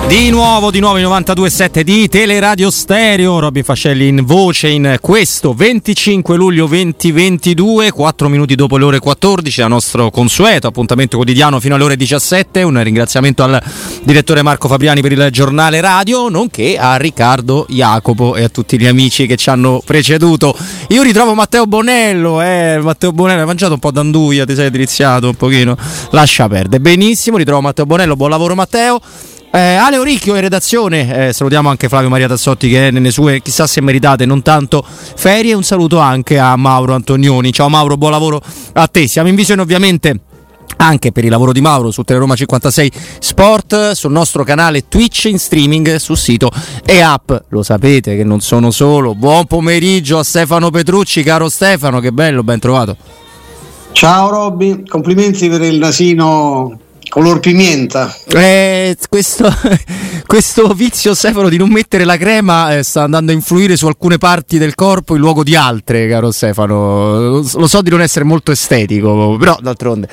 Di nuovo i 92.7 di Teleradio Stereo, Robin Fascelli in voce in questo 25 luglio 2022, 4 minuti dopo le ore 14, al nostro consueto appuntamento quotidiano fino alle ore 17. Un ringraziamento al direttore Marco Fabriani per il giornale radio, nonché a Riccardo Jacopo e a tutti gli amici che ci hanno preceduto. Io ritrovo Matteo Bonello, hai mangiato un po' d'anduia, ti sei deliziato un pochino, lascia perdere. Benissimo, ritrovo Matteo Bonello, buon lavoro Matteo. Ale Oricchio in redazione, salutiamo anche Flavio Maria Tassotti che è nelle sue, chissà se meritate, non tanto ferie. Un saluto anche a Mauro Antonioni. Ciao Mauro, buon lavoro a te. Siamo in visione ovviamente anche per il lavoro di Mauro su Teleroma 56 Sport, sul nostro canale Twitch in streaming, sul sito e app. Lo sapete che non sono solo. Buon pomeriggio a Stefano Petrucci, caro Stefano, che bello, ben trovato. Ciao Robby, complimenti per il nasino color pimienta. Questo vizio, Stefano, di non mettere la crema sta andando a influire su alcune parti del corpo in luogo di altre, caro Stefano. Lo so di non essere molto estetico, però d'altronde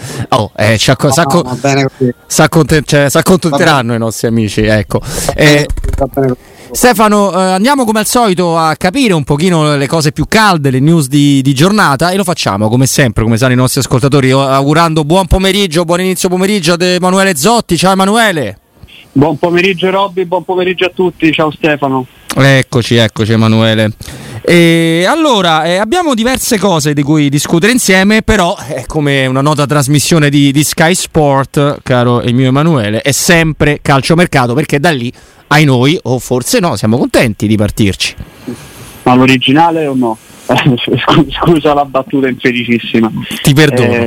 s'accontenteranno i nostri amici, ecco. Stefano, andiamo come al solito a capire un pochino le cose più calde, le news di giornata, e lo facciamo come sempre, come sanno i nostri ascoltatori, augurando buon pomeriggio, buon inizio pomeriggio ad Emanuele Zotti. Ciao Emanuele. Buon pomeriggio Robby, buon pomeriggio a tutti, ciao Stefano. Eccoci Emanuele. Allora, abbiamo diverse cose di cui discutere insieme, però come una nota trasmissione di Sky Sport, caro il mio Emanuele, è sempre calciomercato, perché da lì ai noi, o forse no, siamo contenti di partirci. Ma l'originale o no? Scusa la battuta infelicissima. Ti perdono.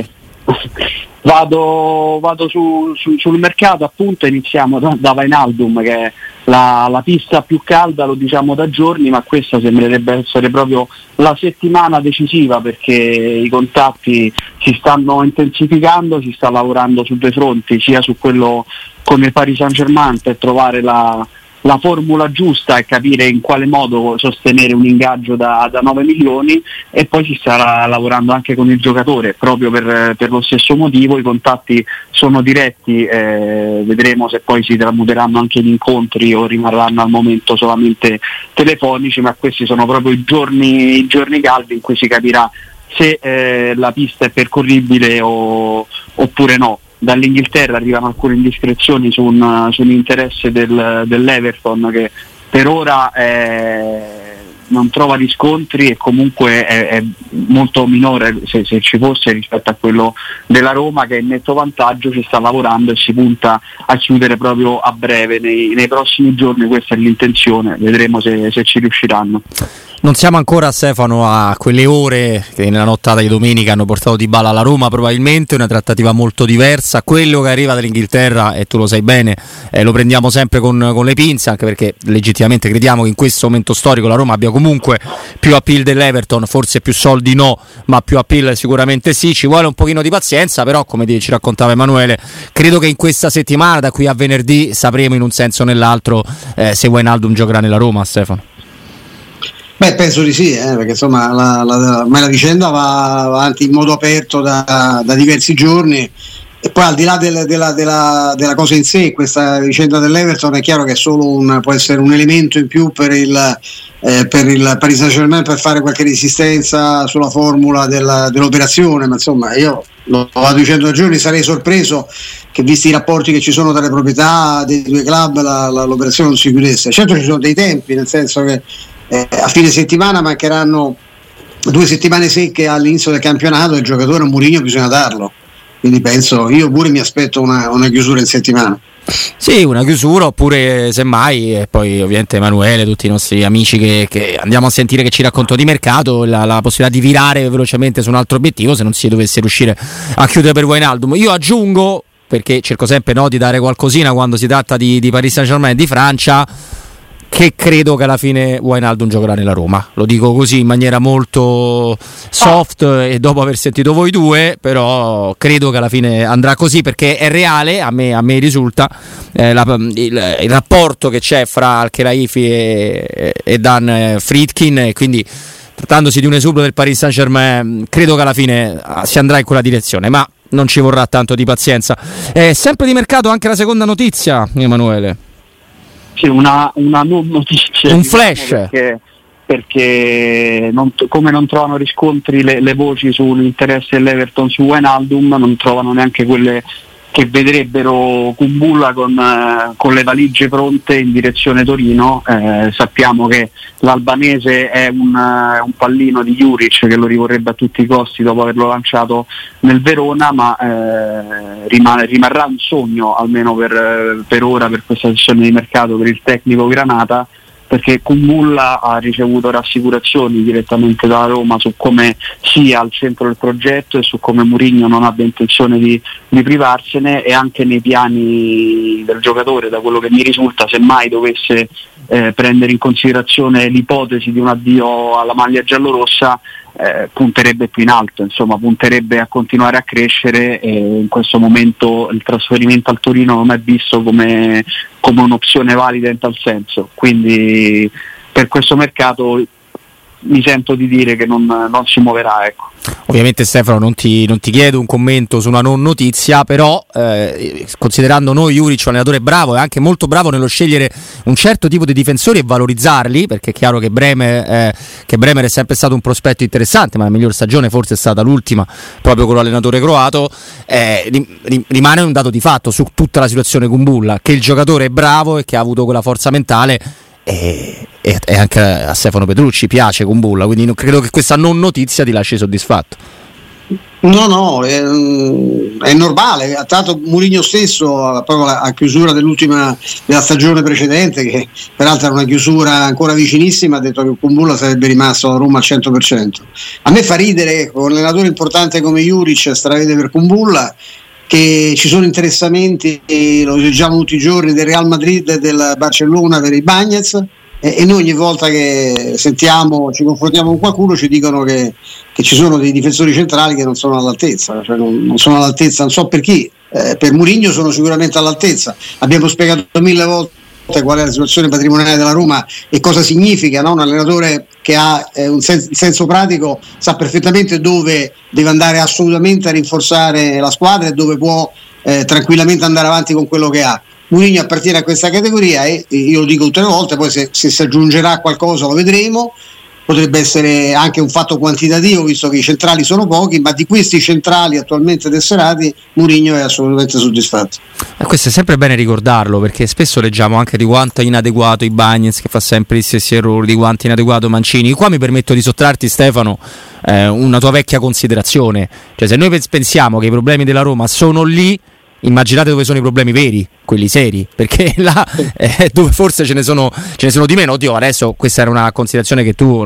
Vado sul mercato, appunto. Iniziamo da Wijnaldum, che è la pista più calda, lo diciamo da giorni, ma questa sembrerebbe essere proprio la settimana decisiva, perché i contatti si stanno intensificando, si sta lavorando su due fronti, sia su quello con il Paris Saint-Germain per trovare la formula giusta e capire in quale modo sostenere un ingaggio da 9 milioni, e poi si starà lavorando anche con il giocatore proprio per lo stesso motivo. I contatti sono diretti, vedremo se poi si tramuteranno anche in incontri o rimarranno al momento solamente telefonici, ma questi sono proprio i giorni caldi in cui si capirà se la pista è percorribile oppure no. Dall'Inghilterra arrivano alcune indiscrezioni su un interesse dell'Everton, che per ora non trova riscontri e comunque è molto minore, se ci fosse, rispetto a quello della Roma, che è in netto vantaggio. Ci sta lavorando e si punta a chiudere proprio a breve, nei prossimi giorni. Questa è l'intenzione, vedremo se ci riusciranno. Non siamo ancora, Stefano, a quelle ore che nella nottata di domenica hanno portato Dybala alla Roma, probabilmente una trattativa molto diversa. Quello che arriva dall'Inghilterra, e tu lo sai bene, lo prendiamo sempre con le pinze, anche perché legittimamente crediamo che in questo momento storico la Roma abbia comunque più appeal dell'Everton, forse più soldi no, ma più appeal sicuramente sì. Ci vuole un pochino di pazienza, però come ci raccontava Emanuele, credo che in questa settimana, da qui a venerdì, sapremo in un senso o nell'altro se Wijnaldum giocherà nella Roma, Stefano. Beh, penso di sì, perché insomma la vicenda va avanti in modo aperto da diversi giorni, e poi al di là della cosa in sé, questa vicenda dell'Everton è chiaro che è solo può essere un elemento in più per il Paris Saint-Germain per fare qualche resistenza sulla formula dell'operazione, ma insomma io lo vado dicendo da giorni, sarei sorpreso che, visti i rapporti che ci sono tra le proprietà dei due club, l'operazione non si chiudesse. Certo, ci sono dei tempi, nel senso che a fine settimana mancheranno 2 settimane secche all'inizio del campionato, e il giocatore Mourinho bisogna darlo, quindi io pure mi aspetto una chiusura in settimana. Sì, una chiusura, oppure semmai, e poi ovviamente Emanuele, tutti i nostri amici che andiamo a sentire, che ci raccontano di mercato, la possibilità di virare velocemente su un altro obiettivo se non si dovesse riuscire a chiudere per Wijnaldum. Io aggiungo, perché cerco sempre di dare qualcosina quando si tratta di Paris Saint-Germain e di Francia, che credo che alla fine Wijnaldum giocherà nella Roma. Lo dico così in maniera molto soft, e dopo aver sentito voi due, però credo che alla fine andrà così, perché è reale, a me risulta il rapporto che c'è fra Al-Khelaifi e Dan Friedkin, e quindi trattandosi di un esubero del Paris Saint-Germain credo che alla fine si andrà in quella direzione, ma non ci vorrà tanto di pazienza. Sempre di mercato anche la seconda notizia, Emanuele. Sì, una non notizia. Un flash. Perché come non trovano riscontri le voci sull'interesse dell'Everton su Wijnaldum, non trovano neanche quelle che vedrebbero Kumbulla con le valigie pronte in direzione Torino. Sappiamo che l'albanese è un pallino di Juric che lo rivorrebbe a tutti i costi dopo averlo lanciato nel Verona, ma rimarrà un sogno almeno per ora, per questa sessione di mercato, per il tecnico granata, perché Kumbulla ha ricevuto rassicurazioni direttamente dalla Roma su come sia al centro del progetto e su come Mourinho non abbia intenzione di privarsene, e anche nei piani del giocatore, da quello che mi risulta, se mai dovesse prendere in considerazione l'ipotesi di un addio alla maglia giallorossa, punterebbe più in alto, insomma punterebbe a continuare a crescere, e in questo momento il trasferimento al Torino non è visto come un'opzione valida in tal senso, quindi per questo mercato mi sento di dire che non si muoverà, ecco. Ovviamente Stefano non ti chiedo un commento su una non notizia, però considerando noi Juric un allenatore bravo e anche molto bravo nello scegliere un certo tipo di difensori e valorizzarli, perché è chiaro che Bremer è sempre stato un prospetto interessante, ma la miglior stagione forse è stata l'ultima proprio con l'allenatore croato, rimane un dato di fatto su tutta la situazione Kumbulla, che il giocatore è bravo e che ha avuto quella forza mentale, e anche a Stefano Petrucci piace Kumbulla, quindi non credo che questa non notizia ti lasci soddisfatto. No, è normale. Tanto Mourinho stesso, proprio a chiusura della stagione precedente, che peraltro era una chiusura ancora vicinissima, ha detto che Kumbulla sarebbe rimasto a Roma al 100%. A me fa ridere con un allenatore importante come Juric stravede per Kumbulla, che ci sono interessamenti, lo leggiamo tutti i giorni, del Real Madrid e del Barcellona per i Bagnets, e noi ogni volta che sentiamo, ci confrontiamo con qualcuno, ci dicono che ci sono dei difensori centrali che non sono all'altezza, cioè non sono all'altezza, non so per chi, per Mourinho sono sicuramente all'altezza. Abbiamo spiegato 1000 volte qual è la situazione patrimoniale della Roma e cosa significa, no? Un allenatore che ha un senso pratico sa perfettamente dove deve andare assolutamente a rinforzare la squadra e dove può tranquillamente andare avanti con quello che ha. Mourinho appartiene a questa categoria e io lo dico tutte le volte, poi se si aggiungerà qualcosa lo vedremo. Potrebbe essere anche un fatto quantitativo, visto che i centrali sono pochi, ma di questi centrali attualmente tesserati Mourinho è assolutamente soddisfatto. Questo è sempre bene ricordarlo, perché spesso leggiamo anche di quanto è inadeguato i Bagnets, che fa sempre gli stessi errori, di quanto è inadeguato Mancini. Qua mi permetto di sottrarti, Stefano, una tua vecchia considerazione, cioè se noi pensiamo che i problemi della Roma sono lì, immaginate dove sono i problemi veri, quelli seri, perché là dove forse ce ne sono di meno. Oddio, adesso questa era una considerazione che tu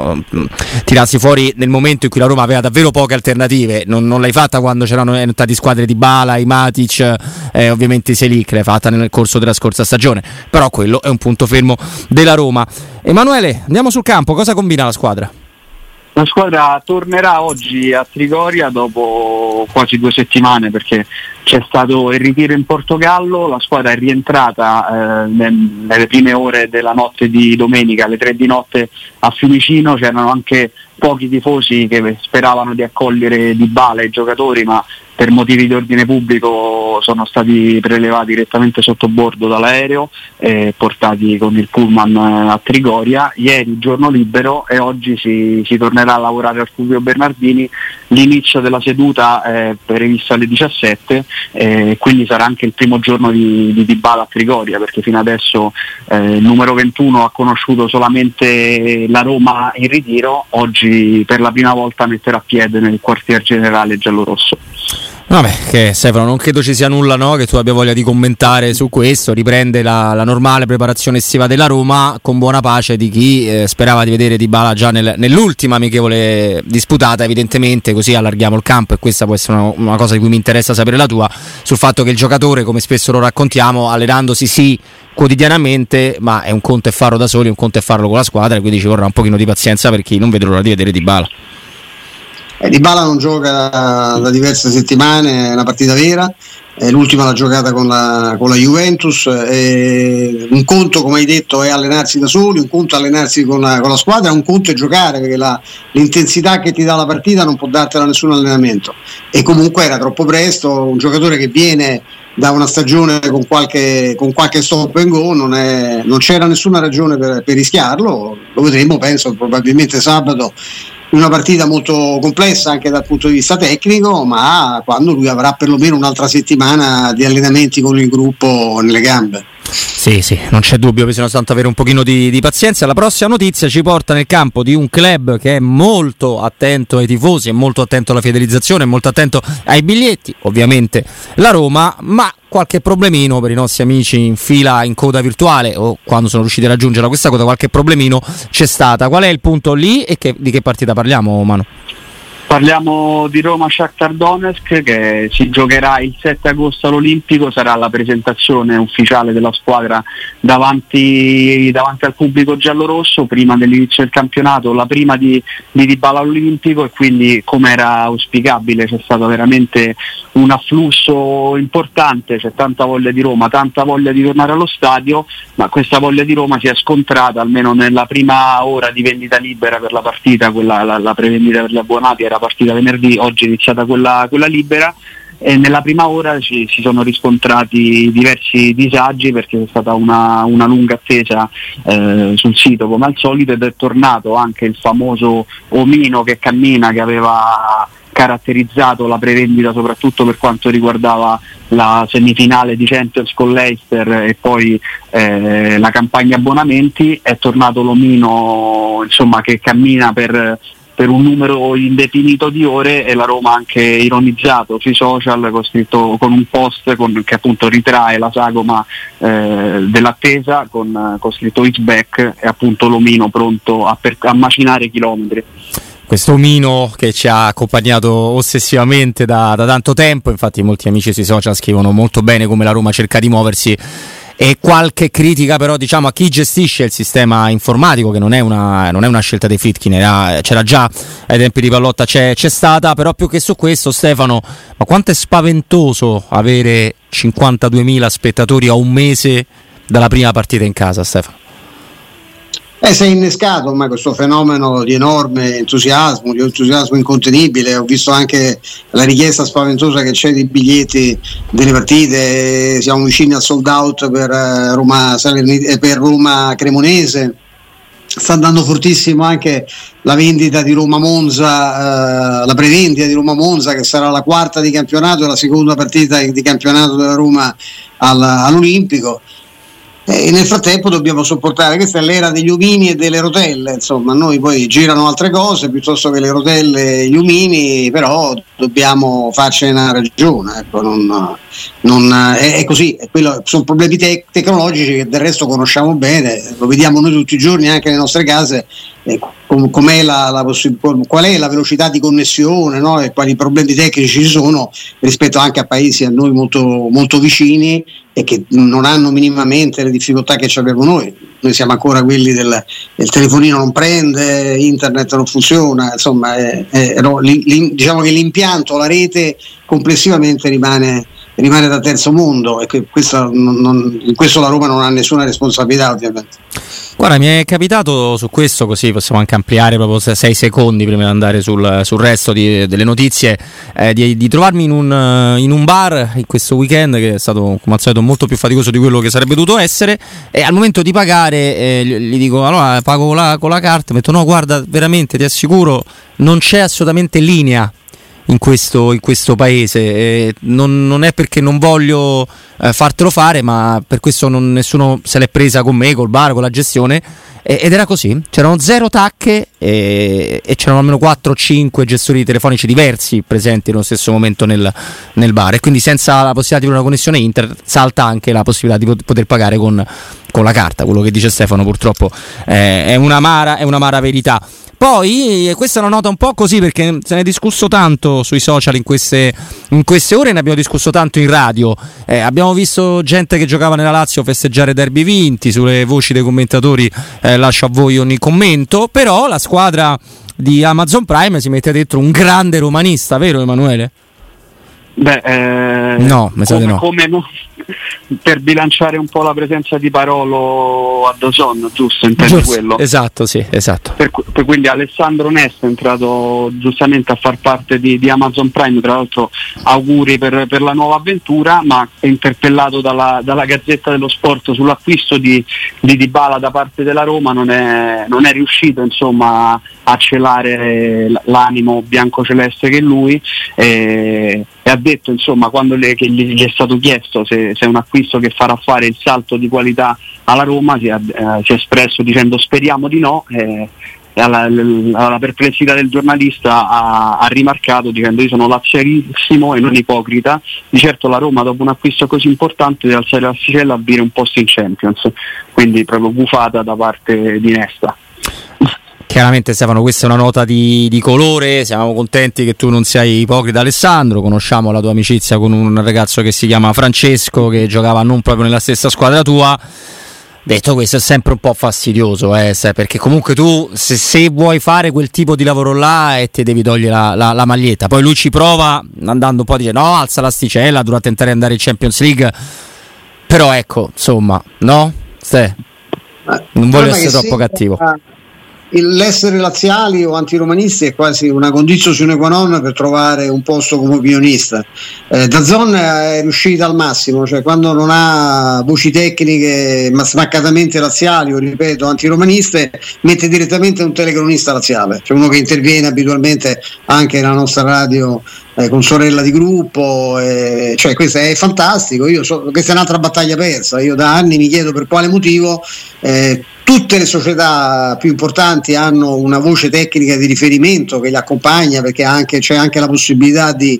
tirassi fuori nel momento in cui la Roma aveva davvero poche alternative, non l'hai fatta quando c'erano stati squadre di Bala, i Matic, ovviamente i Selic, l'hai fatta nel corso della scorsa stagione, però quello è un punto fermo della Roma. Emanuele, andiamo sul campo, cosa combina la squadra? La squadra tornerà oggi a Trigoria dopo quasi 2 settimane, perché c'è stato il ritiro in Portogallo. La squadra è rientrata nelle prime ore della notte di domenica, alle 3 di notte a Fiumicino. C'erano anche pochi tifosi che speravano di accogliere Dybala e i giocatori, ma per motivi di ordine pubblico sono stati prelevati direttamente sotto bordo dall'aereo e portati con il pullman a Trigoria. Ieri giorno libero e oggi si tornerà a lavorare al Fulvio Bernardini. L'inizio della seduta è previsto alle 17, quindi sarà anche il primo giorno di Dybala a Trigoria, perché fino adesso il numero 21 ha conosciuto solamente la Roma in ritiro. Oggi per la prima volta metterà piede nel quartier generale giallorosso. Vabbè, che Stefano, non credo ci sia nulla, no, che tu abbia voglia di commentare su questo. Riprende la normale preparazione estiva della Roma, con buona pace di chi sperava di vedere Dybala già nell'ultima amichevole disputata, evidentemente, così allarghiamo il campo. E questa può essere una cosa di cui mi interessa sapere la tua, sul fatto che il giocatore, come spesso lo raccontiamo, allenandosi sì quotidianamente, ma è un conto è farlo da soli, un conto è farlo con la squadra, e quindi ci vorrà un pochino di pazienza per chi non vede l'ora di vedere Dybala. Dybala non gioca da diverse settimane, è una partita vera, l'ultima l'ha giocata con la Juventus. Un conto, come hai detto, è allenarsi da soli, un conto è allenarsi con la squadra, un conto è giocare, perché l'intensità che ti dà la partita non può dartela nessun allenamento, e comunque era troppo presto. Un giocatore che viene da una stagione con qualche stop and go, non c'era nessuna ragione per rischiarlo. Lo vedremo, penso, probabilmente sabato, in una partita molto complessa anche dal punto di vista tecnico, ma quando lui avrà perlomeno un'altra settimana di allenamenti con il gruppo nelle gambe. Sì, non c'è dubbio, bisogna soltanto avere un pochino di pazienza. La prossima notizia ci porta nel campo di un club che è molto attento ai tifosi, è molto attento alla fidelizzazione, è molto attento ai biglietti, ovviamente la Roma, ma qualche problemino per i nostri amici in fila in coda virtuale o quando sono riusciti a raggiungere questa coda, qualche problemino c'è stata. Qual è il punto lì e di che partita parliamo, Manu? Parliamo di Roma Shakhtar Donetsk, che si giocherà il 7 agosto all'Olimpico, sarà la presentazione ufficiale della squadra davanti al pubblico giallorosso prima dell'inizio del campionato, la prima di Dybala all'Olimpico, e quindi, come era auspicabile, c'è stato veramente un afflusso importante, c'è tanta voglia di Roma, tanta voglia di tornare allo stadio, ma questa voglia di Roma si è scontrata almeno nella prima ora di vendita libera per la partita, la prevendita per gli abbonati era partita venerdì, oggi è iniziata quella libera, e nella prima ora si sono riscontrati diversi disagi perché c'è stata una lunga attesa sul sito come al solito, ed è tornato anche il famoso omino che cammina che aveva caratterizzato la prevendita soprattutto per quanto riguardava la semifinale di Champions con l'Leicester e poi la campagna abbonamenti. È tornato l'omino, insomma, che cammina per un numero indefinito di ore, e la Roma ha anche ironizzato sui social con un post che appunto ritrae la sagoma dell'attesa con scritto "It's back", e appunto l'omino pronto a macinare chilometri. Questo omino che ci ha accompagnato ossessivamente da tanto tempo, infatti molti amici sui social scrivono molto bene come la Roma cerca di muoversi. E qualche critica però, diciamo, a chi gestisce il sistema informatico, che non è una scelta dei Friedkin, c'era già ai tempi di Pallotta, c'è stata, però più che su questo, Stefano, ma quanto è spaventoso avere 52.000 spettatori a un mese dalla prima partita in casa, Stefano? Si è innescato ormai questo fenomeno di enorme entusiasmo, di entusiasmo incontenibile. Ho visto anche la richiesta spaventosa che c'è di biglietti delle partite, siamo vicini al sold out per Roma Cremonese. Sta andando fortissimo anche la vendita di Roma Monza, la prevendita di Roma Monza, che sarà la quarta di campionato e la seconda partita di campionato della Roma all'Olimpico. E nel frattempo dobbiamo sopportare, questa è l'era degli omini e delle rotelle, insomma, a noi poi girano altre cose piuttosto che le rotelle e gli omini, però dobbiamo farcene una ragione, ecco, è così, sono problemi tecnologici che del resto conosciamo bene, lo vediamo noi tutti i giorni anche nelle nostre case, qual è la velocità di connessione, no? E quali problemi tecnici ci sono rispetto anche a paesi a noi molto, molto vicini e che non hanno minimamente le difficoltà che abbiamo noi. Noi siamo ancora quelli del telefonino non prende, internet non funziona, insomma diciamo che l'impianto, la rete complessivamente rimane da terzo mondo, e in questo la Roma non ha nessuna responsabilità, ovviamente. Guarda, mi è capitato su questo, così possiamo anche ampliare proprio 6 secondi prima di andare sul resto delle notizie, di trovarmi in un bar in questo weekend, che è stato come al solito molto più faticoso di quello che sarebbe dovuto essere, e al momento di pagare gli dico: allora pago con la carta, metto no, guarda, veramente ti assicuro non c'è assolutamente linea in questo paese, non è perché non voglio fartelo fare, ma per questo nessuno se l'è presa con me, col bar, con la gestione, ed era così, c'erano 0 tacche e c'erano almeno 4-5 gestori telefonici diversi presenti nello stesso momento nel bar, e quindi senza la possibilità di avere una connessione internet salta anche la possibilità di poter pagare con la carta. Quello che dice Stefano purtroppo è un'amara verità. Poi questa è una nota un po' così, perché se ne è discusso tanto sui social in queste ore, ne abbiamo discusso tanto in radio, abbiamo visto gente che giocava nella Lazio festeggiare derby vinti, sulle voci dei commentatori lascio a voi ogni commento, però la squadra di Amazon Prime si mette dentro un grande romanista, vero Emanuele? No, mi sa di no. Come per bilanciare un po' la presenza di Parolo a DAZN, giusto? Intendi quello? Esatto, sì, esatto. Quindi Alessandro Nesta è entrato giustamente a far parte di Amazon Prime, tra l'altro auguri per la nuova avventura, ma è interpellato dalla Gazzetta dello Sport sull'acquisto di Dybala da parte della Roma, non è riuscito insomma a celare l'animo biancoceleste che lui, e ha detto insomma quando gli è stato chiesto se è un acquisto che farà fare il salto di qualità alla Roma, si è espresso dicendo speriamo di no, e alla perplessità del giornalista ha rimarcato dicendo io sono lazialissimo e non ipocrita, di certo la Roma dopo un acquisto così importante deve alzare l'asticella a dire un posto in Champions, quindi proprio gufata da parte di Nesta. Chiaramente Stefano, questa è una nota di colore, siamo contenti che tu non sei ipocrita Alessandro, conosciamo la tua amicizia con un ragazzo che si chiama Francesco che giocava non proprio nella stessa squadra tua. Detto questo è sempre un po' fastidioso, perché comunque tu se vuoi fare quel tipo di lavoro là ti devi togliere la maglietta, poi lui ci prova andando un po' a dire no, alza l'asticella, dovrà tentare di andare in Champions League, però ecco, insomma, no? Non voglio essere troppo cattivo. L'essere laziali o antiromanisti è quasi una condizione sine qua non per trovare un posto come opinionista. DAZN è riuscita al massimo, cioè quando non ha voci tecniche ma smaccatamente laziali o ripeto antiromaniste, mette direttamente un telecronista laziale, cioè uno che interviene abitualmente anche nella nostra radio con sorella di gruppo, cioè questo è fantastico. Questa è un'altra battaglia persa. Io da anni mi chiedo per quale motivo tutte le società più importanti hanno una voce tecnica di riferimento che li accompagna, perché c'è anche la possibilità di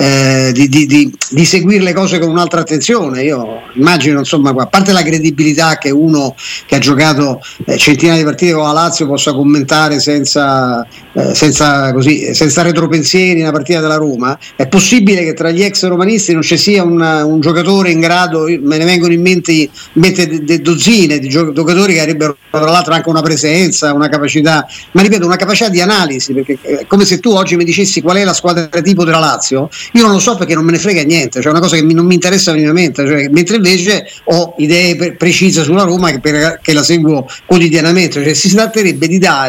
seguire le cose con un'altra attenzione. Io immagino, insomma, a parte la credibilità che uno che ha giocato centinaia di partite con la Lazio possa commentare senza retropensieri una partita della Roma, è possibile che tra gli ex romanisti non ci sia un giocatore in grado, me ne vengono in mente dozzine di giocatori che avrebbero tra l'altro anche una presenza, una capacità, ma ripeto una capacità di analisi, perché è come se tu oggi mi dicessi qual è la squadra tipo della Lazio, io non lo so perché non me ne frega niente, cioè è una cosa che non mi interessa minimamente, cioè, mentre invece ho idee precise sulla Roma che la seguo quotidianamente, cioè si tratterebbe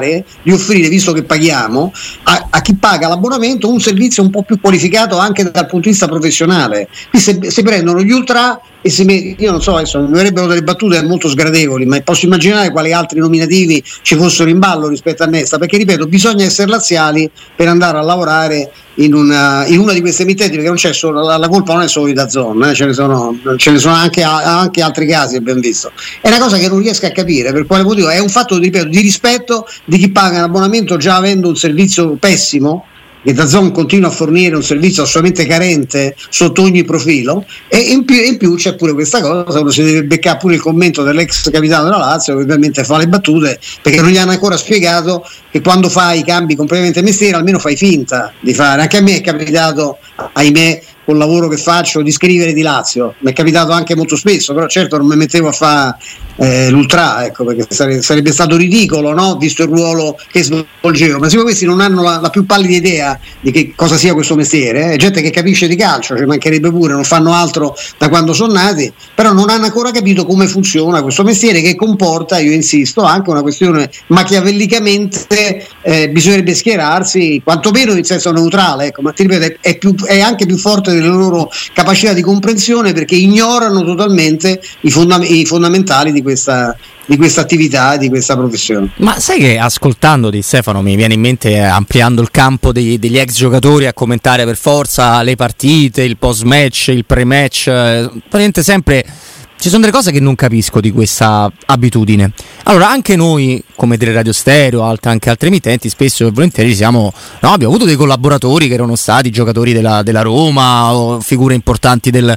di offrire, visto che paghiamo, a chi paga l'abbonamento un servizio un po' più qualificato anche dal punto di vista professionale. Qui si prendono gli ultra e io non so, adesso mi verrebbero delle battute molto sgradevoli, ma posso immaginare quali altri nominativi ci fossero in ballo rispetto a Nesta, perché ripeto bisogna essere laziali per andare a lavorare in una di queste emittenti, perché non c'è solo la colpa, non è solo di DAZN, ce ne sono anche altri casi, abbiamo visto. È una cosa che non riesco a capire per quale motivo, è un fatto ripeto di rispetto di chi paga un abbonamento già avendo un servizio pessimo, che DAZN continua a fornire un servizio assolutamente carente sotto ogni profilo, e in più c'è pure questa cosa, uno si deve beccare pure il commento dell'ex capitano della Lazio che ovviamente fa le battute perché non gli hanno ancora spiegato che quando fai i cambi completamente mestiere almeno fai finta di fare. Anche a me è capitato, ahimè, col lavoro che faccio, di scrivere di Lazio, mi è capitato anche molto spesso, però certo non mi mettevo a fare l'ultra, ecco, perché sarebbe stato ridicolo, no? Visto il ruolo che svolgevo, ma siccome questi non hanno la più pallida idea di che cosa sia questo mestiere, è gente che capisce di calcio, ci mancherebbe pure, non fanno altro da quando sono nati, però non hanno ancora capito come funziona questo mestiere, che comporta, io insisto, anche una questione machiavellicamente bisognerebbe schierarsi quantomeno in senso neutrale, ecco, ma ti ripeto è anche più forte delle loro capacità di comprensione, perché ignorano totalmente i fondamentali di questa attività, di questa professione. Ma sai che ascoltandoti, Stefano, mi viene in mente, ampliando il campo degli ex giocatori, a commentare per forza le partite, il post match, il pre match, praticamente sempre ci sono delle cose che non capisco di questa abitudine. Allora, anche noi come Radio Stereo, anche altri emittenti, spesso e volentieri abbiamo avuto dei collaboratori che erano stati giocatori della Roma o figure importanti del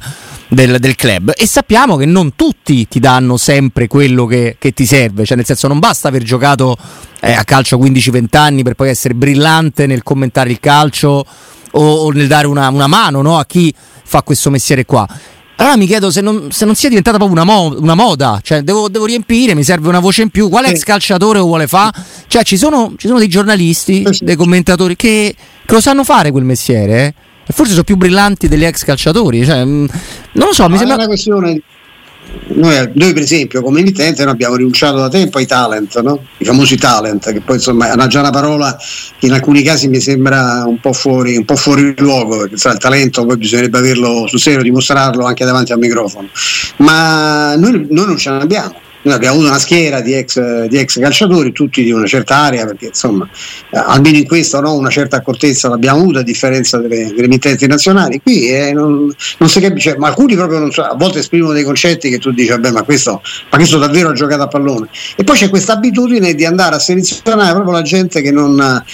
club, e sappiamo che non tutti ti danno sempre quello che ti serve, cioè nel senso non basta aver giocato a calcio 15-20 anni per poi essere brillante nel commentare il calcio o nel dare una mano, no, a chi fa questo mestiere qua. Allora mi chiedo se non sia diventata proprio una moda, cioè devo riempire, mi serve una voce in più, quale ex calciatore lo vuole fare? Cioè ci sono dei giornalisti, dei commentatori che lo sanno fare quel mestiere, e forse sono più brillanti degli ex calciatori, cioè, non lo so, mi sembra una questione. Noi per esempio come emittente noi abbiamo rinunciato da tempo ai talent, no? I famosi talent, che poi insomma è già una parola che in alcuni casi mi sembra un po' fuori luogo, perché il talento poi bisognerebbe averlo sul serio, dimostrarlo anche davanti al microfono, ma noi non ce ne abbiamo. Noi abbiamo avuto una schiera di ex calciatori, tutti di una certa area, perché insomma almeno in questo, no, una certa accortezza l'abbiamo avuta, a differenza delle emittenti nazionali. Qui non si capisce, ma alcuni proprio non so, a volte esprimono dei concetti che tu dici vabbè, ma questo davvero ha giocato a pallone. E poi c'è questa abitudine di andare a selezionare proprio la gente che non ha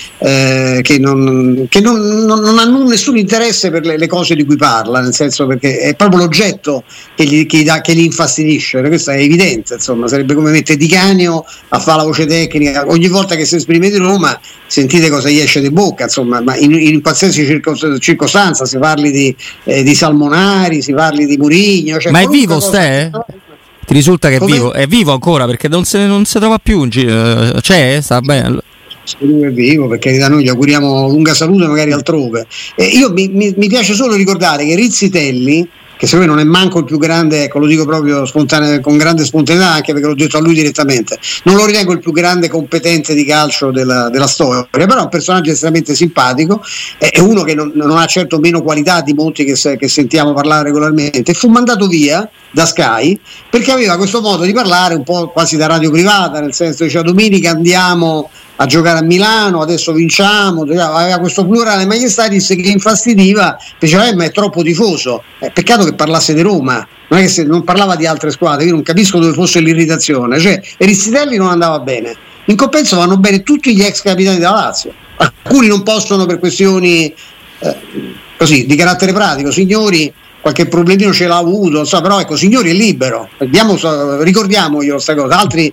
nessun interesse per le cose di cui parla, nel senso, perché è proprio l'oggetto che gli infastidisce. Questo è evidente, insomma. Sarebbe come mettere Di Canio a fare la voce tecnica ogni volta che si esprime di Roma, sentite cosa gli esce di bocca, insomma, ma in qualsiasi circostanza, si parli di Salmonari, si parli di Mourinho, cioè, ma è vivo Ste? Ti risulta che è vivo ancora, perché non si trova più in giro, sta bene. Lui è vivo, perché da noi gli auguriamo lunga salute magari altrove. Io mi piace solo ricordare che Rizzitelli, che secondo me non è manco il più grande, ecco, lo dico proprio con grande spontaneità, anche perché l'ho detto a lui direttamente, non lo ritengo il più grande competente di calcio della storia, però è un personaggio estremamente simpatico, è uno che non ha certo meno qualità di molti che sentiamo parlare regolarmente. Fu mandato via da Sky perché aveva questo modo di parlare un po' quasi da radio privata, nel senso che diceva domenica andiamo a giocare a Milano, adesso vinciamo, aveva questo plurale maestatis che infastidiva, diceva ma è troppo tifoso, peccato che parlasse di Roma, non è che non parlava di altre squadre, io non capisco dove fosse l'irritazione, cioè Rizzitelli non andava bene, in compenso vanno bene tutti gli ex capitani della Lazio, alcuni non possono per questioni così di carattere pratico, Signori qualche problemino ce l'ha avuto, non so, però ecco, Signori è libero, ricordiamoglielo questa cosa, altri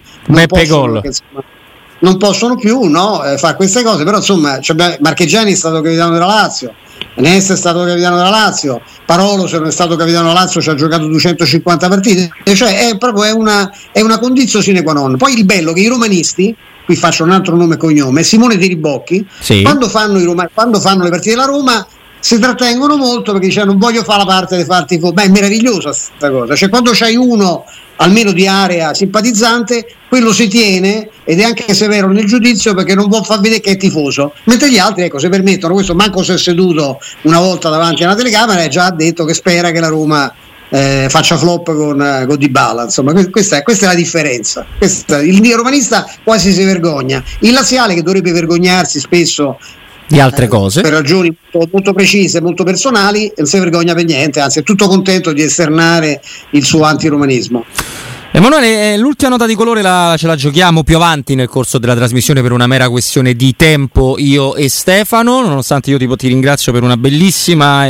non possono più, no, fare queste cose, però insomma Marchegiani è stato capitano della Lazio, Nesta è stato capitano della Lazio, Parolo se non è stato capitano della Lazio ci ha giocato 250 partite, cioè è una condizione sine qua non. Poi il bello che i romanisti, qui faccio un altro nome e cognome, Simone Tiribocchi, sì, quando fanno le partite della Roma si trattengono molto perché dice non voglio fare la parte di far tifo. Beh, è meravigliosa questa cosa, cioè quando c'hai uno almeno di area simpatizzante, quello si tiene ed è anche severo nel giudizio perché non vuol far vedere che è tifoso, mentre gli altri, ecco, se permettono, questo manco si è seduto una volta davanti a una telecamera e già ha detto che spera che la Roma faccia flop con Dybala, insomma questa è la differenza. Il romanista quasi si vergogna, il laziale che dovrebbe vergognarsi spesso di altre cose per ragioni molto precise, molto personali, non si vergogna per niente, anzi è tutto contento di esternare il suo antiromanismo. Emanuele, l'ultima nota di colore ce la giochiamo più avanti nel corso della trasmissione per una mera questione di tempo, io e Stefano, nonostante io ti ringrazio per una bellissima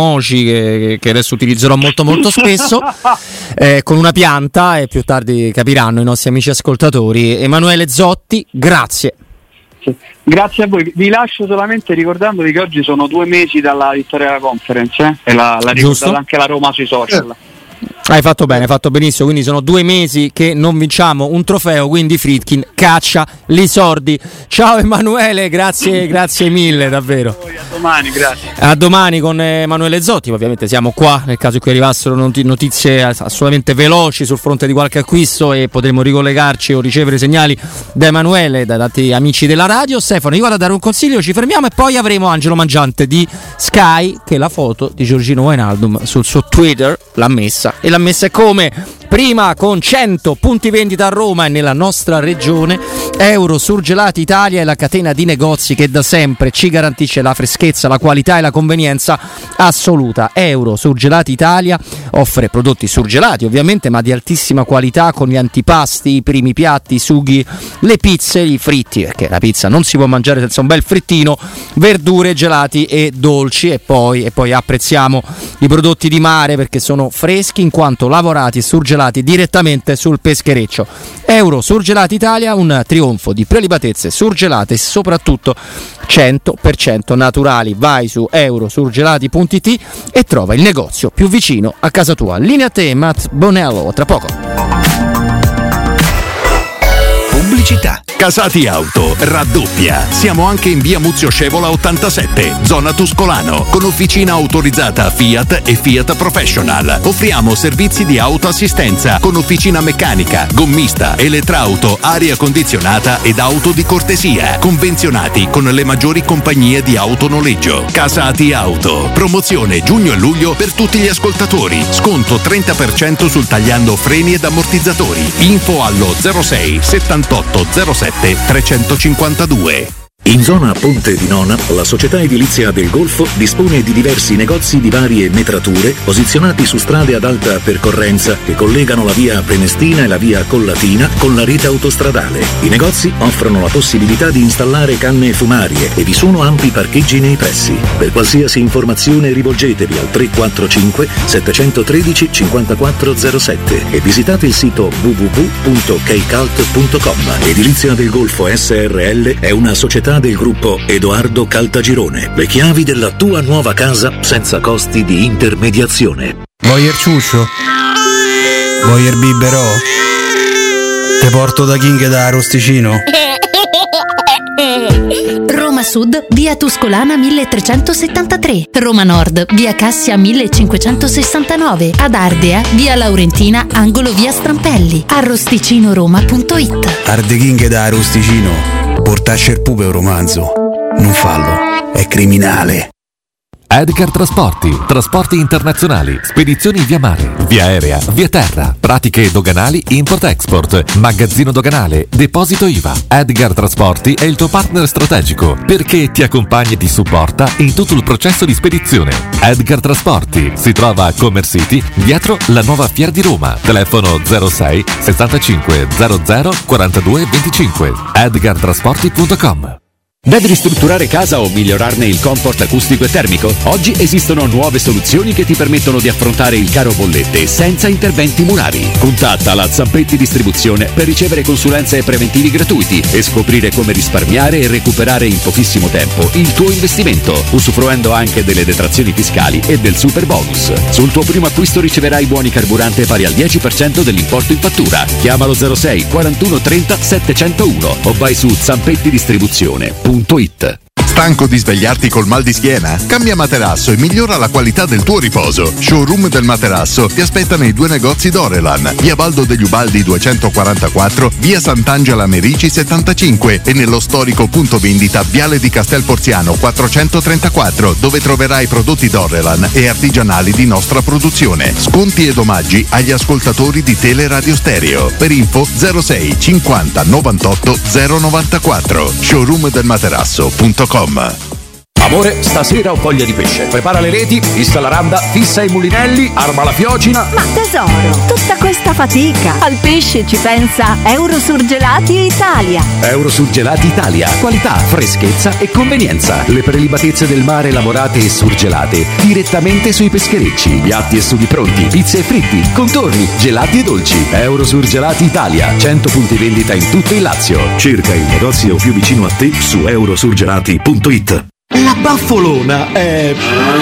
emoji che adesso utilizzerò molto molto spesso con una pianta, e più tardi capiranno i nostri amici ascoltatori. Emanuele Zotti, grazie. Grazie a voi, vi lascio solamente ricordandovi che oggi sono 2 mesi dalla vittoria della Conference e l'ha ricordata anche la Roma sui social. Hai fatto bene, hai fatto benissimo, quindi sono 2 mesi che non vinciamo un trofeo, quindi Friedkin caccia li sordi. Ciao Emanuele, grazie mille davvero. A domani, grazie. A domani con Emanuele Zotti, ovviamente siamo qua nel caso in cui arrivassero notizie assolutamente veloci sul fronte di qualche acquisto e potremo ricollegarci o ricevere segnali da Emanuele, da tanti amici della radio. Stefano, io vado a dare un consiglio, ci fermiamo e poi avremo Angelo Mangiante di Sky che la foto di Giorgino Wijnaldum sul suo Twitter l'ha messa, e l'ha messa come prima con 100 punti vendita a Roma e nella nostra regione. Euro Surgelati Italia è la catena di negozi che da sempre ci garantisce la freschezza, la qualità e la convenienza assoluta. Euro Surgelati Italia offre prodotti surgelati ovviamente, ma di altissima qualità, con gli antipasti, i primi piatti, i sughi, le pizze, i fritti, perché la pizza non si può mangiare senza un bel frittino, verdure, gelati e dolci, e poi apprezziamo i prodotti di mare perché sono freschi in quanto lavorati e surgelati direttamente sul peschereccio. Euro Surgelati Italia, un trionfo di prelibatezze surgelate e soprattutto 100% naturali. Vai su eurosurgelati.it e trova il negozio più vicino a casa tua. Linea a te, Matt Bonello, tra poco. Pubblicità. Casati Auto raddoppia. Siamo anche in via Muzio Scevola 87, zona Tuscolano, con officina autorizzata Fiat e Fiat Professional. Offriamo servizi di autoassistenza con officina meccanica, gommista, elettrauto, aria condizionata ed auto di cortesia, convenzionati con le maggiori compagnie di autonoleggio. Casati Auto. Promozione giugno e luglio per tutti gli ascoltatori. Sconto 30% sul tagliando freni ed ammortizzatori. Info allo 06 78 07 352. In zona Ponte di Nona, la società edilizia del Golfo dispone di diversi negozi di varie metrature posizionati su strade ad alta percorrenza che collegano la via Prenestina e la via Collatina con la rete autostradale. I negozi offrono la possibilità di installare canne fumarie e vi sono ampi parcheggi nei pressi. Per qualsiasi informazione rivolgetevi al 345 713 5407 e visitate il sito www.keicalt.com. Edilizia del Golfo SRL è una società del gruppo Edoardo Caltagirone. Le chiavi della tua nuova casa senza costi di intermediazione. Vuoi il ciuccio? Vuoi il biberò? Te porto da King da Arosticino? Roma Sud, via Tuscolana 1373. Roma Nord, via Cassia 1569. Ad Ardea, via Laurentina, angolo via Strampelli. Arrosticinoroma.it. Arde King da Arosticino. Portasce il pupe un romanzo. Non fallo, è criminale. Edgar trasporti internazionali, spedizioni via mare, via aerea, via terra, pratiche doganali, import-export, magazzino doganale, deposito IVA. Edgar Trasporti è il tuo partner strategico perché ti accompagna e ti supporta in tutto il processo di spedizione. Edgar Trasporti si trova a Commerce City, dietro la nuova Fiera di Roma. Telefono 06 65 00 42 25. edgartrasporti.com. Devi ristrutturare casa o migliorarne il comfort acustico e termico? Oggi esistono nuove soluzioni che ti permettono di affrontare il caro bollette senza interventi murari. Contatta la Zampetti Distribuzione per ricevere consulenze e preventivi gratuiti e scoprire come risparmiare e recuperare in pochissimo tempo il tuo investimento, usufruendo anche delle detrazioni fiscali e del super bonus. Sul tuo primo acquisto riceverai buoni carburante pari al 10% dell'importo in fattura. Chiamalo 06 41 30 701 o vai su zampettidistribuzione.it. Stanco di svegliarti col mal di schiena? Cambia materasso e migliora la qualità del tuo riposo. Showroom del materasso ti aspetta nei due negozi Dorelan, via Baldo degli Ubaldi 244, via Sant'Angela Merici 75 e nello storico punto vendita Viale di Castel Porziano 434, dove troverai prodotti Dorelan e artigianali di nostra produzione. Sconti ed omaggi agli ascoltatori di Teleradio Stereo. Per info 06 50 98 094. Showroom del materasso.com. Amore, stasera ho voglia di pesce. Prepara le reti, fissa la randa, fissa i mulinelli, arma la fiocina. Ma tesoro, tutta questa fatica. Al pesce ci pensa Eurosurgelati Italia. Eurosurgelati Italia. Qualità, freschezza e convenienza. Le prelibatezze del mare lavorate e surgelate direttamente sui pescherecci. Piatti e sughi pronti, pizze e fritti, contorni, gelati e dolci. Eurosurgelati Italia. 100 punti vendita in tutto il Lazio. Cerca il negozio più vicino a te su eurosurgelati.it. La Baffolona è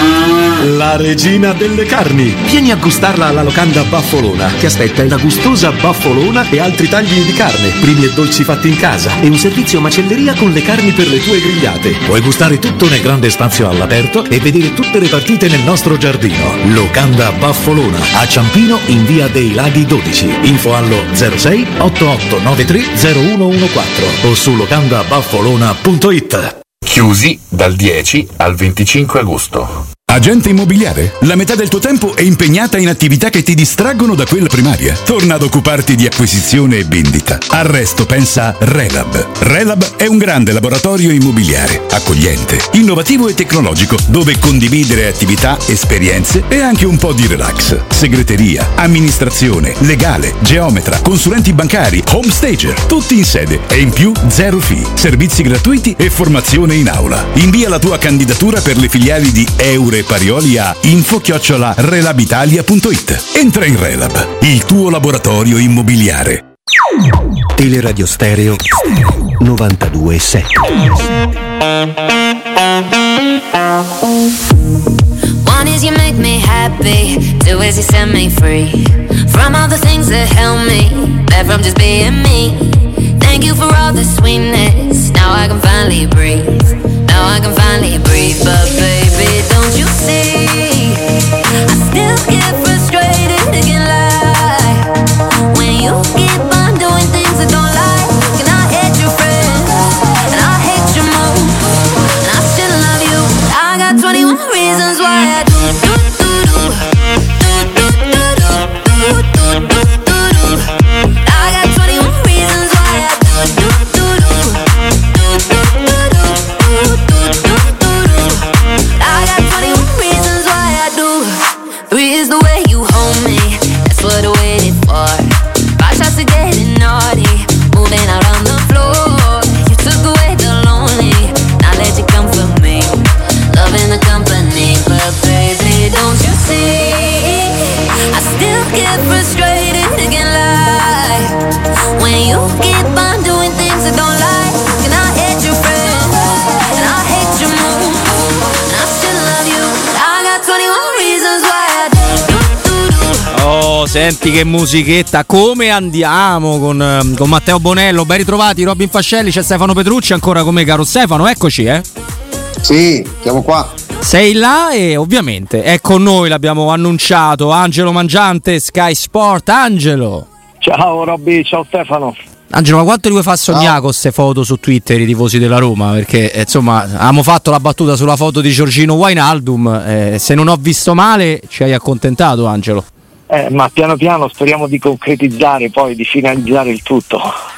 la regina delle carni. Vieni a gustarla alla locanda Baffolona. Ti aspetta una gustosa baffolona e altri tagli di carne, primi e dolci fatti in casa e un servizio macelleria con le carni per le tue grigliate. Puoi gustare tutto nel grande spazio all'aperto e vedere tutte le partite nel nostro giardino. Locanda Baffolona a Ciampino in via dei Laghi 12. Info allo 06 8893 0114 o su locandabaffolona.it. Chiusi dal 10 al 25 agosto. Agente immobiliare, la metà del tuo tempo è impegnata in attività che ti distraggono da quella primaria. Torna ad occuparti di acquisizione e vendita. Al resto pensa Relab. Relab è un grande laboratorio immobiliare, accogliente, innovativo e tecnologico, dove condividere attività, esperienze e anche un po' di relax. Segreteria, amministrazione, legale, geometra, consulenti bancari, home stager, tutti in sede e in più zero fee, servizi gratuiti e formazione in aula. Invia la tua candidatura per le filiali di Euro Parioli a info@relabitalia.it. Entra in Relab, il tuo laboratorio immobiliare. Teleradio Stereo 92.7. One is you make me happy, two is you set me free from all the things that help me, back from just being me. Thank you for all all the sweetness. Now I can finally breathe. Now I can finally breathe. But baby, don't you see? I still get frustrated again, like when you keep on doing things I don't like. And I hate your friends, and I hate your moves, and I still love you. I got 21 reasons why I do. Senti che musichetta, come andiamo con Matteo Bonello, ben ritrovati Robin Fascelli, c'è Stefano Petrucci ancora con me, caro Stefano, eccoci Sì, siamo qua. Sei là e ovviamente è con noi, l'abbiamo annunciato, Angelo Mangiante, Sky Sport. Angelo. Ciao Robby, ciao Stefano. Angelo, ma quanto li vuoi far sognare con queste foto su Twitter i tifosi della Roma? Perché insomma abbiamo fatto la battuta sulla foto di Giorgino Wijnaldum, se non ho visto male ci hai accontentato, Angelo. Ma piano piano speriamo di concretizzare, poi di finalizzare il tutto.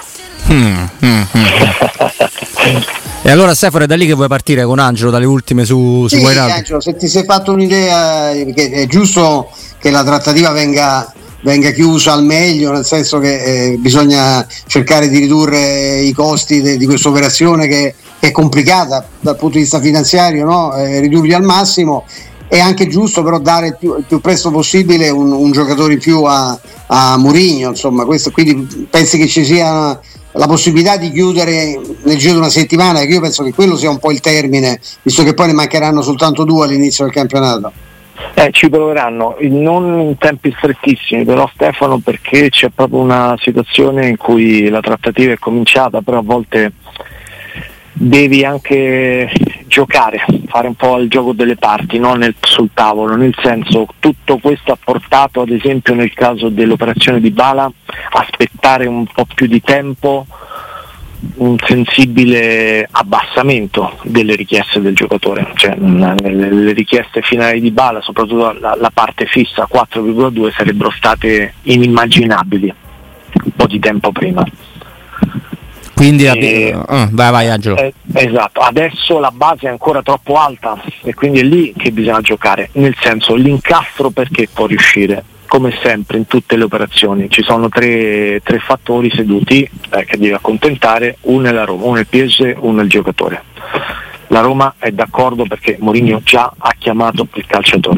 E allora Stefano, è da lì che vuoi partire con Angelo, dalle ultime su Wijnaldum? Angelo, se ti sei fatto un'idea, perché è giusto che la trattativa venga chiusa al meglio, nel senso che bisogna cercare di ridurre i costi di questa operazione che è complicata dal punto di vista finanziario, no? Ridurli al massimo. È anche giusto però dare il più presto possibile un giocatore in più a Mourinho, insomma, questo, quindi pensi che ci sia la possibilità di chiudere nel giro di una settimana, che io penso che quello sia un po' il termine, visto che poi ne mancheranno soltanto 2 all'inizio del campionato. Ci proveranno, non in tempi strettissimi però Stefano, perché c'è proprio una situazione in cui la trattativa è cominciata, però a volte devi anche giocare, fare un po' il gioco delle parti, non sul tavolo, nel senso, tutto questo ha portato ad esempio nel caso dell'operazione Dybala aspettare un po' più di tempo, un sensibile abbassamento delle richieste del giocatore, cioè le richieste finali di Dybala, soprattutto la parte fissa 4,2 sarebbero state inimmaginabili un po' di tempo prima. Quindi vai Angelo. Esatto, adesso la base è ancora troppo alta e quindi è lì che bisogna giocare, nel senso l'incastro perché può riuscire, come sempre in tutte le operazioni ci sono tre fattori seduti che devi accontentare, uno è la Roma, uno è il PSG, uno è il giocatore. La Roma è d'accordo perché Mourinho già ha chiamato il calciatore.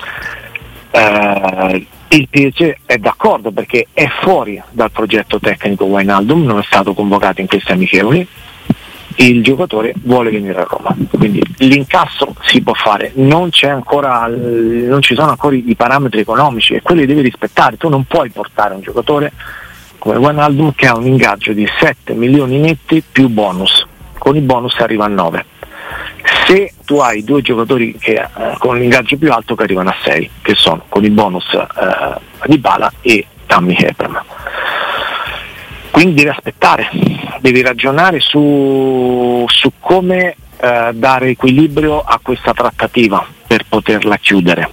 Il PSG è d'accordo perché è fuori dal progetto tecnico Wijnaldum, non è stato convocato in queste amichevoli, il giocatore vuole venire a Roma, quindi l'incasso si può fare, non ci sono ancora i parametri economici e quelli devi rispettare. Tu non puoi portare un giocatore come Wijnaldum che ha un ingaggio di 7 milioni netti più bonus, con i bonus arriva a 9. Se tu hai 2 giocatori che con l'ingaggio più alto che arrivano a 6, che sono con i bonus Dybala e Tammy Abraham, quindi devi aspettare, devi ragionare su come dare equilibrio a questa trattativa per poterla chiudere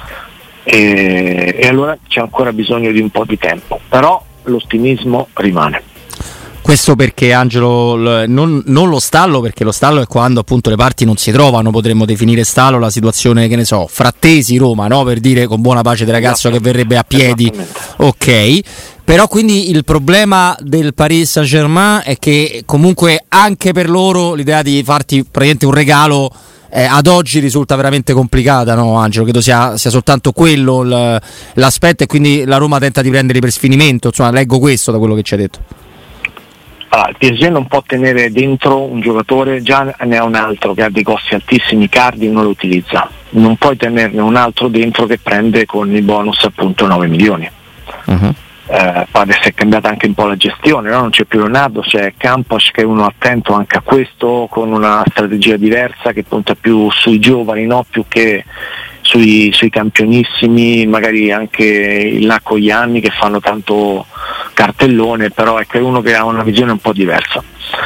e allora c'è ancora bisogno di un po' di tempo, però l'ottimismo rimane. Questo perché Angelo, non lo stallo, perché lo stallo è quando appunto le parti non si trovano, potremmo definire stallo la situazione, che ne so, Frattesi-Roma, no? Per dire, con buona pace del ragazzo che verrebbe a piedi, ok, però quindi il problema del Paris Saint-Germain è che comunque anche per loro l'idea di farti praticamente un regalo ad oggi risulta veramente complicata, no Angelo? Credo sia soltanto quello l'aspetto, e quindi la Roma tenta di prenderli per sfinimento, insomma leggo questo da quello che ci hai detto. Allora, il PSG non può tenere dentro un giocatore, già ne ha un altro che ha dei costi altissimi, Cardi non lo utilizza, non puoi tenerne un altro dentro che prende con i bonus appunto 9 milioni. poi adesso è cambiata anche un po' la gestione, no? Non c'è più Leonardo, c'è Campos che è uno attento anche a questo, con una strategia diversa che punta più sui giovani, no? Più che sui campionissimi, magari anche là con gli anni che fanno tanto cartellone, però è uno che ha una visione un po' diversa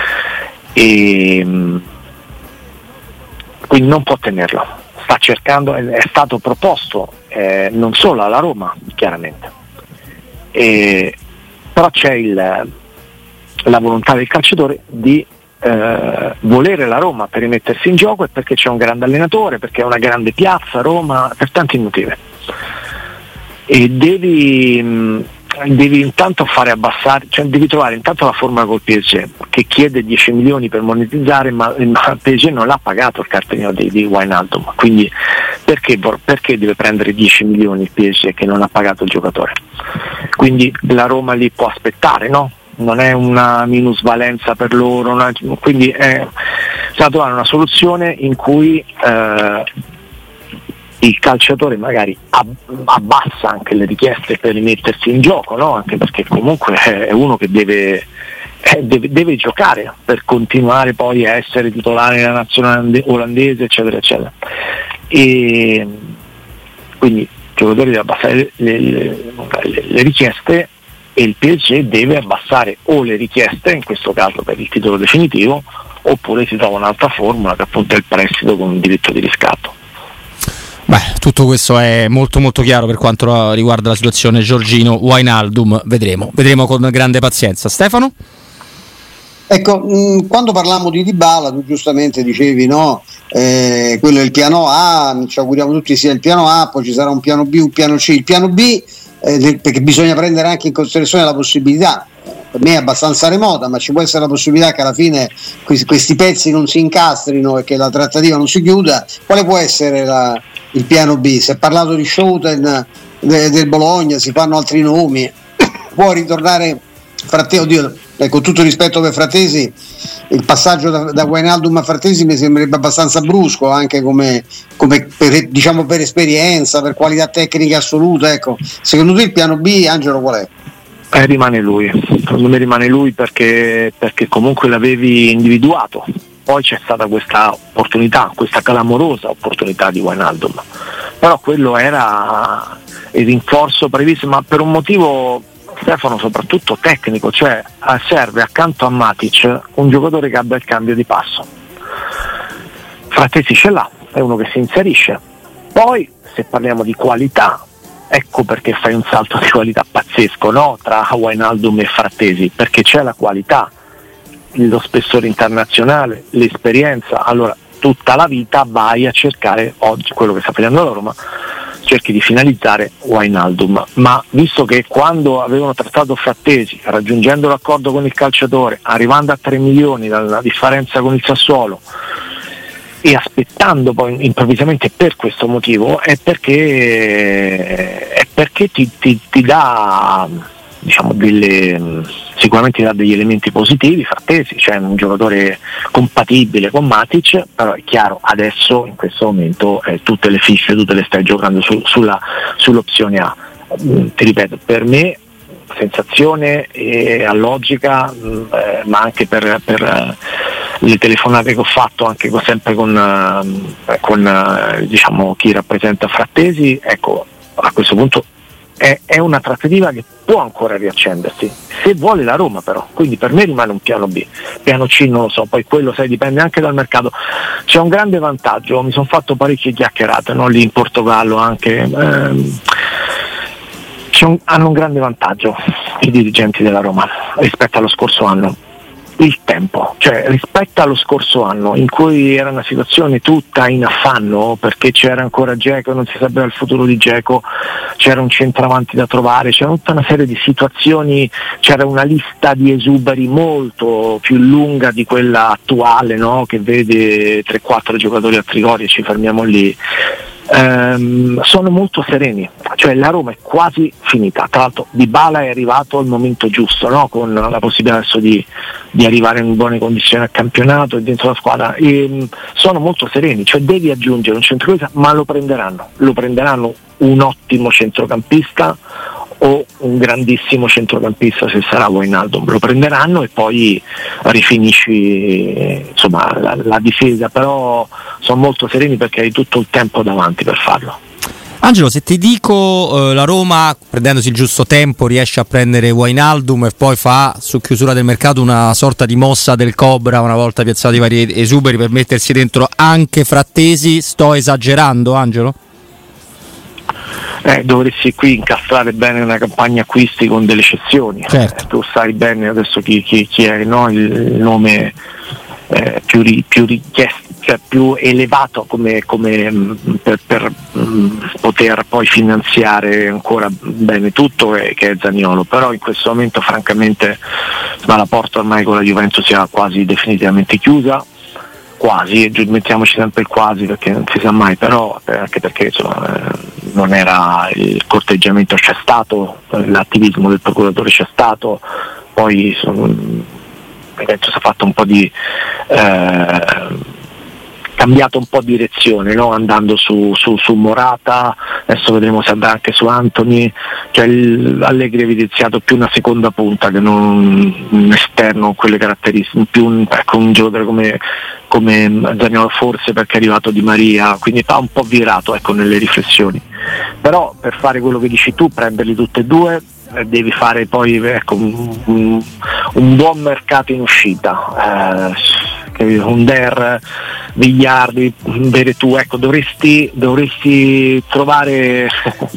e quindi non può tenerlo, sta cercando, è stato proposto non solo alla Roma chiaramente, però c'è la volontà del calciatore di volere la Roma per rimettersi in gioco, e perché c'è un grande allenatore, perché è una grande piazza Roma, per tanti motivi, e devi intanto fare abbassare, cioè devi trovare intanto la formula col PSG che chiede 10 milioni per monetizzare, ma il PSG non l'ha pagato il cartellino di Wijnaldum, quindi perché deve prendere 10 milioni il PSG che non ha pagato il giocatore? Quindi la Roma lì può aspettare, no? Non è una minusvalenza per loro, quindi bisogna trovare una soluzione in cui il calciatore magari abbassa anche le richieste per rimettersi in gioco, no? Anche perché comunque è uno che deve giocare per continuare poi a essere titolare nella nazionale olandese, eccetera eccetera, e quindi il giocatore deve abbassare le richieste, e il PSG deve abbassare o le richieste, in questo caso per il titolo definitivo, oppure si trova un'altra formula che appunto è il prestito con un diritto di riscatto. Beh, tutto questo è molto molto chiaro per quanto riguarda la situazione Giorgino Wijnaldum, vedremo con grande pazienza. Stefano? Ecco, quando parliamo di Dybala, tu giustamente dicevi, no? Quello è il piano A, ci auguriamo tutti sia il piano A, poi ci sarà un piano B, un piano C. Il piano B, perché bisogna prendere anche in considerazione la possibilità, per me è abbastanza remota, ma ci può essere la possibilità che alla fine questi pezzi non si incastrino e che la trattativa non si chiuda. Quale può essere il piano B? Si è parlato di Schouten del Bologna, si fanno altri nomi, può ritornare Frattesi, oddio, con tutto rispetto per Frattesi, il passaggio da Wijnaldum a Frattesi mi sembrerebbe abbastanza brusco, anche come per esperienza, per qualità tecnica assoluta. Ecco, secondo te il piano B, Angelo, qual è? Rimane lui, secondo me rimane lui perché comunque l'avevi individuato, poi c'è stata questa opportunità, questa clamorosa opportunità di Wijnaldum, però quello era il rinforzo previsto, ma per un motivo, Stefano, soprattutto tecnico, cioè serve accanto a Matic un giocatore che abbia il cambio di passo. Frattesi ce l'ha, è uno che si inserisce, poi se parliamo di qualità, ecco perché fai un salto di qualità pazzesco, no? Tra Wijnaldum e Frattesi, perché c'è la qualità, lo spessore internazionale, l'esperienza. Allora tutta la vita vai a cercare, oggi quello che sta facendo la Roma, cerchi di finalizzare Wijnaldum, ma visto che quando avevano trattato Frattesi, raggiungendo l'accordo con il calciatore, arrivando a 3 milioni dalla differenza con il Sassuolo e aspettando poi improvvisamente per questo motivo, è perché ti dà, diciamo, sicuramente dà degli elementi positivi. Frattesi, cioè un giocatore compatibile con Matic, però è chiaro adesso in questo momento tutte le fiche tutte le stai giocando sull'opzione A. Ti ripeto, per me sensazione e a logica, ma anche per le telefonate che ho fatto anche sempre con diciamo chi rappresenta Frattesi, ecco, a questo punto è una trattativa che può ancora riaccendersi se vuole la Roma, però, quindi per me rimane un piano B. Piano C non lo so, poi quello sai dipende anche dal mercato. C'è un grande vantaggio, mi sono fatto parecchie chiacchierate, no? Lì in Portogallo anche, hanno un grande vantaggio i dirigenti della Roma rispetto allo scorso anno: il tempo. Cioè rispetto allo scorso anno in cui era una situazione tutta in affanno perché c'era ancora Dzeko, non si sapeva il futuro di Dzeko, c'era un centravanti da trovare, c'era tutta una serie di situazioni, c'era una lista di esuberi molto più lunga di quella attuale, no? Che vede 3-4 giocatori a Trigoria e ci fermiamo lì. Sono molto sereni, cioè la Roma è quasi finita. Tra l'altro Dybala è arrivato al momento giusto, no? Con la possibilità adesso di arrivare in buone condizioni al campionato e dentro la squadra, e sono molto sereni, cioè devi aggiungere un centrocampista, ma lo prenderanno un ottimo centrocampista o un grandissimo centrocampista se sarà Wijnaldum, lo prenderanno e poi rifinisci insomma la difesa, però sono molto sereni perché hai tutto il tempo davanti per farlo. Angelo, se ti dico la Roma, prendendosi il giusto tempo, riesce a prendere Wijnaldum e poi fa su chiusura del mercato una sorta di mossa del Cobra una volta piazzati i vari esuberi per mettersi dentro anche Frattesi, sto esagerando, Angelo? Dovresti qui incastrare bene una campagna acquisti con delle cessioni. Certo. Tu sai bene adesso chi è, no? Il nome più richiesto, cioè più elevato come per poter poi finanziare ancora bene tutto, che è Zaniolo, però in questo momento francamente la porta ormai con la Juventus sia quasi definitivamente chiusa, quasi, mettiamoci sempre il quasi perché non si sa mai, però anche perché insomma, non era il corteggiamento, c'è stato l'attivismo del procuratore, c'è stato, poi si è fatto un po' di cambiato un po' direzione, no? Andando su Morata, adesso vedremo se andrà anche su Anthony, cioè Allegri ha evidenziato più una seconda punta che non un esterno con quelle caratteristiche, più un giocatore come Zaniolo, forse perché è arrivato Di Maria, quindi fa un po' virato nelle riflessioni, però per fare quello che dici tu, prenderli tutte e due, devi fare poi un buon mercato in uscita, un Der, Vigliardi, Veretù, dovresti trovare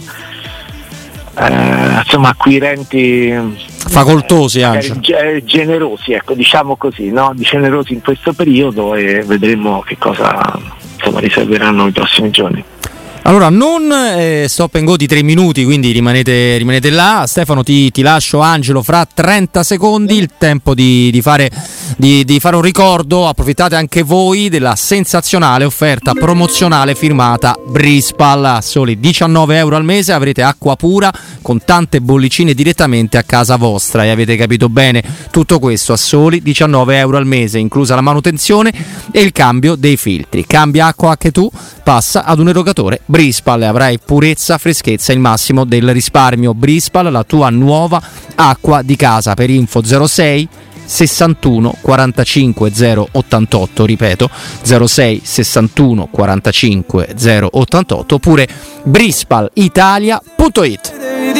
insomma acquirenti facoltosi, generosi, diciamo così, no? Generosi in questo periodo, e vedremo che cosa riserveranno i prossimi giorni. Allora, non stop and go di 3 minuti, quindi rimanete là. Stefano, ti lascio, Angelo, fra 30 secondi, il tempo di fare un ricordo. Approfittate anche voi della sensazionale offerta promozionale firmata Brispal. A soli €19 al mese avrete acqua pura con tante bollicine direttamente a casa vostra, e avete capito bene, tutto questo a soli €19 al mese, inclusa la manutenzione e il cambio dei filtri. Cambia acqua anche tu, passa ad un erogatore Brispal e avrai purezza, freschezza e il massimo del risparmio. Brispal, la tua nuova acqua di casa. Per info 06 61 45 088, ripeto 06 61 45 088, oppure brispalitalia.it.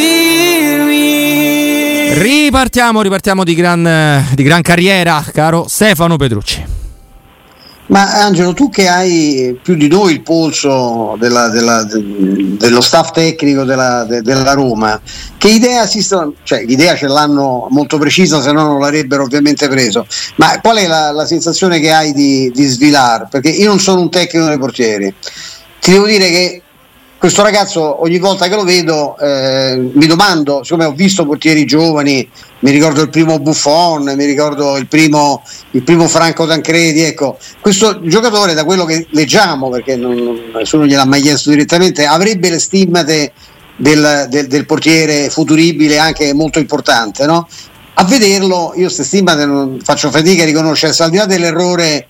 Ripartiamo di gran carriera, caro Stefano Petrucci. Ma Angelo, tu che hai più di noi il polso dello staff tecnico della Roma, che idea cioè l'idea ce l'hanno molto precisa, se no non l'avrebbero ovviamente preso, ma qual è la sensazione che hai di Svilar? Perché io non sono un tecnico dei portieri, ti devo dire che questo ragazzo ogni volta che lo vedo mi domando, siccome ho visto portieri giovani, mi ricordo il primo Buffon, mi ricordo il primo Franco Tancredi, ecco, questo giocatore, da quello che leggiamo, perché nessuno gliel'ha mai chiesto direttamente, avrebbe le stimmate del portiere futuribile, anche molto importante, no? A vederlo io queste stimmate non faccio fatica a riconoscere, al di là dell'errore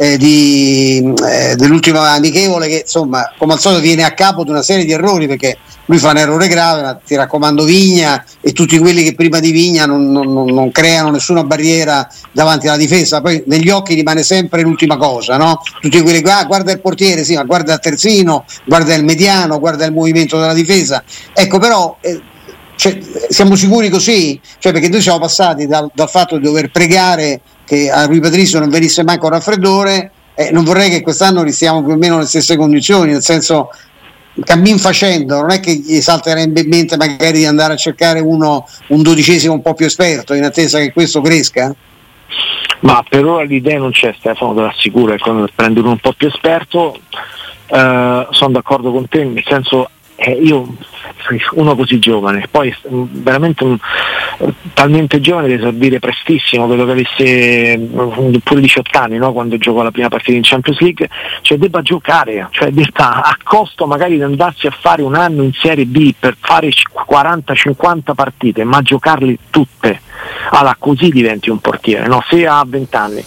dell'ultima amichevole, che insomma come al solito viene a capo di una serie di errori, perché lui fa un errore grave, ma ti raccomando Vigna e tutti quelli che prima di Vigna non creano nessuna barriera davanti alla difesa, poi negli occhi rimane sempre l'ultima cosa, no? Tutti quelli che guarda il portiere, sì, ma guarda il terzino, guarda il mediano, guarda il movimento della difesa, ecco, però siamo sicuri così? Cioè, perché noi siamo passati dal fatto di dover pregare che a Rui Patrizio non venisse manco un raffreddore, non vorrei che quest'anno restiamo più o meno nelle stesse condizioni, nel senso, cammin facendo, non è che gli salterebbe in mente magari di andare a cercare un 12esimo un po' più esperto in attesa che questo cresca? Ma per ora l'idea non c'è, Stefano, te l'assicuro, è quando prendere un po' più esperto. Sono d'accordo con te, nel senso, io uno così giovane, poi veramente talmente giovane da esordire prestissimo, vedo che avesse pure 18 anni, no? Quando giocò la prima partita in Champions League, cioè debba giocare, cioè debba, a costo magari di andarsi a fare un anno in Serie B per fare 40-50 partite, ma giocarle tutte, allora così diventi un portiere, no? Se ha 20 anni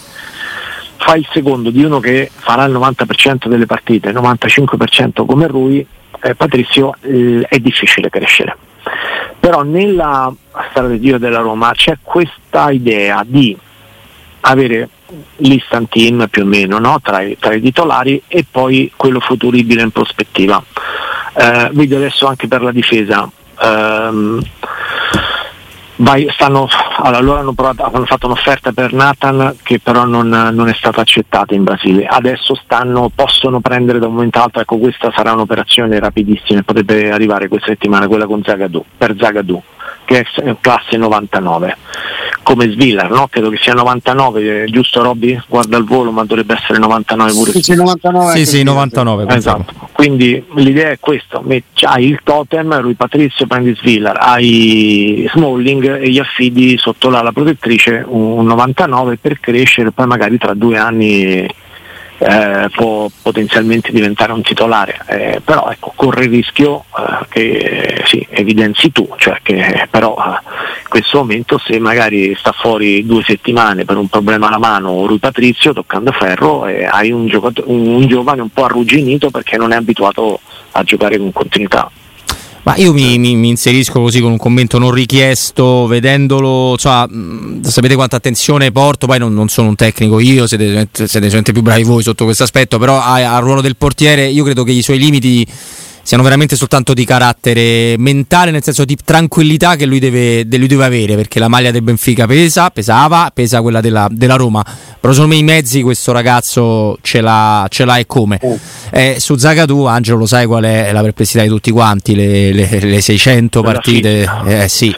fai il secondo di uno che farà il 90% delle partite, il 95% come Rui, Patrizio, è difficile crescere. Però nella strategia della Roma c'è questa idea di avere l'instant team più o meno, no? tra i titolari, e poi quello futuribile in prospettiva. Vedo adesso anche per la difesa. Loro hanno fatto un'offerta per Nathan che però non è stata accettata in Brasile. Adesso possono prendere da un momento all'altro, ecco, questa sarà un'operazione rapidissima, potrebbe arrivare questa settimana, quella con Zagadou, per Zagadou, che è classe 99, come Svillar, no? Credo che sia 99, giusto Robby? Guarda il volo, ma dovrebbe essere 99 pure. Sì, 99. Sì, 99. Esatto. Quindi l'idea è questa: hai il totem, Rui Patrizio, prendi Svillar, hai Smalling e gli affidi sotto l'ala protettrice un 99 per crescere, poi magari tra 2 anni può potenzialmente diventare un titolare, però ecco, corre il rischio che evidenzi tu, cioè che però in questo momento, se magari sta fuori 2 settimane per un problema alla mano Rui Patrizio, toccando ferro, hai un giovane un po' arrugginito perché non è abituato a giocare con continuità. Ma io mi inserisco così con un commento non richiesto, vedendolo, sapete quanta attenzione porto, poi non sono un tecnico io, siete sicuramente più bravi voi sotto questo aspetto, però al ruolo del portiere io credo che i suoi limiti siano veramente soltanto di carattere mentale, nel senso di tranquillità che lui deve avere, perché la maglia del Benfica pesa quella della Roma, però secondo me i mezzi questo ragazzo ce l'ha e come. Su Zagadou, Angelo, lo sai qual è la perplessità di tutti quanti, le 600 partite, sì.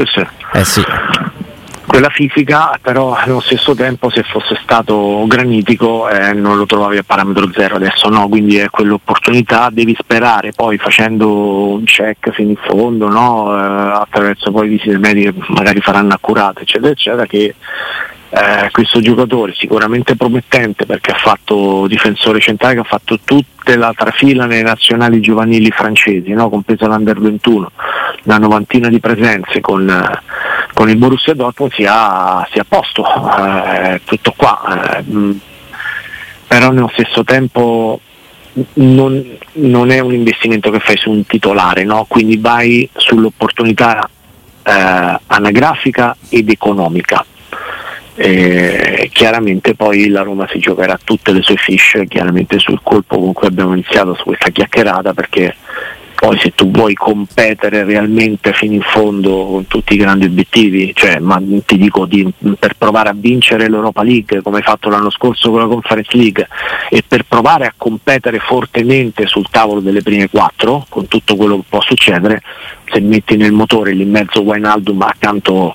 Quella fisica, però allo stesso tempo, se fosse stato granitico non lo trovavi a parametro zero, adesso no, quindi è quell'opportunità, devi sperare poi facendo un check fino in fondo, no? Attraverso poi visite mediche magari faranno accurate, eccetera eccetera, che questo giocatore sicuramente promettente, perché ha fatto difensore centrale, che ha fatto tutte la trafila nelle nazionali giovanili francesi, no? Compresa l'Under 21, una novantina di presenze con il Borussia Dortmund, sia a posto, tutto qua, però nello stesso tempo non è un investimento che fai su un titolare, no? Quindi vai sull'opportunità anagrafica ed economica. Chiaramente poi la Roma si giocherà tutte le sue fiche chiaramente sul colpo con cui abbiamo iniziato su questa chiacchierata, perché poi se tu vuoi competere realmente fino in fondo con tutti i grandi obiettivi, ma ti dico per provare a vincere l'Europa League come hai fatto l'anno scorso con la Conference League, e per provare a competere fortemente sul tavolo delle prime 4 con tutto quello che può succedere, se metti nel motore lì in mezzo Wijnaldum accanto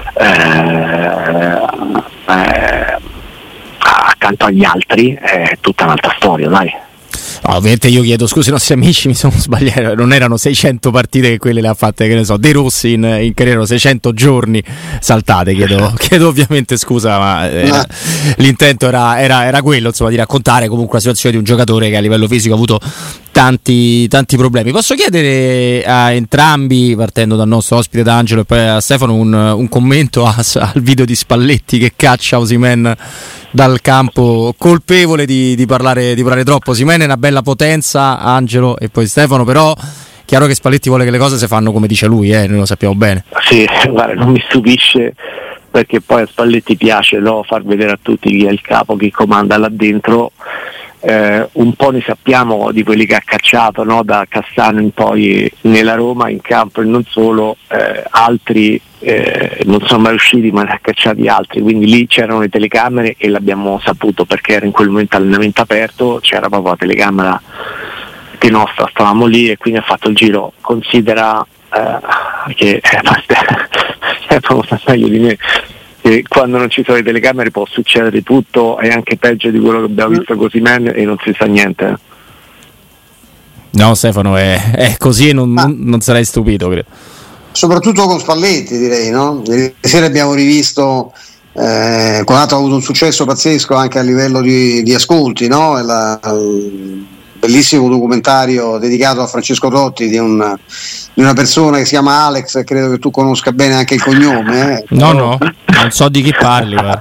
agli altri, è tutta un'altra storia, dai. Ovviamente io chiedo scusa ai nostri amici, mi sono sbagliato, non erano 600 partite che quelle le ha fatte, che ne so, De Rossi in carriera, 600 giorni saltate, chiedo ovviamente scusa, ma l'intento era quello, insomma, di raccontare comunque la situazione di un giocatore che a livello fisico ha avuto tanti problemi. Posso chiedere a entrambi, partendo dal nostro ospite D'Angelo e poi a Stefano, un commento al video di Spalletti che caccia Osimhen dal campo, colpevole di parlare troppo. Osimhen è una bella potenza, Angelo e poi Stefano, però chiaro che Spalletti vuole che le cose si fanno come dice lui, noi lo sappiamo bene. Sì, guarda, non mi stupisce, perché poi a Spalletti piace far vedere a tutti chi è il capo, chi comanda là dentro. Un po' ne sappiamo di quelli che ha cacciato, no? Da Cassano in poi nella Roma, in campo e non solo, altri non sono mai usciti, ma ne ha cacciati altri, quindi lì c'erano le telecamere e l'abbiamo saputo perché era in quel momento allenamento aperto, c'era proprio la telecamera che nostra, stavamo lì e quindi ha fatto il giro. Considera che è proprio meglio di me, che quando non ci sono le telecamere può succedere tutto, è anche peggio di quello che abbiamo visto con Osimhen e non si sa niente. No, Stefano, è così e non sarei stupito, credo. Soprattutto con Spalletti, direi, no? Ieri sera abbiamo rivisto Conato ha avuto un successo pazzesco anche a livello di ascolti, no? Bellissimo documentario dedicato a Francesco Totti di una persona che si chiama Alex, credo che tu conosca bene anche il cognome. No, non so di chi parli.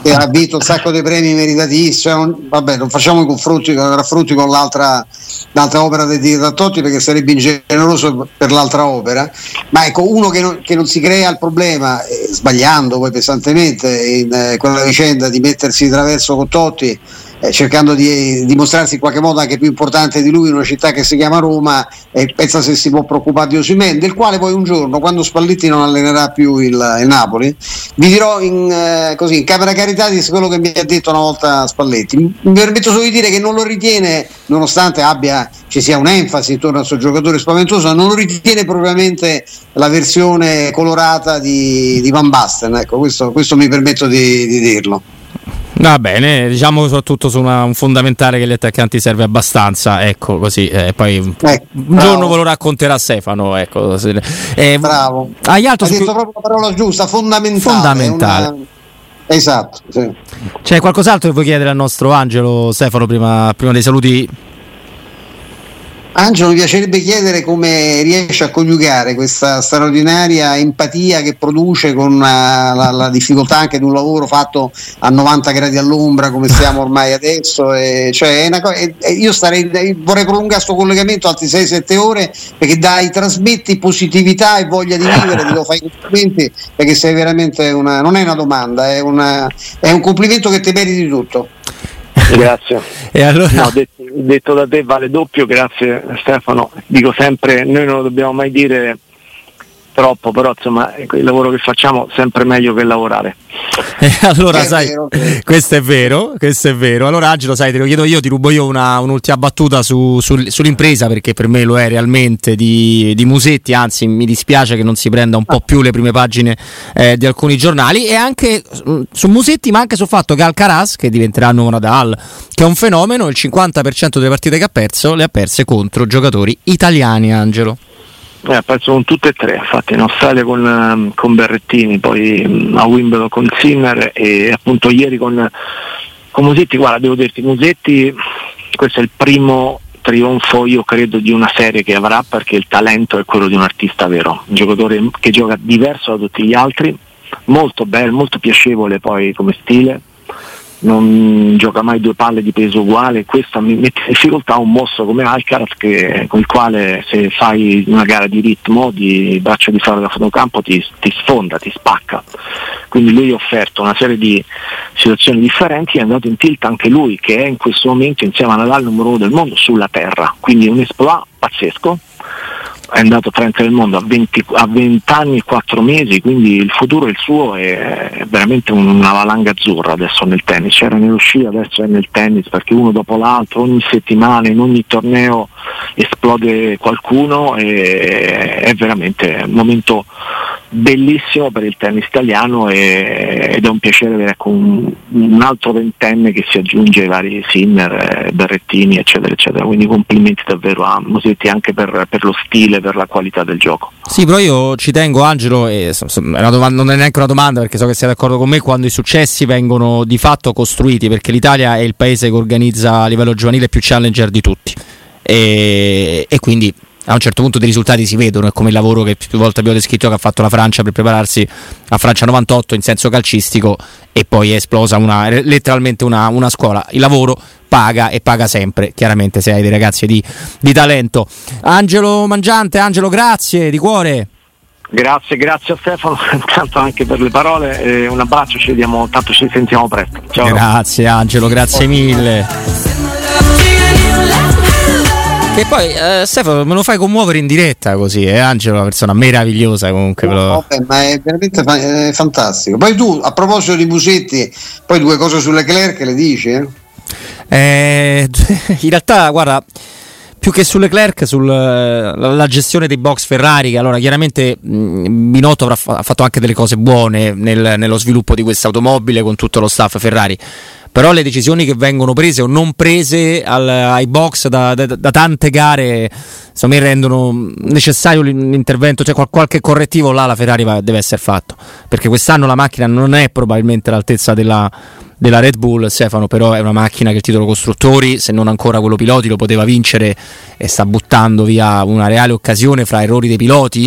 che ha vinto un sacco di premi meritatissimi. Vabbè, non facciamo i raffronti con l'altra opera dedicata a Totti, perché sarebbe ingeneroso per l'altra opera, ma ecco, uno che non si crea il problema, sbagliando poi pesantemente in quella vicenda di mettersi di traverso con Totti, cercando di dimostrarsi in qualche modo anche più importante di lui in una città che si chiama Roma, e pensa se si può preoccupare di Osimhen, del quale poi un giorno, quando Spalletti non allenerà più il Napoli, vi dirò in camera carità quello che mi ha detto una volta Spalletti. Mi permetto solo di dire che non lo ritiene, nonostante ci sia un'enfasi intorno al suo giocatore spaventoso, non lo ritiene propriamente la versione colorata di Van Basten, ecco, questo mi permetto di dirlo. Va bene, diciamo soprattutto su un fondamentale che gli attaccanti serve abbastanza, ecco, così poi un giorno ve lo racconterà Stefano, ecco. Bravo. Hai detto proprio la parola giusta, fondamentale. Esatto, sì. C'è qualcos'altro che vuoi chiedere al nostro Angelo, Stefano, prima dei saluti? Angelo, mi piacerebbe chiedere come riesce a coniugare questa straordinaria empatia che produce con la difficoltà anche di un lavoro fatto a 90 gradi all'ombra come stiamo ormai adesso, io vorrei prolungare questo collegamento altri 6-7 ore, perché trasmetti positività e voglia di vivere, te lo fai complimenti, perché sei veramente non è una domanda, è un complimento che ti meriti tutto. Grazie. E allora... No, detto da te vale doppio, grazie Stefano. Dico sempre, noi non lo dobbiamo mai dire troppo, però insomma il lavoro che facciamo è sempre meglio che lavorare. Allora sai, questo è vero. Allora Angelo, sai, te lo chiedo io, ti rubo io un'ultima battuta sull'impresa, perché per me lo è realmente di Musetti, anzi mi dispiace che non si prenda un po' più le prime pagine di alcuni giornali, e anche su Musetti, ma anche sul fatto che Alcaraz, che diventerà nuovo Nadal, che è un fenomeno, il 50% delle partite che ha perso le ha perse contro giocatori italiani, Angelo. Penso con tutte e tre, infatti in Australia con Berrettini, poi a Wimbledon con Sinner, e appunto ieri con Musetti. Guarda, devo dirti, Musetti, questo è il primo trionfo, io credo, di una serie che avrà, perché il talento è quello di un artista vero, un giocatore che gioca diverso da tutti gli altri, molto bello, molto piacevole poi come stile, non gioca mai due palle di peso uguale. Questo mi mette in difficoltà un mostro come Alcaraz, con il quale se fai una gara di ritmo, di braccio di ferro da fotocampo, ti sfonda, ti spacca. Quindi lui ha offerto una serie di situazioni differenti, è andato in tilt anche lui, che è in questo momento insieme a Nadal numero 1 del mondo sulla terra, quindi un exploit pazzesco. È andato 30 del mondo a 20 anni e 4 mesi, quindi il futuro è il suo, è veramente una valanga azzurra adesso nel tennis. C'era nello sci, adesso è nel tennis, perché uno dopo l'altro, ogni settimana, in ogni torneo esplode qualcuno, e è veramente un momento bellissimo per il tennis italiano, ed è un piacere avere un altro ventenne che si aggiunge ai vari Sinner, Berrettini, eccetera eccetera. Quindi complimenti davvero a Musetti anche per lo stile, per la qualità del gioco. Sì, però io ci tengo, Angelo, e non è neanche una domanda, perché so che sei d'accordo con me, quando i successi vengono di fatto costruiti, perché l'Italia è il paese che organizza a livello giovanile più challenger di tutti, e quindi a un certo punto dei risultati si vedono. È come il lavoro che più volte abbiamo descritto, che ha fatto la Francia per prepararsi a Francia 98 in senso calcistico, e poi è esplosa letteralmente una scuola. Il lavoro paga, e paga sempre, chiaramente, se hai dei ragazzi di talento. Angelo Mangiante, Angelo, grazie di cuore. Grazie a Stefano, intanto anche per le parole, un abbraccio, ci vediamo, tanto ci sentiamo presto. Ciao. Grazie Angelo, grazie mille. E poi Stefano, me lo fai commuovere in diretta così, Angelo è una persona meravigliosa comunque. Ma è veramente fantastico. Poi tu, a proposito di Musetti, poi due cose su Leclerc le dici? In realtà, guarda, più che su Leclerc, sulla gestione dei box Ferrari, che allora chiaramente Binotto ha fatto anche delle cose buone nello sviluppo di questa automobile con tutto lo staff Ferrari, però le decisioni che vengono prese o non prese ai box da tante gare, insomma, mi rendono necessario l'intervento, cioè qualche correttivo là la Ferrari deve essere fatto, perché quest'anno la macchina non è probabilmente all'altezza della Red Bull, Stefano, però è una macchina che il titolo costruttori, se non ancora quello piloti, lo poteva vincere, e sta buttando via una reale occasione fra errori dei piloti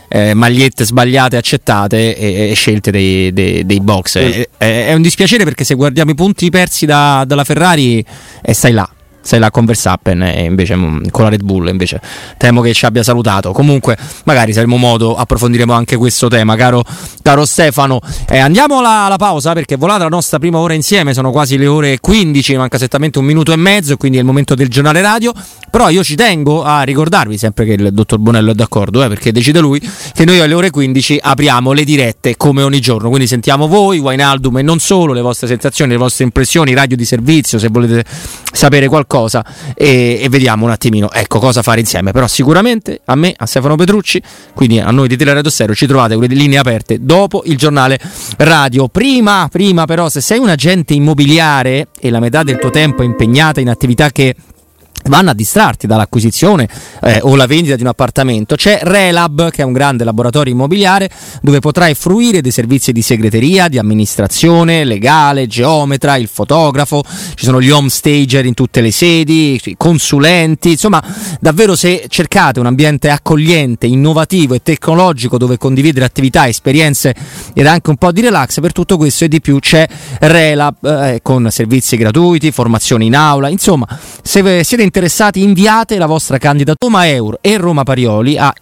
magliette sbagliate accettate e scelte dei box. È un dispiacere, perché se guardiamo i punti persi dalla Ferrari stai là con Verstappen, e invece con la Red Bull invece temo che ci abbia salutato. Comunque magari se avremo modo approfondiremo anche questo tema, caro Stefano. Andiamo alla pausa, perché è volata la nostra prima ora insieme, sono quasi le ore 15, manca esattamente un minuto e mezzo, quindi è il momento del giornale radio. Però io ci tengo a ricordarvi, sempre che il dottor Bonello è d'accordo, perché decide lui, che noi alle ore 15 apriamo le dirette come ogni giorno, quindi sentiamo voi, Wijnaldum e non solo, le vostre sensazioni, le vostre impressioni, radio di servizio, se volete sapere qualcosa, e vediamo un attimino cosa fare insieme. Però sicuramente a me, a Stefano Petrucci, quindi a noi di Teleradio Stereo, ci trovate con le linee aperte dopo il giornale radio. Prima però, se sei un agente immobiliare e la metà del tuo tempo è impegnata in attività che vanno a distrarti dall'acquisizione o la vendita di un appartamento, c'è Relab, che è un grande laboratorio immobiliare dove potrai fruire dei servizi di segreteria, di amministrazione, legale, geometra, il fotografo, ci sono gli home stager in tutte le sedi, consulenti, insomma davvero, se cercate un ambiente accogliente, innovativo e tecnologico dove condividere attività, esperienze ed anche un po' di relax, per tutto questo e di più c'è Relab, con servizi gratuiti, formazioni in aula, insomma se siete interessati inviate la vostra candidatura Roma Eur e Roma Parioli a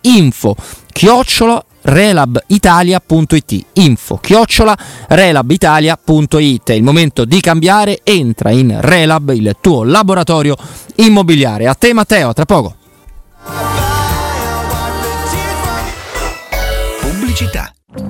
info@relabitalia.it info@relabitalia.it. È il momento di cambiare, entra in Relab, il tuo laboratorio immobiliare. A te Matteo, a tra poco. Pubblicità.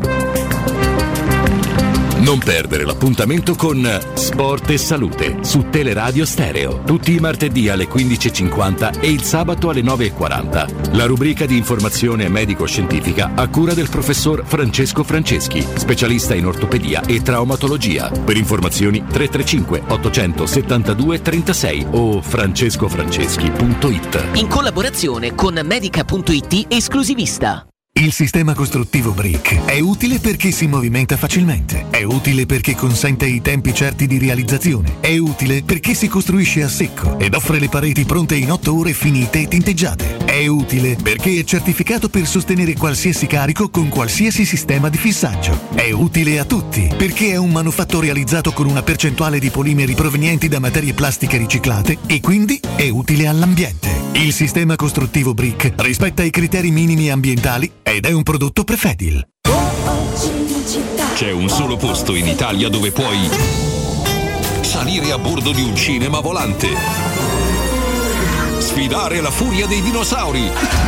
Non perdere l'appuntamento con Sport e Salute su Teleradio Stereo, tutti i martedì alle 15.50 e il sabato alle 9.40. La rubrica di informazione medico-scientifica a cura del professor Francesco Franceschi, specialista in ortopedia e traumatologia. Per informazioni 335 872 36 o francescofranceschi.it. In collaborazione con Medica.it esclusivista. Il sistema costruttivo Brick è utile perché si movimenta facilmente, è utile perché consente i tempi certi di realizzazione, è utile perché si costruisce a secco ed offre le pareti pronte in 8 ore finite e tinteggiate, è utile perché è certificato per sostenere qualsiasi carico con qualsiasi sistema di fissaggio, è utile a tutti perché è un manufatto realizzato con una percentuale di polimeri provenienti da materie plastiche riciclate e quindi è utile all'ambiente. Il sistema costruttivo Brick rispetta i criteri minimi ambientali ed è un prodotto Prefedil. C'è un solo posto in Italia dove puoi salire a bordo di un cinema volante, sfidare la furia dei dinosauri,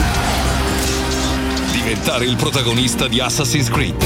diventare il protagonista di Assassin's Creed,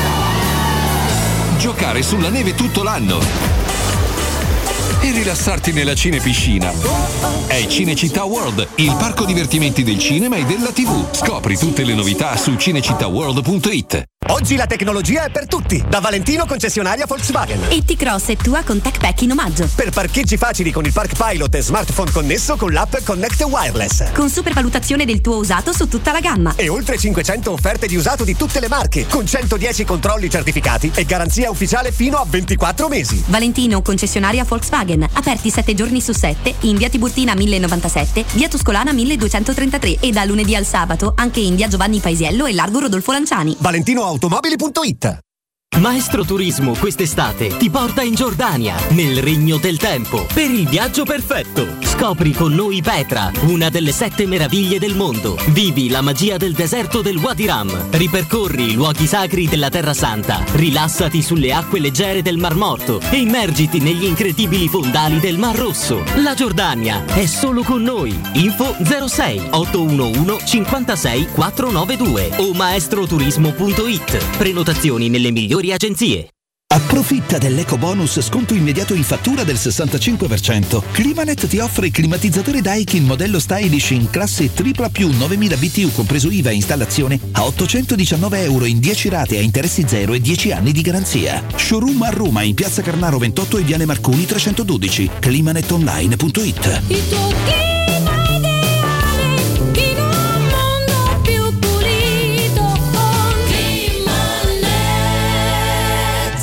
giocare sulla neve tutto l'anno e rilassarti nella cinepiscina. È Cinecittà World, il parco divertimenti del cinema e della TV. Scopri tutte le novità su cinecittàworld.it. Oggi la tecnologia è per tutti, da Valentino concessionaria Volkswagen. E T-Cross è tua con Tech Pack in omaggio. Per parcheggi facili con il Park Pilot e smartphone connesso con l'app Connect Wireless. Con supervalutazione del tuo usato su tutta la gamma. E oltre 500 offerte di usato di tutte le marche, con 110 controlli certificati e garanzia ufficiale fino a 24 mesi. Valentino concessionaria Volkswagen, aperti 7 giorni su 7 in via Tiburtina 1097, via Tuscolana 1233 e da lunedì al sabato anche in via Giovanni Paisiello e largo Rodolfo Lanciani. ValentinoAutomobili.it. Maestro Turismo quest'estate ti porta in Giordania, nel Regno del Tempo, per il viaggio perfetto. Scopri con noi Petra, una delle 7 meraviglie del mondo. Vivi la magia del deserto del Wadi Rum. Ripercorri i luoghi sacri della Terra Santa. Rilassati sulle acque leggere del Mar Morto e immergiti negli incredibili fondali del Mar Rosso. La Giordania è solo con noi. Info 06 811 56 492 o maestroturismo.it. Prenotazioni nelle migliori agenzie. Approfitta dell'eco bonus sconto immediato in fattura del 65%. Climanet ti offre il climatizzatore Daikin modello Stylish in classe tripla più 9000 BTU compreso IVA e installazione a €819 in 10 rate a interessi zero e 10 anni di garanzia. Showroom a Roma in Piazza Carnaro 28 e Viale Marconi 312. climanetonline.it. Il tuo clima ideale in un mondo più pulito con Climanet.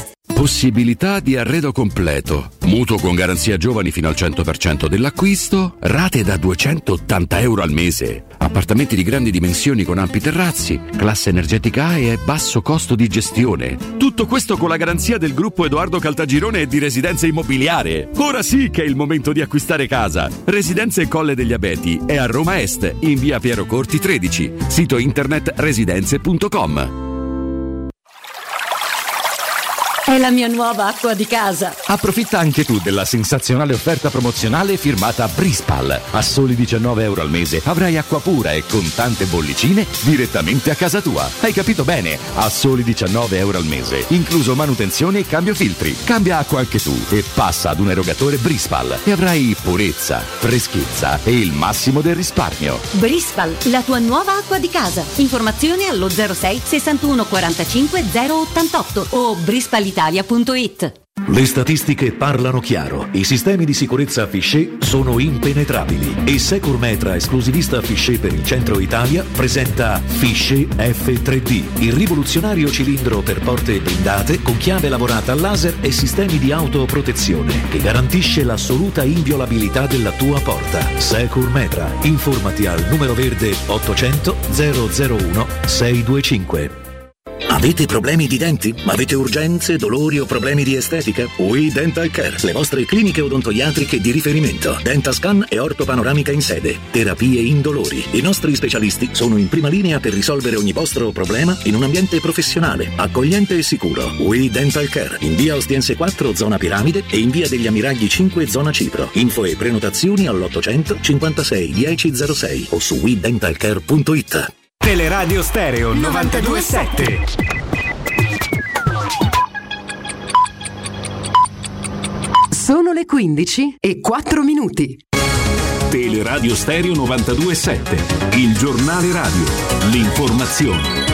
possibilità di arredo completo, mutuo con garanzia giovani fino al 100% dell'acquisto, rate da €280 al mese, appartamenti di grandi dimensioni con ampi terrazzi, classe energetica A e basso costo di gestione. Tutto questo con la garanzia del gruppo Edoardo Caltagirone e di Residenza Immobiliare. Ora sì che è il momento di acquistare casa. Residenze Colle degli Abeti è a Roma Est, in via Piero Corti 13, sito internet residenze.com. È la mia nuova acqua di casa. Approfitta anche tu della sensazionale offerta promozionale firmata Brispal. A soli €19 al mese avrai acqua pura e con tante bollicine direttamente a casa tua. Hai capito bene? A soli €19 al mese, incluso manutenzione e cambio filtri. Cambia acqua anche tu e passa ad un erogatore Brispal e avrai purezza, freschezza e il massimo del risparmio. Brispal, la tua nuova acqua di casa. Informazioni allo 06 61 45 088 o brispalitalia.it. Le statistiche parlano chiaro. I sistemi di sicurezza Fichet sono impenetrabili e Securmetra, esclusivista Fichet per il centro Italia, presenta Fichet F3D, il rivoluzionario cilindro per porte blindate con chiave lavorata a laser e sistemi di autoprotezione che garantisce l'assoluta inviolabilità della tua porta. Securmetra. Informati al numero verde 800 001 625. Avete problemi di denti? Avete urgenze, dolori o problemi di estetica? We Dental Care, le vostre cliniche odontoiatriche di riferimento. Dentascan e ortopanoramica in sede. Terapie indolori. I nostri specialisti sono in prima linea per risolvere ogni vostro problema in un ambiente professionale, accogliente e sicuro. We Dental Care, in via Ostiense 4, zona Piramide e in via degli Ammiragli 5, zona Cipro. Info e prenotazioni all'800 56 1006 o su wedentalcare.it. Teleradio Stereo 92.7. Sono le 15:04. Teleradio Stereo 92.7, il giornale radio, l'informazione.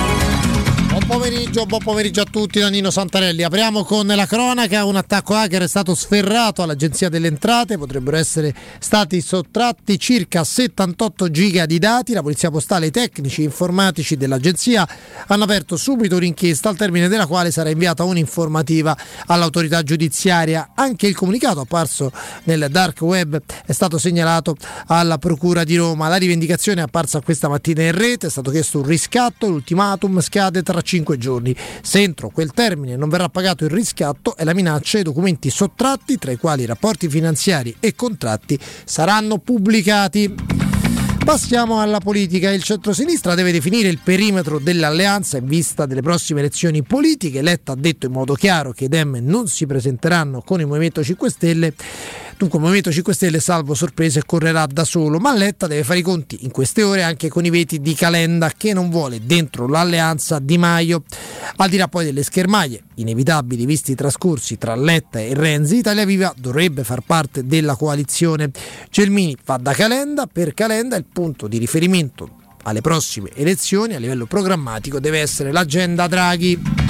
Buon pomeriggio a tutti da Nino Santarelli. Apriamo con la cronaca. Un attacco hacker è stato sferrato all'Agenzia delle Entrate. Potrebbero essere stati sottratti circa 78 giga di dati. La polizia postale e i tecnici informatici dell'agenzia hanno aperto subito un'inchiesta, al termine della quale sarà inviata un'informativa all'autorità giudiziaria. Anche il comunicato apparso nel dark web è stato segnalato alla Procura di Roma. La rivendicazione è apparsa questa mattina in rete. È stato chiesto un riscatto. L'ultimatum scade tra 5 giorni. Se entro quel termine non verrà pagato il riscatto e la minaccia e i documenti sottratti, tra i quali rapporti finanziari e contratti, saranno pubblicati. Passiamo alla politica. Il centrosinistra deve definire il perimetro dell'alleanza in vista delle prossime elezioni politiche. Letta ha detto in modo chiaro che i Dem non si presenteranno con il Movimento 5 Stelle. Dunque il Movimento 5 Stelle, salvo sorprese, correrà da solo, ma Letta deve fare i conti in queste ore anche con i veti di Calenda, che non vuole dentro l'alleanza Di Maio. Al di là poi delle schermaglie inevitabili visti i trascorsi tra Letta e Renzi, Italia Viva dovrebbe far parte della coalizione. Gelmini va da Calenda. Per Calenda il punto di riferimento alle prossime elezioni a livello programmatico deve essere l'agenda Draghi.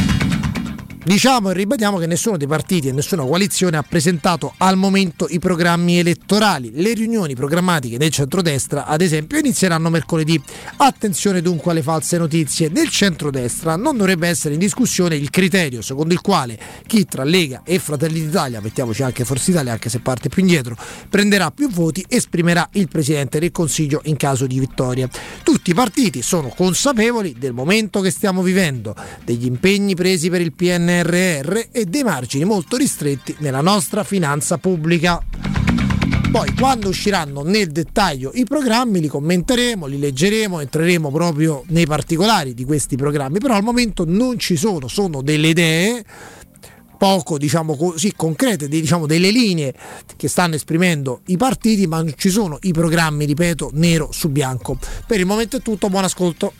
Diciamo e ribadiamo che nessuno dei partiti e nessuna coalizione ha presentato al momento i programmi elettorali. Le riunioni programmatiche del centrodestra, ad esempio, inizieranno mercoledì. Attenzione dunque alle false notizie. Nel centrodestra non dovrebbe essere in discussione il criterio secondo il quale chi tra Lega e Fratelli d'Italia, mettiamoci anche Forza Italia anche se parte più indietro, prenderà più voti, esprimerà il Presidente del Consiglio in caso di vittoria. Tutti i partiti sono consapevoli del momento che stiamo vivendo, degli impegni presi per il PNRR e dei margini molto ristretti nella nostra finanza pubblica. Poi quando usciranno nel dettaglio i programmi li commenteremo, li leggeremo, entreremo proprio nei particolari di questi programmi, però al momento non ci sono delle idee poco concrete, delle linee che stanno esprimendo i partiti, ma non ci sono i programmi, ripeto, nero su bianco. Per il momento è tutto, buon ascolto.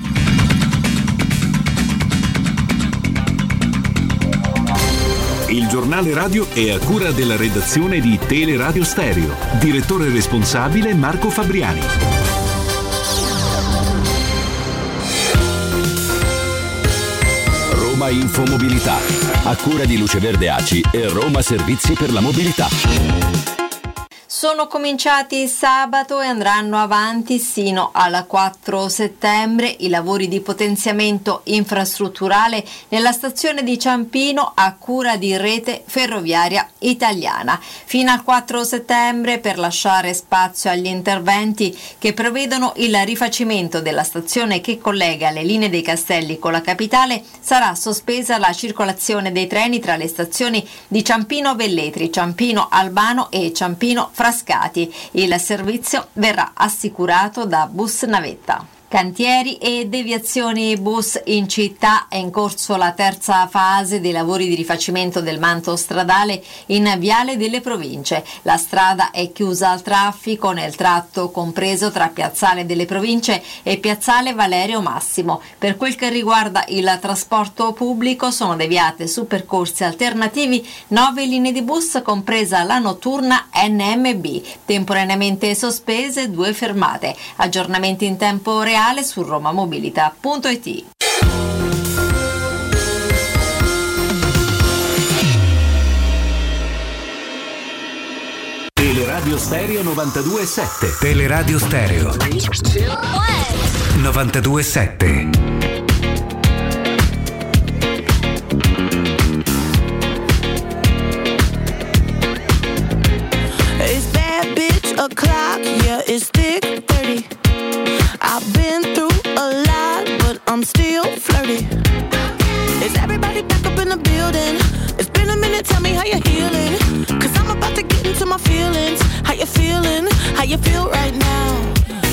Il giornale radio è a cura della redazione di Teleradio Stereo. Direttore responsabile Marco Fabriani. Roma Infomobilità, a cura di Luce Verde ACI e Roma Servizi per la Mobilità. sono cominciati sabato e andranno avanti sino al 4 settembre i lavori di potenziamento infrastrutturale nella stazione di Ciampino a cura di Rete Ferroviaria Italiana. Fino al 4 settembre, per lasciare spazio agli interventi che prevedono il rifacimento della stazione che collega le linee dei Castelli con la capitale, sarà sospesa la circolazione dei treni tra le stazioni di Ciampino Velletri, Ciampino Albano e Ciampino Frascati. Il servizio verrà assicurato da Bus Navetta. Cantieri e deviazioni bus in città. È in corso la terza fase dei lavori di rifacimento del manto stradale in Viale delle Province. La strada è chiusa al traffico nel tratto compreso tra Piazzale delle Province e Piazzale Valerio Massimo. Per quel che riguarda il trasporto pubblico, sono deviate su percorsi alternativi 9 linee di bus, compresa la notturna NMB. Temporaneamente sospese 2 fermate. Aggiornamenti in tempo reale su romamobilita.it. Teleradio Stereo 92.7. Teleradio Stereo 92.7. O'clock, yeah, it's thick 30. I've been through a lot, but I'm still flirty. Is everybody back up in the building? It's been a minute, tell me how you're healing. Cause I'm about to get into my feelings. How you feeling? How you feel right now?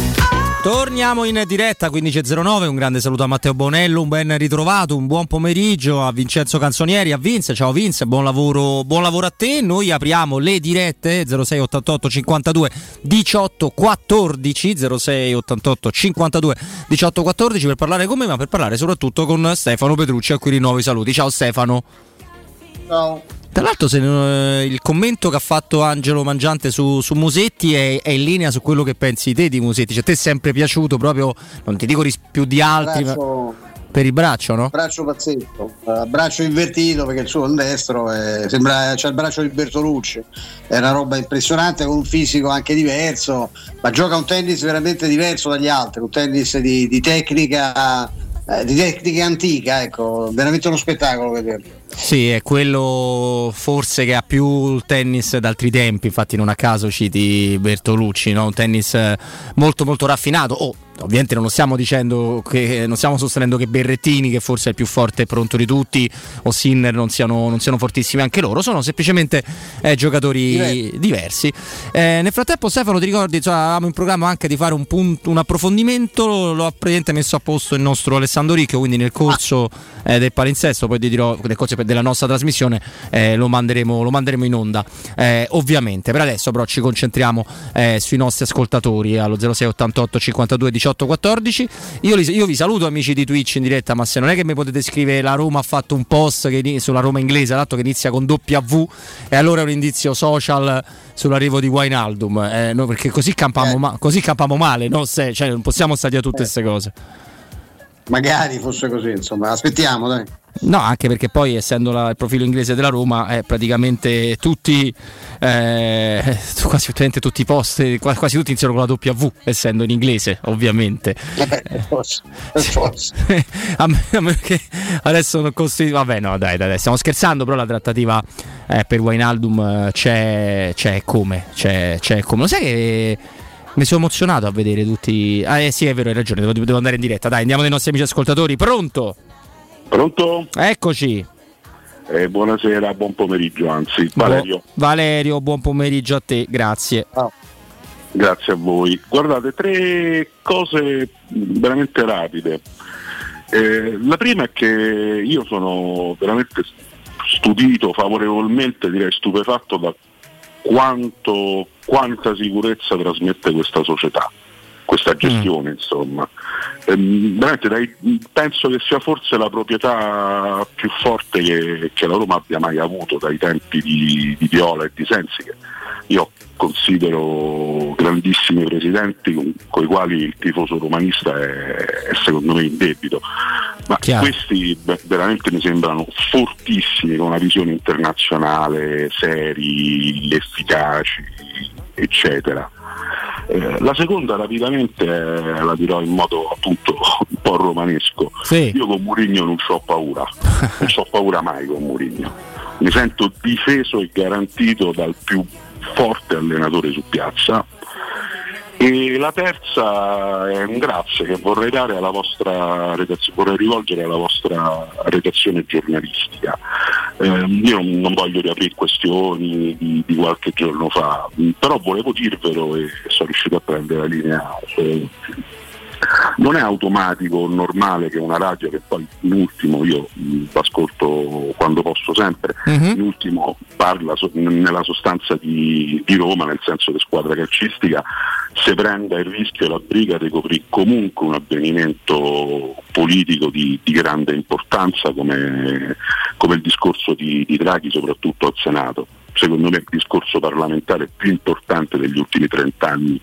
Torniamo in diretta 15.09, un grande saluto a Matteo Bonello, un ben ritrovato, un buon pomeriggio a Vincenzo Canzonieri, a Vince, ciao Vince, buon lavoro a te. Noi apriamo le dirette 06 88 52 18 14, 06 88 52 18 14 per parlare con me, ma per parlare soprattutto con Stefano Petrucci, a cui rinnovo i saluti. Ciao Stefano. Ciao. Tra l'altro il commento che ha fatto Angelo Mangiante su Musetti è in linea su quello che pensi te di Musetti. Cioè, a te è sempre piaciuto proprio, non ti dico più di altri, ma per il braccio, no? Braccio pazzesco, braccio invertito perché il suo è un destro, sembra c'ha il braccio di Bertolucci, è una roba impressionante, con un fisico anche diverso, ma gioca un tennis veramente diverso dagli altri, un tennis di tecnica antica, ecco, veramente uno spettacolo vederlo. Sì, è quello forse che ha più il tennis d'altri tempi, infatti non a caso citi Bertolucci, no? Un tennis molto molto raffinato. Ovviamente non stiamo dicendo non stiamo sostenendo che Berrettini, che forse è il più forte e pronto di tutti, o Sinner non siano fortissimi anche loro, sono semplicemente giocatori diversi. Nel frattempo, Stefano, ti ricordi, avevamo in programma anche di fare un approfondimento, l'ho praticamente messo a posto il nostro Alessandro Ricchio, quindi nel corso del palinsesto, poi ti dirò nel corso della nostra trasmissione lo manderemo in onda, ovviamente. Per adesso però ci concentriamo sui nostri ascoltatori allo 06 88 52 18 14. Io vi saluto, amici di Twitch in diretta, ma se non è che mi potete scrivere la Roma ha fatto un post sulla Roma inglese, l'altro che inizia con W, e allora è un indizio social sull'arrivo di Wijnaldum, no, perché così campamo male, no? Cioè, non possiamo stare a tutte queste cose. Magari fosse così, insomma, aspettiamo, dai. No, anche perché poi, essendo il profilo inglese della Roma, praticamente quasi tutti i post, quasi tutti iniziano con la W, essendo in inglese, ovviamente. Forse. A meno che adesso non vabbè, no, dai, stiamo scherzando, però la trattativa per Wijnaldum c'è come. Lo sai che mi sono emozionato a vedere tutti. Sì, è vero, hai ragione, devo andare in diretta. Dai, andiamo dai nostri amici ascoltatori. Pronto? Eccoci. Buonasera, buon pomeriggio, anzi. Valerio, buon pomeriggio a te, grazie. Grazie a voi. Guardate, 3 cose veramente rapide. La prima è che io sono veramente stupito, favorevolmente, direi stupefatto da quanta sicurezza trasmette questa società, questa gestione, insomma. Veramente penso che sia forse la proprietà più forte che la Roma abbia mai avuto dai tempi di Viola e di Sensi, che io considero grandissimi presidenti con i quali il tifoso romanista è secondo me in debito, ma questi veramente mi sembrano fortissimi, con una visione internazionale, seri, efficaci eccetera. La seconda rapidamente la dirò in modo appunto un po' romanesco. Sì. Io con Mourinho non c'ho paura, non c'ho paura mai con Mourinho, mi sento difeso e garantito dal più forte allenatore su piazza. E la terza è un grazie che vorrei dare alla vostra redazione, vorrei rivolgere alla vostra redazione giornalistica. Io non voglio riaprire questioni di qualche giorno fa, però volevo dirvelo e sono riuscito a prendere la linea. Non è automatico o normale che una radio, che poi in ultimo io ascolto quando posso sempre, in ultimo parla nella sostanza di Roma, nel senso di squadra calcistica, se prenda il rischio e la briga di coprire comunque un avvenimento politico di grande importanza come il discorso di Draghi, soprattutto al Senato. Secondo me il discorso parlamentare più importante degli ultimi 30 anni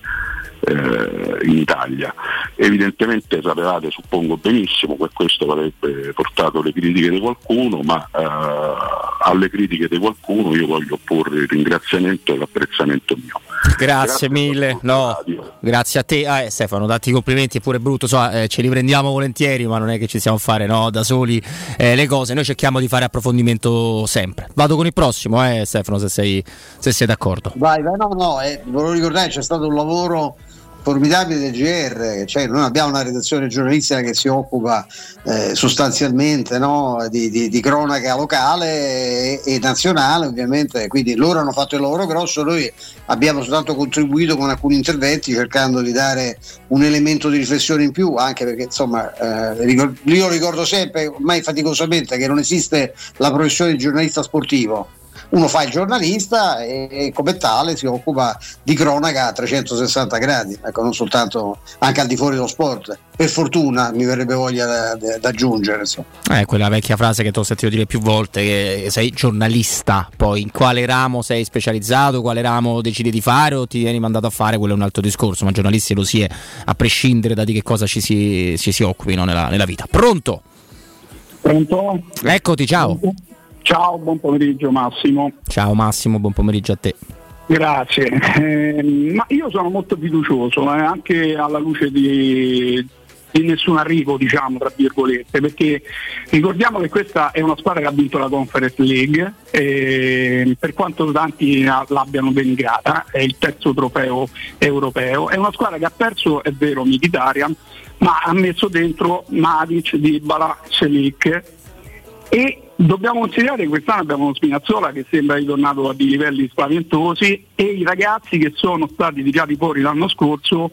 in Italia. Evidentemente sapevate, suppongo benissimo, che questo avrebbe portato le critiche di qualcuno, ma alle critiche di qualcuno io voglio opporre il ringraziamento e l'apprezzamento mio. Grazie mille, grazie a te. Stefano, datti i complimenti, è pure brutto, ce li prendiamo volentieri, ma non è che ci stiamo a fare da soli le cose, noi cerchiamo di fare approfondimento sempre. Vado con il prossimo, Stefano, se sei d'accordo. Vai, volevo ricordare, c'è stato un lavoro formidabile del GR, cioè noi abbiamo una redazione giornalistica che si occupa sostanzialmente di cronaca locale e nazionale, ovviamente, quindi loro hanno fatto il lavoro grosso, noi abbiamo soltanto contribuito con alcuni interventi cercando di dare un elemento di riflessione in più, anche perché insomma io ricordo sempre, ormai faticosamente, che non esiste la professione di giornalista sportivo. Uno fa il giornalista e come tale si occupa di cronaca a 360 gradi, ecco, non soltanto, anche al di fuori dello sport. Per fortuna, mi verrebbe voglia da aggiungere. Quella vecchia frase che ti ho sentito dire più volte, che sei giornalista, poi in quale ramo sei specializzato, quale ramo decidi di fare o ti vieni mandato a fare, quello è un altro discorso, ma giornalisti lo si è, a prescindere da di che cosa ci si occupino nella vita. Pronto? Eccoti, ciao. Ciao, buon pomeriggio Massimo. Ciao Massimo, buon pomeriggio a te. Grazie, ma io sono molto fiducioso, anche alla luce di nessun arrivo, diciamo, tra virgolette, perché ricordiamo che questa è una squadra che ha vinto la Conference League, per quanto tanti l'abbiano denigrata, è il terzo trofeo europeo, è una squadra che ha perso, è vero, Mkhitaryan, ma ha messo dentro Matic, Dybala, Celik, e dobbiamo considerare che quest'anno abbiamo uno Spinazzola che sembra ritornato a dei livelli spaventosi, e i ragazzi che sono stati tirati fuori l'anno scorso,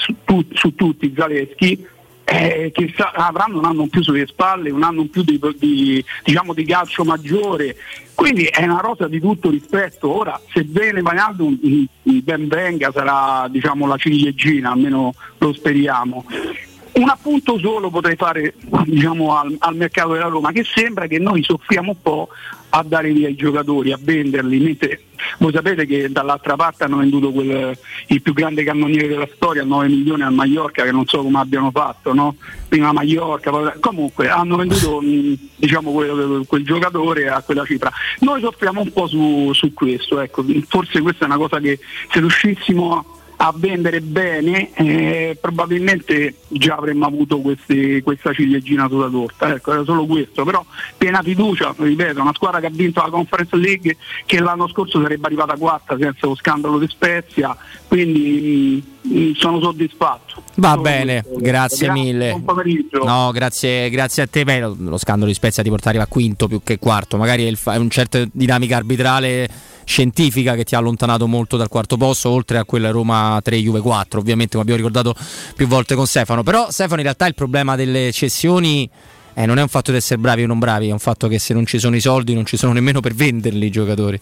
su tutti Zaleschi, che avranno un anno in più sulle spalle, un anno in più di calcio maggiore, quindi è una rosa di tutto rispetto. Ora, se viene Wijnaldum, ben venga, sarà, diciamo, la ciliegina, almeno lo speriamo. Un appunto solo potrei fare, diciamo, al mercato della Roma, che sembra che noi soffriamo un po' a dare via i giocatori, a venderli, mentre voi sapete che dall'altra parte hanno venduto il più grande cannoniere della storia a 9 milioni al Mallorca, che non so come abbiano fatto, no? Prima Mallorca, comunque hanno venduto diciamo quel giocatore a quella cifra. Noi soffriamo un po' su questo, ecco, forse questa è una cosa che, se riuscissimo a vendere bene, probabilmente già avremmo avuto questa ciliegina sulla torta, ecco, era solo questo. Però piena fiducia, ripeto, una squadra che ha vinto la Conference League, che l'anno scorso sarebbe arrivata quarta senza lo scandalo di Spezia, quindi sono soddisfatto. Va bene, grazie mille. Buon pomeriggio. No, grazie a te. Beh, lo scandalo di Spezia ti portava a quinto più che quarto, magari è un certa dinamica arbitrale scientifica che ti ha allontanato molto dal quarto posto, oltre a quella Roma 3 Juve 4, ovviamente, come abbiamo ricordato più volte con Stefano. Però Stefano, in realtà il problema delle cessioni non è un fatto di essere bravi o non bravi, è un fatto che se non ci sono i soldi non ci sono nemmeno per venderli i giocatori.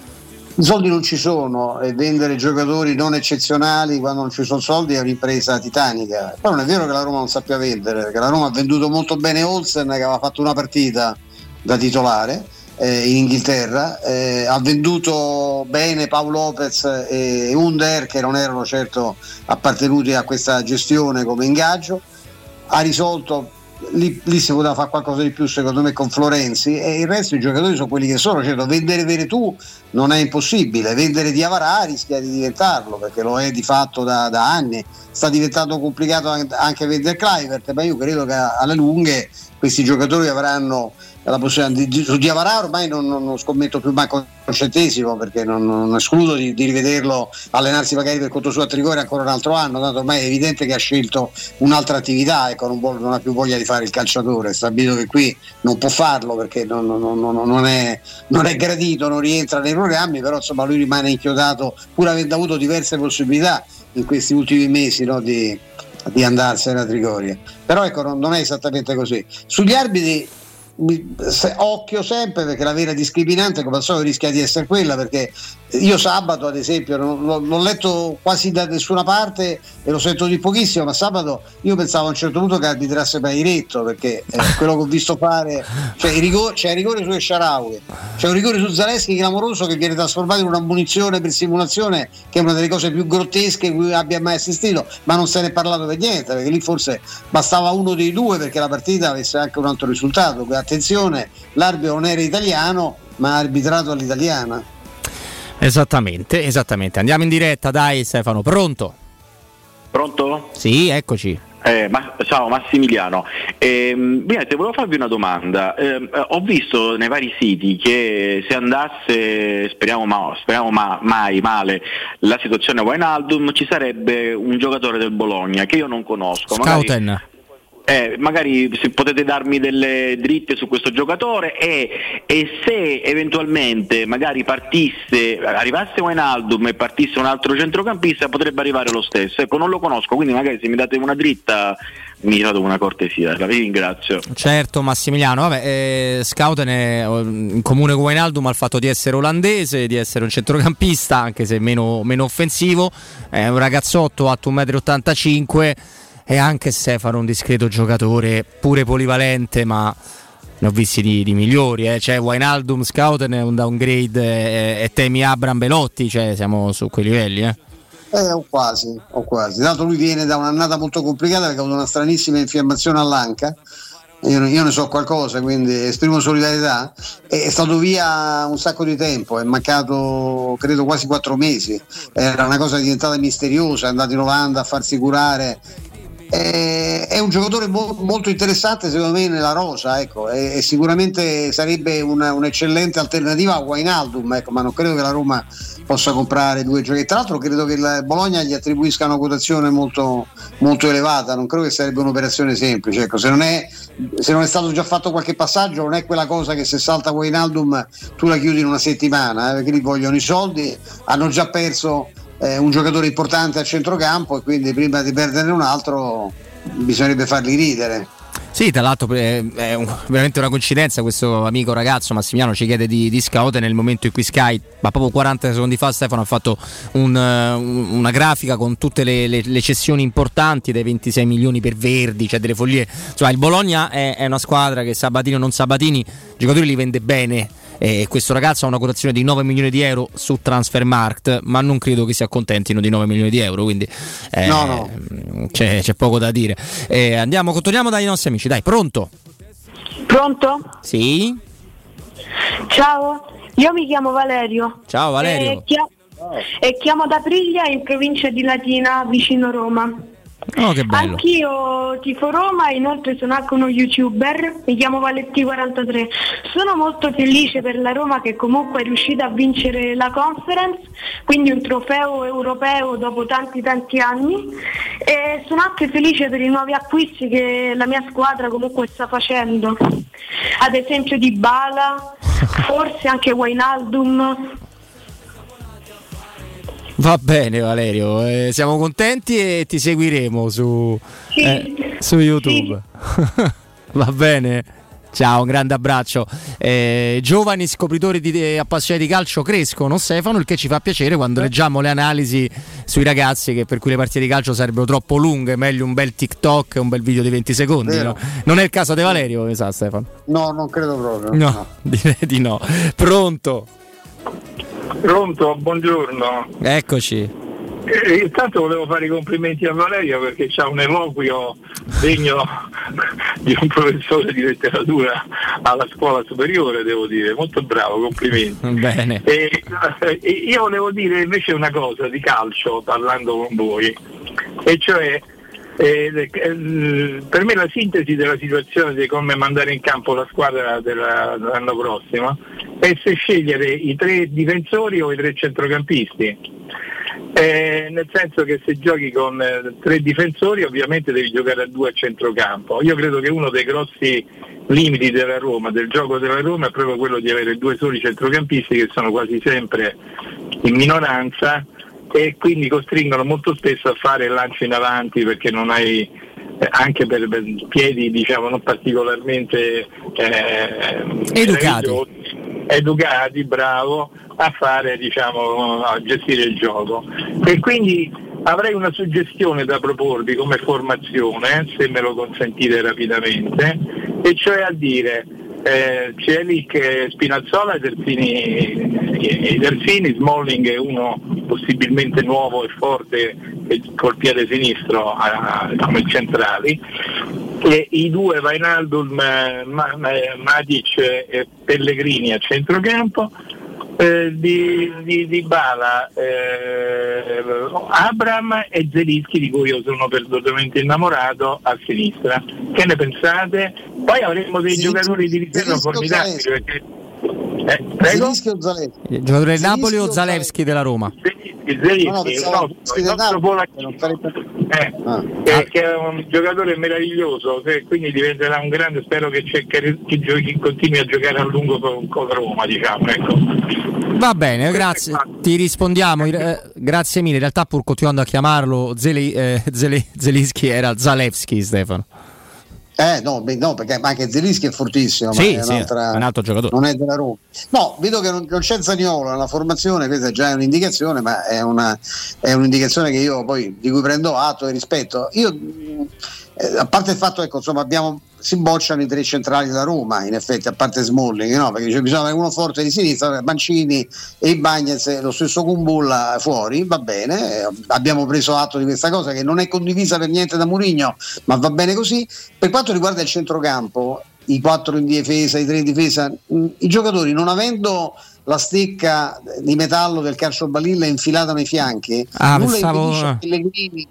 I soldi non ci sono, e vendere giocatori non eccezionali quando non ci sono soldi è un'impresa titanica. Poi non è vero che la Roma non sappia vendere, perché la Roma ha venduto molto bene Olsen, che aveva fatto una partita da titolare in Inghilterra, ha venduto bene Paolo Lopez e Under, che non erano certo appartenuti a questa gestione come ingaggio, ha risolto lì si poteva fare qualcosa di più secondo me con Florenzi, e il resto i giocatori sono quelli che sono. Certo, vendere Veretù non è impossibile, vendere Diawara rischia di diventarlo, perché lo è di fatto da anni. Sta diventando complicato anche vendere Kluivert, ma io credo che alle lunghe questi giocatori avranno la possibilità su Diawara. Ormai non scommetto più manco un centesimo, perché non escludo di rivederlo allenarsi magari per conto suo a Trigoria ancora un altro anno, tanto ormai è evidente che ha scelto un'altra attività, ecco, non ha più voglia di fare il calciatore, stabilito che qui non può farlo perché non è gradito, non rientra nei programmi, però insomma lui rimane inchiodato, pur avendo avuto diverse possibilità in questi ultimi mesi, no, di andarsene a Trigoria. Però ecco, non è esattamente così. Sugli arbitri occhio sempre, perché la vera discriminante come al solito rischia di essere quella, perché io sabato ad esempio l'ho letto quasi da nessuna parte e lo sento di pochissimo, ma sabato io pensavo a un certo punto che arbitrasse Pairetto, perché quello che ho visto fare, cioè c'è il rigore su Esharawi, c'è un rigore su Zaleschi clamoroso che viene trasformato in una munizione per simulazione, che è una delle cose più grottesche cui abbia mai assistito, ma non se ne è parlato per niente, perché lì forse bastava uno dei due perché la partita avesse anche un altro risultato. Attenzione, l'arbitro non era italiano ma ha arbitrato all'italiana. Esattamente. Andiamo in diretta, dai Stefano, pronto? Pronto? Sì, eccoci. Ciao Massimiliano, volevo farvi una domanda. Ho visto nei vari siti che se andasse, speriamo mai male, la situazione Wijnaldum, ci sarebbe un giocatore del Bologna che io non conosco. Scouten. Magari se potete darmi delle dritte su questo giocatore e se eventualmente magari arrivasse Wijnaldum e partisse un altro centrocampista, potrebbe arrivare lo stesso. Ecco, non lo conosco, quindi magari se mi date una dritta mi fate una cortesia, vi ringrazio. Certo Massimiliano, Scouten è in comune con Wijnaldum al fatto di essere olandese, di essere un centrocampista, anche se meno offensivo, è un ragazzotto alto 1,85 m. E anche Stefano un discreto giocatore, pure polivalente, ma ne ho visti di migliori, cioè Wijnaldum, Scouten è un downgrade, e Temi Abraham Belotti, cioè siamo su quei livelli. Ho quasi. Tanto lui viene da un'annata molto complicata perché ha avuto una stranissima infiammazione all'anca. Io ne so qualcosa, quindi esprimo solidarietà. È stato via un sacco di tempo, è mancato credo quasi 4 mesi, era una cosa diventata misteriosa, è andato in Olanda a farsi curare. È un giocatore molto interessante secondo me nella rosa, ecco, e sicuramente sarebbe un'eccellente alternativa a Wijnaldum, ecco, ma non credo che la Roma possa comprare 2 giocatori. Tra l'altro credo che il Bologna gli attribuisca una quotazione molto, molto elevata, non credo che sarebbe un'operazione semplice, ecco, se non è stato già fatto qualche passaggio, non è quella cosa che se salta Wijnaldum tu la chiudi in una settimana, perché lì vogliono i soldi, hanno già perso un giocatore importante a centrocampo e quindi prima di perderne un altro bisognerebbe farli ridere. Sì, tra l'altro è veramente una coincidenza, questo amico ragazzo Massimiliano ci chiede di Scouten nel momento in cui Sky, ma proprio 40 secondi fa Stefano ha fatto una grafica con tutte le cessioni importanti dei 26 milioni per Verdi, cioè delle follie. Insomma, il Bologna è una squadra che Sabatini o non Sabatini, i giocatori li vende bene. E questo ragazzo ha una quotazione di 9 milioni di euro su Transfermarkt, ma non credo che si accontentino di 9 milioni di euro, quindi no. C'è poco da dire. Torniamo dai nostri amici, dai, pronto? Pronto? Sì? Ciao, io mi chiamo Valerio. Ciao Valerio. E chiamo da Priglia, in provincia di Latina, vicino Roma. Oh, che bello. Anch'io tifo Roma, inoltre sono anche uno youtuber, mi chiamo Valetti43. Sono molto felice per la Roma che comunque è riuscita a vincere la Conference, quindi un trofeo europeo dopo tanti anni, e sono anche felice per i nuovi acquisti che la mia squadra comunque sta facendo, ad esempio Dybala, forse anche Wijnaldum. Va bene Valerio, siamo contenti e ti seguiremo su YouTube. Sì. Va bene, ciao, un grande abbraccio. Giovani scopritori appassionati di calcio crescono, Stefano, il che ci fa piacere quando leggiamo le analisi sui ragazzi che per cui le partite di calcio sarebbero troppo lunghe, meglio un bel TikTok e un bel video di 20 secondi. No? Non è il caso di Valerio, mi sa Stefano? No, non credo proprio. No, direi di no. Pronto, buongiorno. Eccoci. Intanto volevo fare i complimenti a Valeria perché c'ha un eloquio degno di un professore di letteratura alla scuola superiore, devo dire, molto bravo, complimenti. Bene. Io volevo dire invece una cosa di calcio, parlando con voi, e cioè per me la sintesi della situazione di come mandare in campo la squadra dell'anno prossimo è se scegliere i 3 difensori o i 3 centrocampisti. Nel senso che se giochi con 3 difensori ovviamente devi giocare a 2 a centrocampo. Io credo che uno dei grossi limiti della Roma, del gioco della Roma, è proprio quello di avere 2 soli centrocampisti che sono quasi sempre in minoranza e quindi costringono molto spesso a fare lanci in avanti perché non hai anche per piedi diciamo non particolarmente educati, bravo, a fare diciamo a gestire il gioco. E quindi avrei una suggestione da proporvi come formazione, se me lo consentite rapidamente, e cioè a dire Celic, Spinazzola e Terzini, Smalling è uno possibilmente nuovo e forte col piede sinistro come centrali, e i 2 Wijnaldum, Matic e Pellegrini a centrocampo, di Bala, Abram e Zelinski, di cui io sono perdutamente innamorato, a sinistra. Che ne pensate? Poi avremo dei giocatori di riserva formidabili perché Zalewski o Zalewski? Il giocatore del Napoli o Zalewski della Roma? Che è un giocatore meraviglioso, quindi diventerà un grande, spero che continui a giocare a lungo con Roma, diciamo, ecco. Va bene, grazie, ti rispondiamo, grazie mille. In realtà pur continuando a chiamarlo Zelinski era Zalewski, Stefano. No, perché anche Zelinski è fortissimo, sì, ma è un altro giocatore. Non è della Roma. No, vedo che non c'è Zaniolo nella formazione, questa è già un'indicazione, ma è un'indicazione che io poi di cui prendo atto e rispetto. Io a parte il fatto che insomma si bocciano i 3 centrali della Roma, in effetti, a parte Smalling, no? Perché c'è bisogno di uno forte di sinistra, Mancini e Ibañez, lo stesso Kumbulla fuori, va bene, abbiamo preso atto di questa cosa che non è condivisa per niente da Mourinho, ma va bene così. Per quanto riguarda il centrocampo, i 4 in difesa, i 3 in difesa, i giocatori non avendo la stecca di metallo del calciobalilla infilata nei fianchi, nulla impedisce a Pellegrini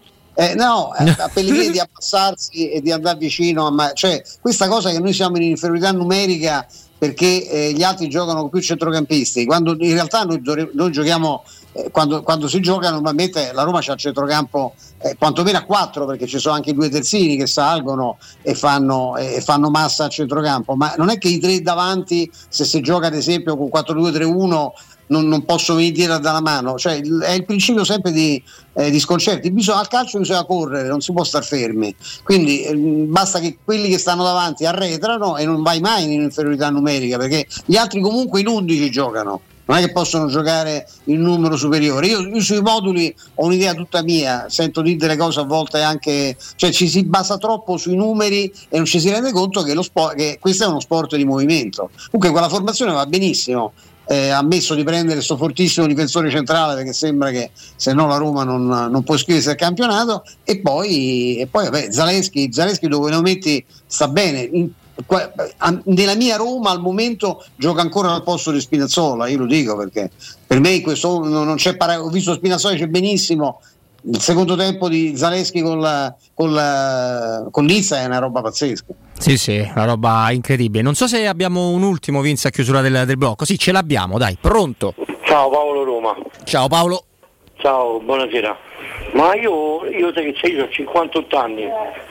a Pellegrini di abbassarsi e di andare vicino cioè questa cosa che noi siamo in inferiorità numerica perché gli altri giocano con più centrocampisti, quando in realtà noi giochiamo quando si gioca normalmente la Roma c'ha il centrocampo quantomeno a 4, perché ci sono anche 2 terzini che salgono e fanno massa a centrocampo, ma non è che i 3 davanti, se si gioca ad esempio con 4-2-3-1, non possono venire dietro dalla mano, cioè è il principio sempre di sconcerti. Al calcio bisogna correre, non si può star fermi, quindi basta che quelli che stanno davanti arretrano e non vai mai in inferiorità numerica, perché gli altri comunque in 11 giocano, non è che possono giocare in numero superiore. Io sui moduli ho un'idea tutta mia, sento dire delle cose a volte anche, cioè ci si basa troppo sui numeri e non ci si rende conto che che questo è uno sport di movimento. Comunque quella formazione va benissimo, ha ammesso di prendere questo fortissimo difensore centrale, perché sembra che se no la Roma non può iscriversi al campionato, e poi vabbè, Zalewski dove lo metti sta bene. Nella mia Roma al momento gioca ancora al posto di Spinazzola, io lo dico perché per me questo non c'è ho visto Spinazzola, c'è benissimo. Il secondo tempo di Zalewski con Nizza è una roba pazzesca. Sì, una roba incredibile. Non so se abbiamo un ultimo, Vince, a chiusura del blocco. Sì, ce l'abbiamo, dai, pronto. Ciao Paolo Roma. Ciao Paolo. Ciao, buonasera. Ma io sai che io ho 58 anni.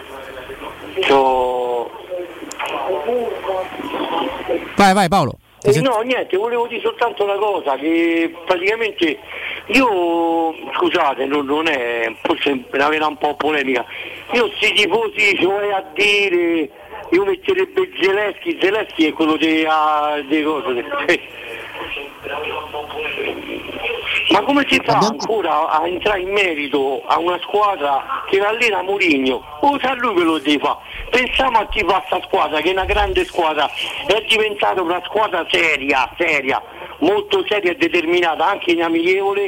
Vai Paolo. No, niente, volevo dire soltanto una cosa, che praticamente io, scusate, non è, forse una vera un po' polemica, io sti tifosi cioè a dire, io metterebbe Zalewski è quello delle cose. Ma come si fa ancora a entrare in merito a una squadra che allena Mourinho? O sa lui quello deve fare? Pensiamo a chi fa sta squadra, che è una grande squadra, è diventata una squadra seria, molto seria e determinata, anche in amichevole,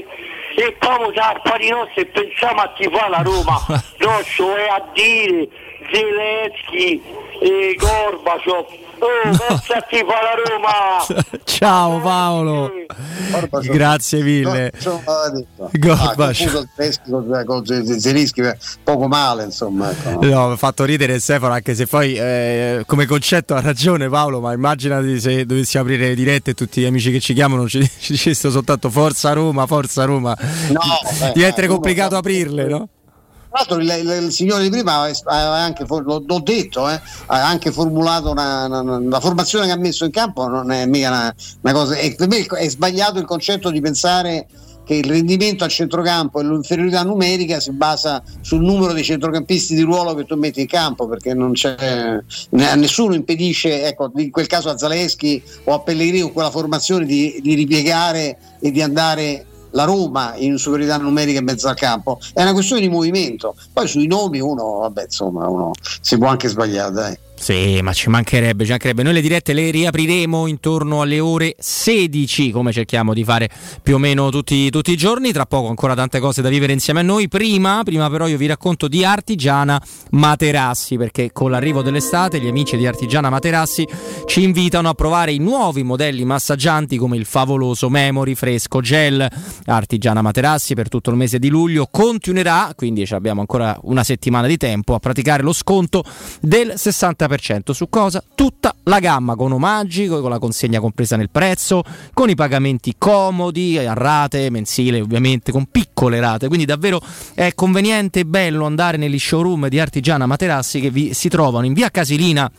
e poi da affari nostri e pensiamo a chi fa la Roma. No, cioè a dire Zelensky e Gorbaciov. Pensa a chi fa la Roma. Ciao Paolo, grazie mille. Gorbaciov con Zelensky poco male, insomma, ecco. No, mi ha fatto ridere Stefano, anche se poi come concetto ha ragione Paolo, ma immaginati se dovessi aprire dirette e tutti gli amici che ci chiamano ci dicessero soltanto Forza Roma, Forza Roma. No, diventa complicato aprirle, no? Tra l'altro il signore di prima aveva anche, l'ho detto, ha anche formulato la formazione che ha messo in campo non è mica una cosa, e per me è sbagliato il concetto di pensare che il rendimento a centrocampo e l'inferiorità numerica si basa sul numero dei centrocampisti di ruolo che tu metti in campo, perché non c'è, nessuno impedisce, ecco, in quel caso a Zalewski o a Pellegrini con quella formazione di ripiegare e di andare la Roma in superiorità numerica in mezzo al campo. È una questione di movimento, poi sui nomi uno si può anche sbagliare, dai. Sì, ma ci mancherebbe. Noi le dirette le riapriremo intorno alle ore 16, come cerchiamo di fare più o meno tutti i giorni. Tra poco ancora tante cose da vivere insieme a noi. Prima però io vi racconto di Artigiana Materassi, perché con l'arrivo dell'estate gli amici di Artigiana Materassi ci invitano a provare i nuovi modelli massaggianti come il favoloso Memory Fresco Gel. Artigiana Materassi per tutto il mese di luglio continuerà, quindi abbiamo ancora una settimana di tempo, a praticare lo sconto del 60% su cosa? Tutta la gamma, con omaggi, con la consegna compresa nel prezzo, con i pagamenti comodi, a rate, mensile ovviamente, con piccole rate, quindi davvero è conveniente e bello andare negli showroom di Artigiana Materassi che si trovano in via Casilina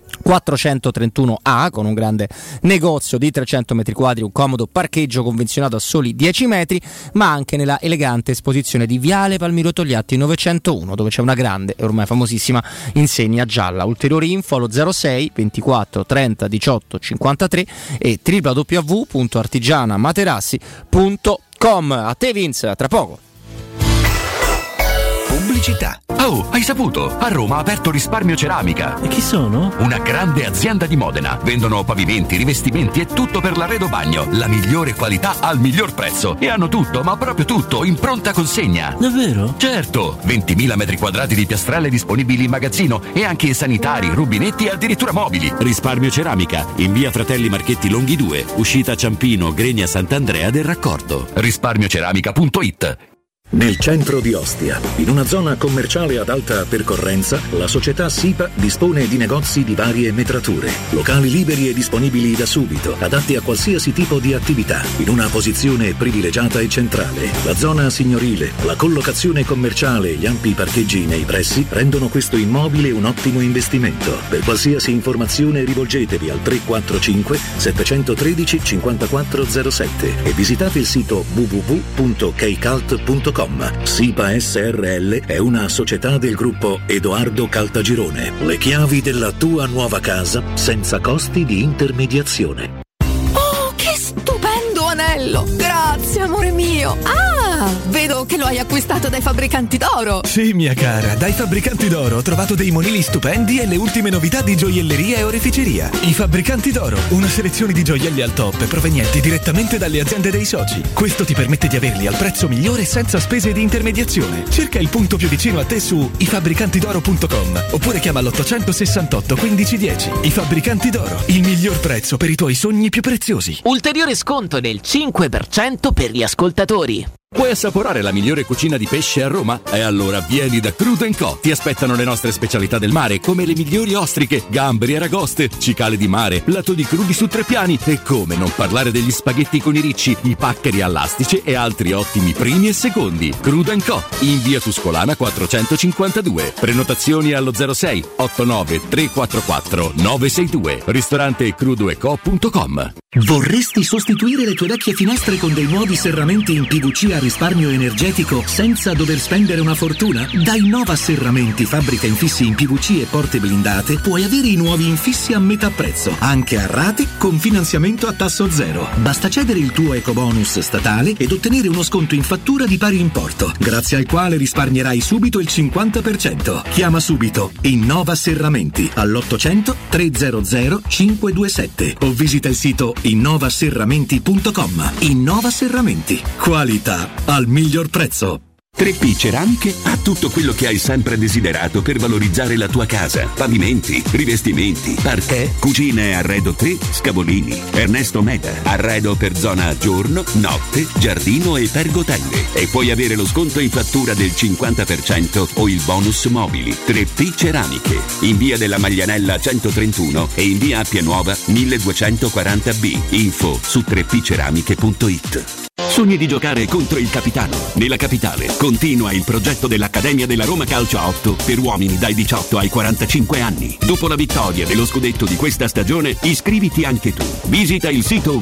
431A, con un grande negozio di 300 metri quadri, un comodo parcheggio convenzionato a soli 10 metri, ma anche nella elegante esposizione di Viale Palmiro Togliatti 901, dove c'è una grande e ormai famosissima insegna gialla. Ulteriori info allo 06 24 30 18 53 e www.artigianamaterassi.com. A te Vince, tra poco. Pubblicità. Oh, hai saputo? A Roma ha aperto Risparmio Ceramica. E chi sono? Una grande azienda di Modena. Vendono pavimenti, rivestimenti e tutto per l'arredo bagno. La migliore qualità al miglior prezzo. E hanno tutto, ma proprio tutto, in pronta consegna. Davvero? Certo. 20.000 metri quadrati di piastrelle disponibili in magazzino e anche sanitari, rubinetti e addirittura mobili. Risparmio Ceramica, in via Fratelli Marchetti Longhi 2, uscita Ciampino, Gregna Sant'Andrea del Raccordo. Risparmioceramica.it. Nel centro di Ostia, in una zona commerciale ad alta percorrenza, la società SIPA dispone di negozi di varie metrature, locali liberi e disponibili da subito, adatti a qualsiasi tipo di attività, in una posizione privilegiata e centrale. La zona signorile, la collocazione commerciale e gli ampi parcheggi nei pressi rendono questo immobile un ottimo investimento. Per qualsiasi informazione rivolgetevi al 345 713 5407 e visitate il sito www.keicalt.com. SIPA SRL è una società del gruppo Edoardo Caltagirone. Le chiavi della tua nuova casa senza costi di intermediazione. Oh, che stupendo anello! Grazie, amore mio! Vedo che lo hai acquistato dai fabbricanti d'oro. Sì, mia cara, dai fabbricanti d'oro ho trovato dei monili stupendi e le ultime novità di gioielleria e oreficeria. I fabbricanti d'oro, una selezione di gioielli al top provenienti direttamente dalle aziende dei soci. Questo ti permette di averli al prezzo migliore senza spese di intermediazione. Cerca il punto più vicino a te su ifabbricantidoro.com oppure chiama l'868 1510. I fabbricanti d'oro, il miglior prezzo per i tuoi sogni più preziosi. Ulteriore sconto del 5% per gli ascoltatori. Vuoi assaporare la migliore cucina di pesce a Roma? E allora vieni da Crudo & Co. Ti aspettano le nostre specialità del mare, come le migliori ostriche, gamberi, aragoste, cicale di mare, platò di crudi su 3 piani e come non parlare degli spaghetti con i ricci, i paccheri all'astice e altri ottimi primi e secondi. Crudo & Co. in via Tuscolana 452. Prenotazioni allo 06 89 344 962. Ristorante crudoeco.com. Vorresti sostituire le tue vecchie finestre con dei nuovi serramenti in PVC a risparmio energetico senza dover spendere una fortuna? Da Innova Serramenti, fabbrica infissi in PVC e porte blindate, puoi avere i nuovi infissi a metà prezzo, anche a rate con finanziamento a tasso zero. Basta cedere il tuo ecobonus statale ed ottenere uno sconto in fattura di pari importo, grazie al quale risparmierai subito il 50%. Chiama subito Innova Serramenti all'800 300 527 o visita il sito innovaserramenti.com. Innova Serramenti. Qualità al miglior prezzo. 3P Ceramiche ha tutto quello che hai sempre desiderato per valorizzare la tua casa. Pavimenti, rivestimenti, parquet, cucine e arredo 3, Scavolini. Ernesto Meda, arredo per zona giorno, notte, giardino e pergotelle. E puoi avere lo sconto in fattura del 50% o il bonus mobili. 3P Ceramiche, in via della Maglianella 131 e in via Appia Nuova 1240B. Info su 3pceramiche.it. Sogni di giocare contro il capitano? Nella capitale continua il progetto dell'Accademia della Roma Calcio a 8 per uomini dai 18 ai 45 anni. Dopo la vittoria dello scudetto di questa stagione, iscriviti anche tu. Visita il sito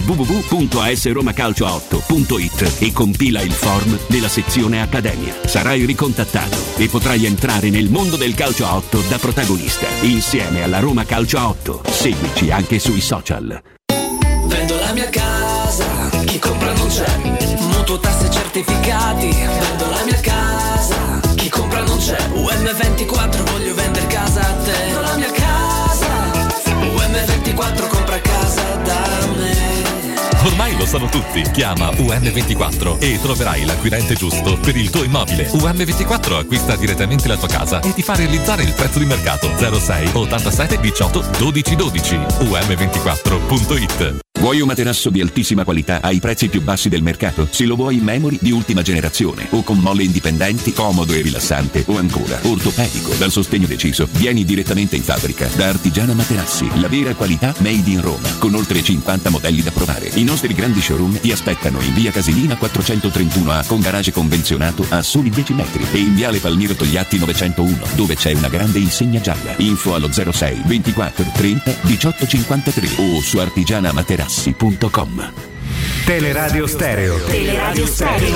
www.asromacalcio8.it e compila il form nella sezione Accademia. Sarai ricontattato e potrai entrare nel mondo del calcio a 8 da protagonista, insieme alla Roma Calcio a 8. Seguici anche sui social. Vendo la mia casa, chi compra non c'è. Mutuo, tasse, certificati. Vendo la mia casa, chi compra non c'è. UM24, voglio vendere casa a te. Vendo la mia casa, UM24, compra casa da me. Ormai lo sanno tutti. Chiama UM24 e troverai l'acquirente giusto per il tuo immobile. UM24 acquista direttamente la tua casa e ti fa realizzare il prezzo di mercato. 06 87 18 12 12. UM24.it. Vuoi un materasso di altissima qualità ai prezzi più bassi del mercato? Se lo vuoi in memory di ultima generazione o con molle indipendenti, comodo e rilassante, o ancora ortopedico dal sostegno deciso, vieni direttamente in fabbrica da Artigiana Materassi, la vera qualità made in Roma, con oltre 50 modelli da provare. I nostri grandi showroom ti aspettano in via Casilina 431A con garage convenzionato a soli 10 metri e in viale Palmiro Togliatti 901 dove c'è una grande insegna gialla. Info allo 06 24 30 18 53 o su artigianamaterassi.com. Teleradio Stereo. Teleradio Stereo.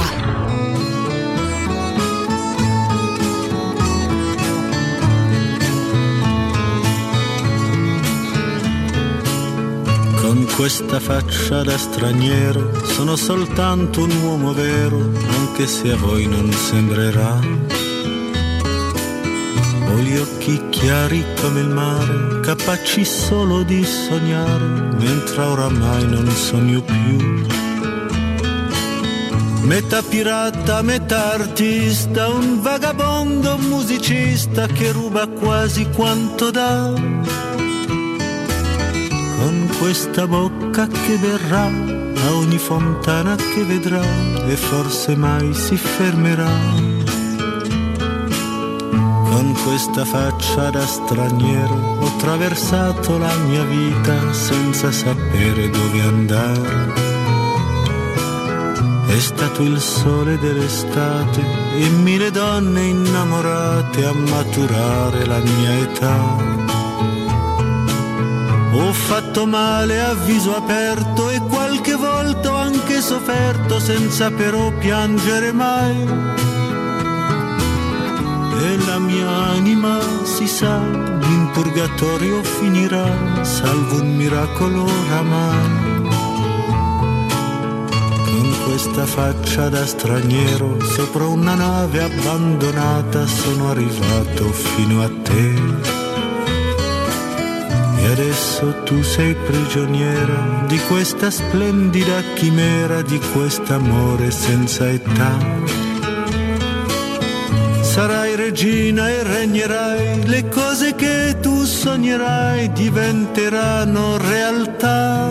Con questa faccia da straniero sono soltanto un uomo vero, anche se a voi non sembrerà. Ho gli occhi chiari come il mare, capaci solo di sognare, mentre oramai non sogno più. Metà pirata, metà artista, un vagabondo musicista che ruba quasi quanto dà. Con questa bocca che berrà a ogni fontana che vedrà e forse mai si fermerà. Con questa faccia da straniero ho attraversato la mia vita senza sapere dove andare. È stato il sole dell'estate e 1000 donne innamorate a maturare la mia età. Ho fatto male a viso aperto e qualche volta ho anche sofferto senza però piangere mai. E la mia anima, si sa, in purgatorio finirà, salvo un miracolo oramai. Con questa faccia da straniero, sopra una nave abbandonata, sono arrivato fino a te. E adesso tu sei prigioniera di questa splendida chimera, di quest'amore senza età. Sarai regina e regnerai, le cose che tu sognerai diventeranno realtà.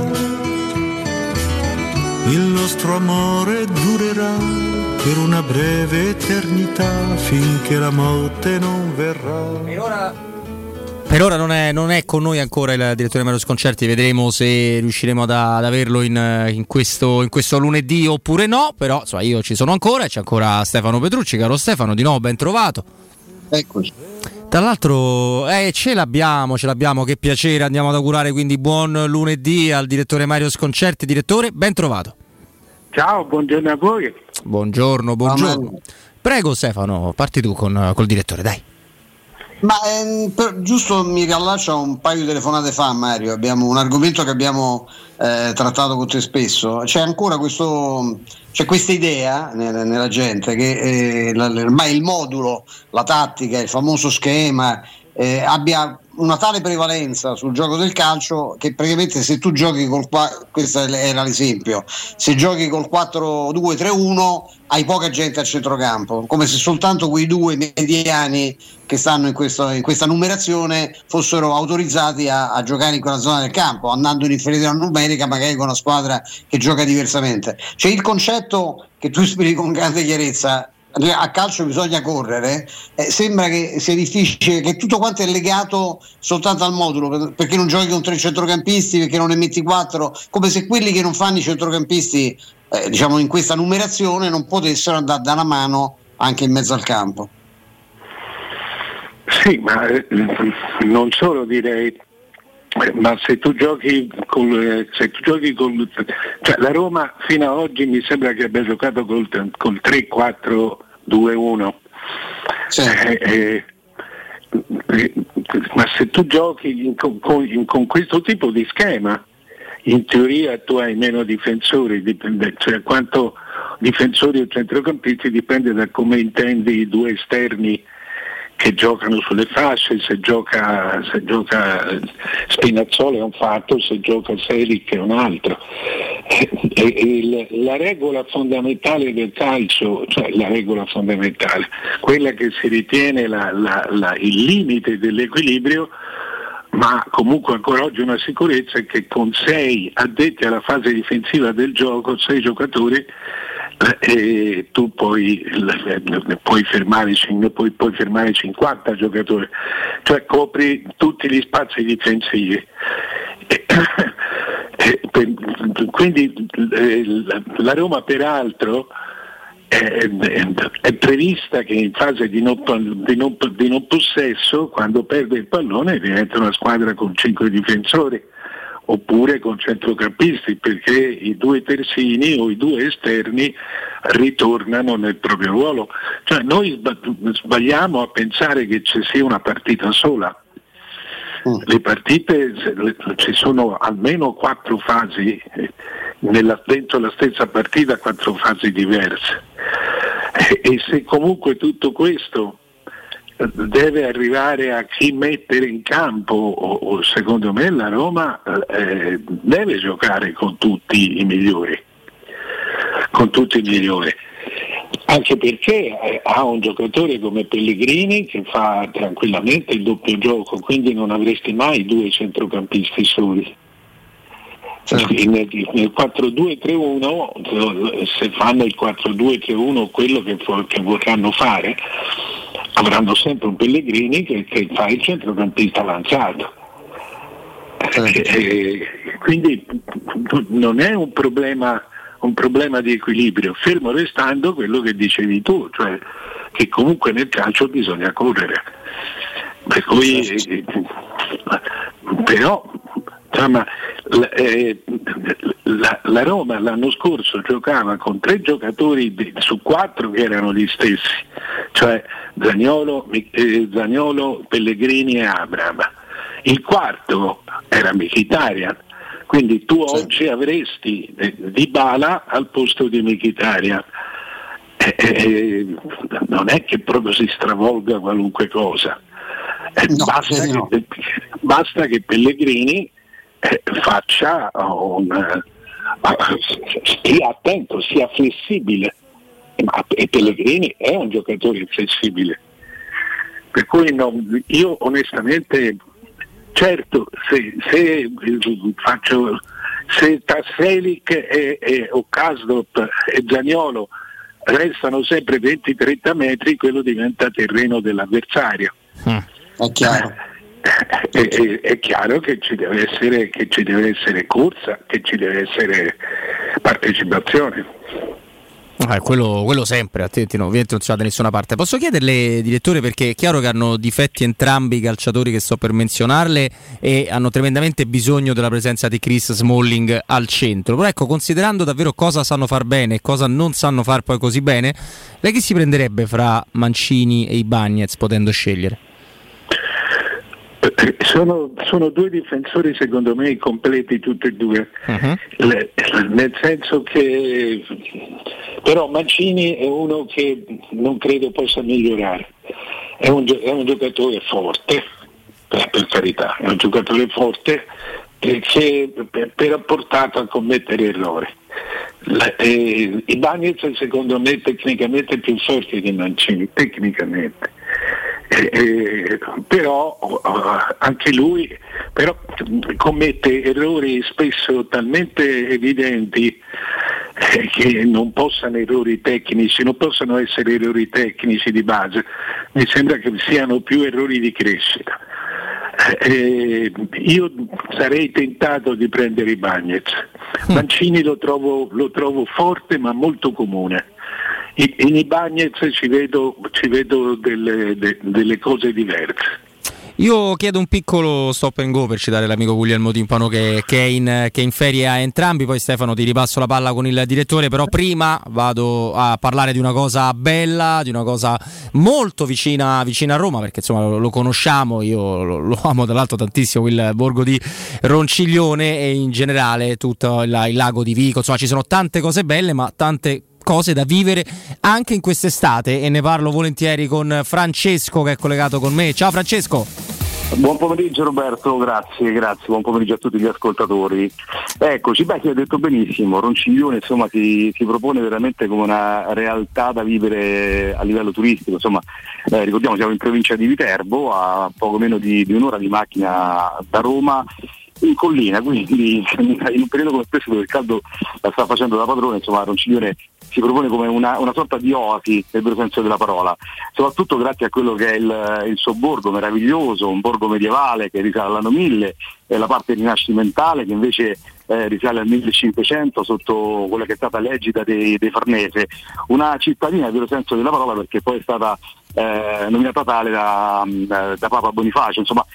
Il nostro amore durerà per una breve eternità, finché la morte non verrà. Per ora non è con noi ancora il direttore Mario Sconcerti, vedremo se riusciremo ad averlo in questo lunedì oppure no, però insomma, io ci sono ancora e c'è ancora Stefano Petrucci. Caro Stefano, di nuovo ben trovato. Eccoci. Tra l'altro ce l'abbiamo, che piacere, andiamo ad augurare quindi buon lunedì al direttore Mario Sconcerti. Direttore, ben trovato. Ciao, buongiorno a voi. Buongiorno. Prego Stefano, parti tu col direttore, dai. Ma giusto mi riallaccio a un paio di telefonate fa, Mario. Abbiamo un argomento che abbiamo trattato con te spesso. C'è ancora questa idea nella gente che ormai il modulo, la tattica, il famoso schema abbia una tale prevalenza sul gioco del calcio che praticamente se tu giochi questo era l'esempio, se giochi col 4-2-3-1 hai poca gente al centrocampo, come se soltanto quei due mediani che stanno in questa numerazione fossero autorizzati a giocare in quella zona del campo, andando in inferiorità numerica magari con una squadra che gioca diversamente. C'è il concetto che tu spieghi con grande chiarezza: a calcio bisogna correre, sembra che sia difficile, che tutto quanto è legato soltanto al modulo, perché non giochi con 3 centrocampisti, perché non ne metti 4, come se quelli che non fanno i centrocampisti diciamo in questa numerazione non potessero andare da una mano anche in mezzo al campo. Sì, ma non solo, direi, ma se tu giochi col cioè la Roma fino ad oggi mi sembra che abbia giocato col 3-4-2-1. Sì. Ma se tu giochi con questo tipo di schema, in teoria tu hai meno difensori, cioè quanto difensori o centrocampisti dipende da come intendi i due esterni che giocano sulle fasce. Se gioca Spinazzola è un fatto, se gioca Selic è un altro. La regola fondamentale del calcio, cioè la regola fondamentale, quella che si ritiene il limite dell'equilibrio, ma comunque ancora oggi una sicurezza, è che con 6 addetti alla fase difensiva del gioco, 6 giocatori, e tu puoi fermare 50 giocatori, cioè copri tutti gli spazi difensivi. Quindi la Roma peraltro è prevista che in fase di non possesso, quando perde il pallone, diventa una squadra con 5 difensori oppure con centrocampisti, perché i 2 terzini o i 2 esterni ritornano nel proprio ruolo. Cioè noi sbagliamo a pensare che ci sia una partita sola. Le partite, ci sono almeno 4 fasi dentro la stessa partita, 4 fasi diverse, e se comunque tutto questo deve arrivare a chi mettere in campo, o secondo me la Roma deve giocare con tutti i migliori, anche perché ha un giocatore come Pellegrini che fa tranquillamente il doppio gioco, quindi non avresti mai 2 centrocampisti soli. Nel 4-2-3-1, se fanno il 4-2-3-1 quello che vorranno fare, avranno sempre un Pellegrini che fa il centrocampista avanzato. Quindi non è un problema di equilibrio, fermo restando quello che dicevi tu, cioè che comunque nel calcio bisogna correre. Per cui, però insomma, la Roma l'anno scorso giocava con 3 giocatori su 4 che erano gli stessi, cioè Zaniolo, Pellegrini e Abraham. Il quarto era Mkhitaryan, quindi tu oggi avresti Dybala al posto di Mkhitaryan. Non è che proprio si stravolga qualunque cosa. Basta che Pellegrini faccia stia attento, sia flessibile, e Pellegrini è un giocatore flessibile, per cui io onestamente, certo, se Selic o Kasdorp e Zaniolo restano sempre 20-30 metri, quello diventa terreno dell'avversario. È chiaro. È chiaro che ci deve essere corsa, che ci deve essere partecipazione. Quello sempre, attenti, no, ovviamente non si va da nessuna parte. Posso chiederle, direttore, perché è chiaro che hanno difetti entrambi i calciatori che sto per menzionarle e hanno tremendamente bisogno della presenza di Chris Smalling al centro, però ecco, considerando davvero cosa sanno far bene e cosa non sanno far poi così bene, lei chi si prenderebbe fra Mancini e Ibañez potendo scegliere? Sono 2 difensori secondo me completi tutti e 2, nel senso che però Mancini è uno che non credo possa migliorare, è un giocatore forte, per carità, è un giocatore forte che però portato a commettere errori. I Bagnez secondo me tecnicamente più forti di Mancini, tecnicamente. Però anche lui però commette errori spesso talmente evidenti che non possano essere errori tecnici di base, mi sembra che siano più errori di crescita. Io sarei tentato di prendere i Bagnez. Mancini lo trovo forte ma molto comune. In Ibañez ci vedo delle cose diverse. Io chiedo un piccolo stop and go per citare l'amico Guglielmo Timpano che è in ferie a entrambi, poi Stefano ti ripasso la palla con il direttore, però prima vado a parlare di una cosa bella, di una cosa molto vicina a Roma, perché insomma lo conosciamo, io lo amo tra l'altro tantissimo, il borgo di Ronciglione e in generale tutto il lago di Vico, insomma ci sono tante cose belle ma tante cose da vivere anche in quest'estate e ne parlo volentieri con Francesco che è collegato con me. Ciao Francesco. Buon pomeriggio Roberto, grazie, buon pomeriggio a tutti gli ascoltatori. Eccoci, si è detto benissimo, Ronciglione insomma si propone veramente come una realtà da vivere a livello turistico, insomma ricordiamo siamo in provincia di Viterbo, a poco meno di un'ora di macchina da Roma, in collina, quindi in un periodo come questo dove il caldo la sta facendo da padrone, insomma Ronciglione si propone come una sorta di oasi nel vero senso della parola, soprattutto grazie a quello che è il suo borgo meraviglioso, un borgo medievale che risale all'anno 1000 e la parte rinascimentale che invece risale al 1500 sotto quella che è stata l'egida dei Farnese, una cittadina nel vero senso della parola perché poi è stata nominata tale da Papa Bonifacio, insomma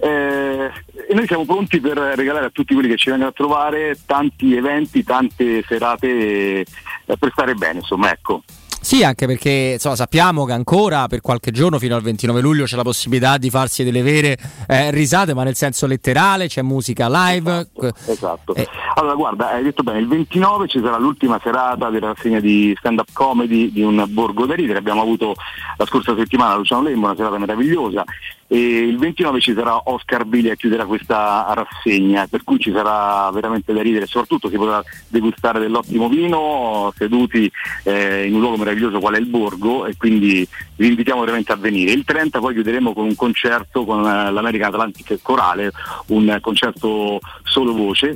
e noi siamo pronti per regalare a tutti quelli che ci vengono a trovare tanti eventi, tante serate per stare bene, insomma, ecco. Sì, anche perché insomma, sappiamo che ancora per qualche giorno fino al 29 luglio c'è la possibilità di farsi delle vere risate, ma nel senso letterale, c'è musica live. Esatto. Allora guarda, hai detto bene, il 29 ci sarà l'ultima serata della rassegna di stand-up comedy di un borgo da ridere, abbiamo avuto la scorsa settimana Luciano Lemmo, una serata meravigliosa, e il 29 ci sarà Oscar Billy a chiudere questa rassegna, per cui ci sarà veramente da ridere, soprattutto si potrà degustare dell'ottimo vino seduti in un luogo meraviglioso qual è il borgo, e quindi vi invitiamo veramente a venire. Il 30 poi chiuderemo con un concerto con l'American Atlantic Chorale, un concerto solo voce,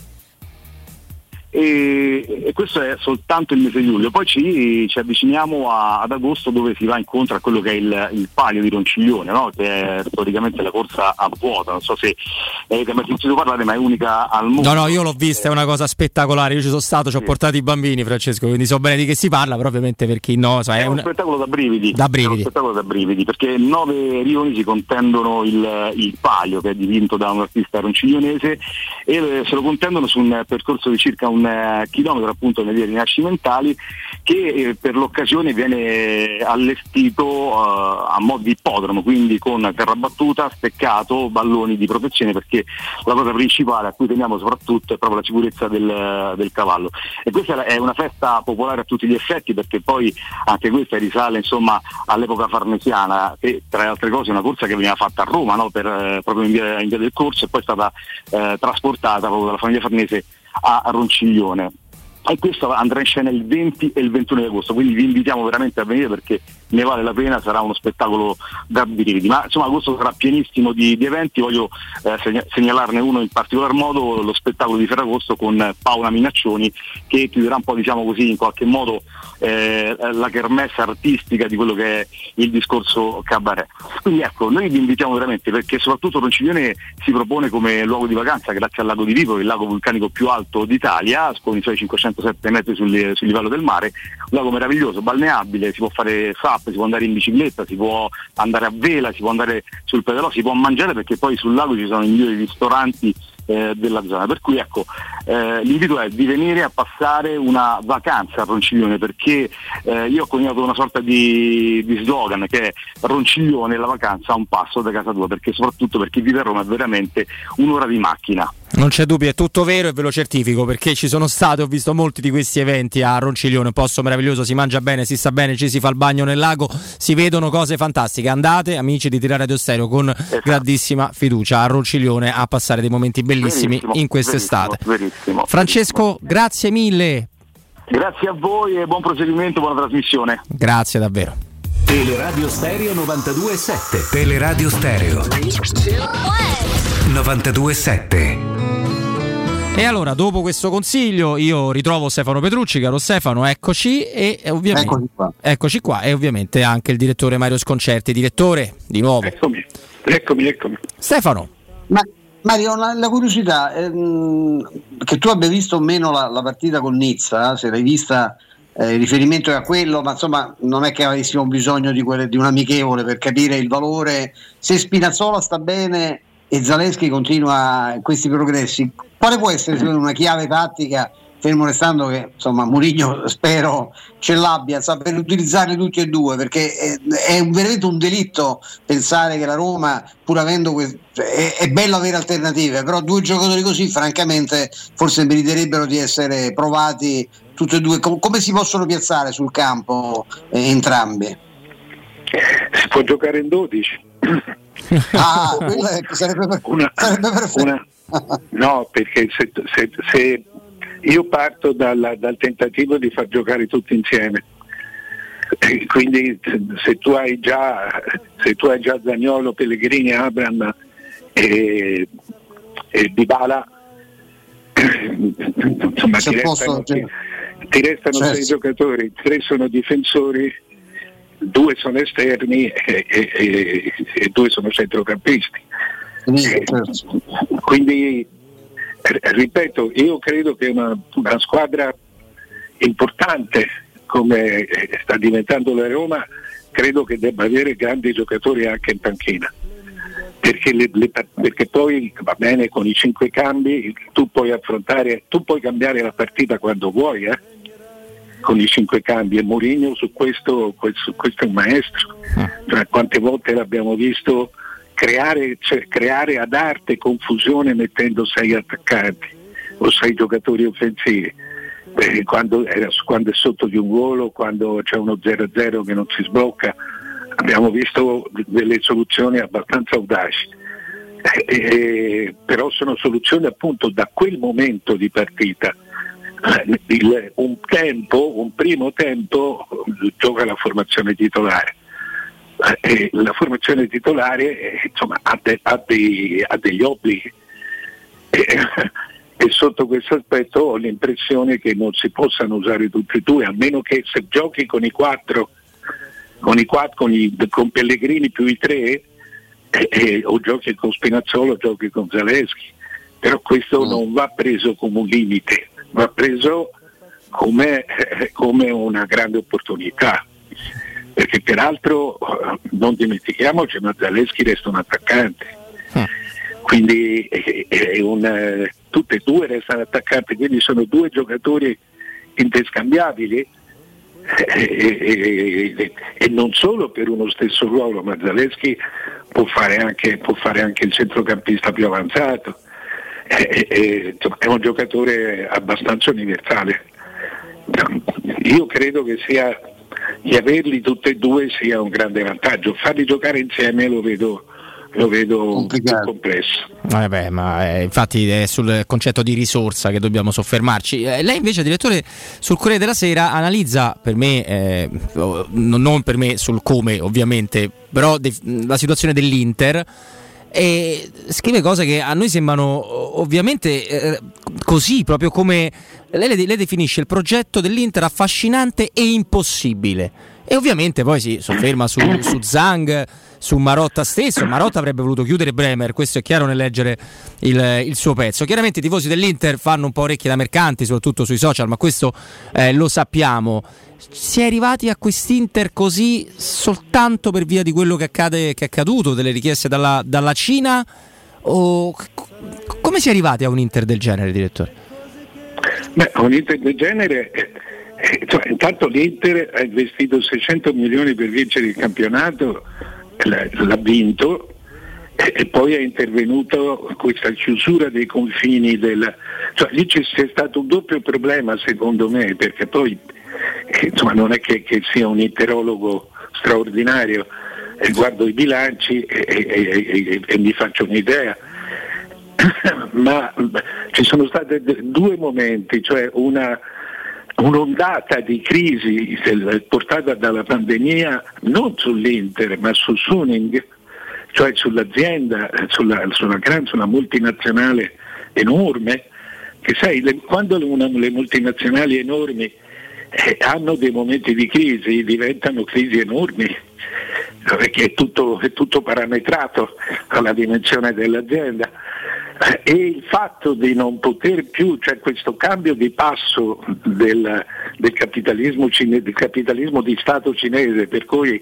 e questo è soltanto il mese di luglio. Poi ci avviciniamo ad agosto, dove si va incontro a quello che è il palio di Ronciglione, no? Che è storicamente la corsa a vuota, non so se avete mai sentito parlare, ma è unica al mondo. No, io l'ho vista, è una cosa spettacolare, io ci sono stato, ci ho portato i bambini, Francesco, quindi so bene di che si parla, però ovviamente per chi no, è uno spettacolo da brividi. È uno spettacolo da brividi, perché 9 rioni si contendono il palio, che è dipinto da un artista ronciglionese, e se lo contendono su un percorso di circa un chilometro appunto nelle vie rinascimentali, che per l'occasione viene allestito a mo' di ippodromo, quindi con terra battuta, steccato, balloni di protezione, perché la cosa principale a cui teniamo soprattutto è proprio la sicurezza del cavallo. E questa è una festa popolare a tutti gli effetti, perché poi anche questa risale insomma all'epoca farnesiana, e tra le altre cose è una corsa che veniva fatta a Roma, no? Proprio in via del Corso, e poi è stata trasportata proprio dalla famiglia Farnese a Ronciglione, e questo andrà in scena il 20 e il 21 di agosto, quindi vi invitiamo veramente a venire perché ne vale la pena, sarà uno spettacolo da brividi. Ma insomma agosto sarà pienissimo di eventi, voglio segnalarne uno in particolar modo, lo spettacolo di Ferragosto con Paola Minaccioni, che chiuderà un po', diciamo così, in qualche modo la kermesse artistica di quello che è il discorso cabaret. Quindi ecco, noi vi invitiamo veramente, perché soprattutto Ronciglione si propone come luogo di vacanza grazie al lago di Vico, il lago vulcanico più alto d'Italia, con i suoi 507 metri sul livello del mare, un lago meraviglioso, balneabile, si può fare SUP, si può andare in bicicletta, si può andare a vela, si può andare sul pedalò, si può mangiare, perché poi sul lago ci sono i migliori ristoranti della zona, per cui ecco, l'invito è di venire a passare una vacanza a Ronciglione, perché io ho coniato una sorta di slogan che è Ronciglione, la vacanza a un passo da casa tua, perché soprattutto per chi vive a Roma è veramente un'ora di macchina. Non c'è dubbio, è tutto vero e ve lo certifico, perché ci sono stato, ho visto molti di questi eventi a Ronciglione, un posto meraviglioso, si mangia bene, si sta bene, ci si fa il bagno nel lago, si vedono cose fantastiche. Andate, amici di Teleradio Stereo, con grandissima fiducia a Ronciglione a passare dei momenti bellissimi in quest'estate. Verissimo. Francesco, grazie mille. Grazie a voi e buon proseguimento, buona trasmissione. Grazie davvero. Teleradio Stereo 92.7. Teleradio Stereo 92.7. E allora, dopo questo consiglio, io ritrovo Stefano Petrucci. Caro Stefano, eccoci, e ovviamente eccoci qua, e ovviamente anche il direttore Mario Sconcerti. Direttore, di nuovo. Eccomi. Stefano. Ma Mario, la curiosità, che tu abbia visto o meno la partita con Nizza, se l'hai vista, il riferimento è a quello, ma insomma non è che avessimo bisogno di un amichevole per capire il valore. Se Spinazzola sta bene e Zalewski continua questi progressi, quale può essere una chiave tattica, fermo restando che insomma Mourinho spero ce l'abbia, per utilizzarli tutti e due, perché è veramente un delitto pensare che la Roma, pur avendo è bello avere alternative, però due giocatori così francamente forse meriterebbero di essere provati tutti e due. Come si possono piazzare sul campo entrambi? Si può giocare in 12. Sarebbe perfetto. No, perché se io parto dal tentativo di far giocare tutti insieme, quindi se tu hai già Zaniolo, Pellegrini, Abraham e Dybala, insomma ti restano 6 giocatori, 3 sono difensori, 2 sono esterni e 2 sono centrocampisti. Quindi ripeto, io credo che una squadra importante come sta diventando la Roma, credo che debba avere grandi giocatori anche in panchina, perché poi va bene con i 5 cambi, tu puoi cambiare la partita quando vuoi, con i 5 cambi, e Mourinho su questo è un maestro. Quante volte l'abbiamo visto creare ad arte confusione mettendo 6 attaccanti o 6 giocatori offensivi, quando è sotto di un gol, quando c'è uno 0-0 che non si sblocca. Abbiamo visto delle soluzioni abbastanza audaci, però sono soluzioni appunto da quel momento di partita. Un primo tempo gioca la formazione titolare. La formazione titolare insomma ha degli obblighi e sotto questo aspetto ho l'impressione che non si possano usare tutti e due, a meno che se giochi con i 4 con Pellegrini più i 3 o giochi con Spinazzola o giochi con Zalewski, però questo non va preso come un limite, va preso come una grande opportunità, perché peraltro non dimentichiamoci, ma Zalewski resta un attaccante, quindi tutte e due restano attaccanti, quindi sono 2 giocatori interscambiabili e non solo per uno stesso ruolo, ma Zalewski può fare anche il centrocampista più avanzato, è un giocatore abbastanza universale. Io credo che di averli tutti e due sia un grande vantaggio. Farli giocare insieme lo vedo più complesso. Infatti è sul concetto di risorsa che dobbiamo soffermarci. Lei invece, direttore, sul Corriere della Sera analizza, per me non per me sul come ovviamente, però la situazione dell'Inter, e scrive cose che a noi sembrano ovviamente così, proprio come lei definisce il progetto dell'Inter affascinante e impossibile, e ovviamente poi si sofferma su Zhang, su Marotta stesso. Marotta avrebbe voluto chiudere Bremer, questo è chiaro nel leggere il suo pezzo. Chiaramente i tifosi dell'Inter fanno un po' orecchie da mercanti, soprattutto sui social, ma questo lo sappiamo. Si è arrivati a quest'Inter così soltanto per via di quello che è accaduto, delle richieste dalla Cina, o come si è arrivati a un Inter del genere, direttore? Un Inter del genere, intanto l'Inter ha investito 600 milioni per vincere il campionato, l'ha vinto, e poi è intervenuto questa chiusura dei confini cioè lì c'è stato un doppio problema secondo me, perché poi insomma non è che sia un interologo straordinario, guardo i bilanci e mi faccio un'idea, ma ci sono stati due momenti, cioè un'ondata di crisi portata dalla pandemia non sull'Inter ma su Suning, cioè sull'azienda, sulla multinazionale enorme, che sai, quando le multinazionali enormi hanno dei momenti di crisi, diventano crisi enormi, perché è tutto parametrato alla dimensione dell'azienda. E il fatto di non poter più, cioè questo cambio di passo del capitalismo di Stato cinese, per cui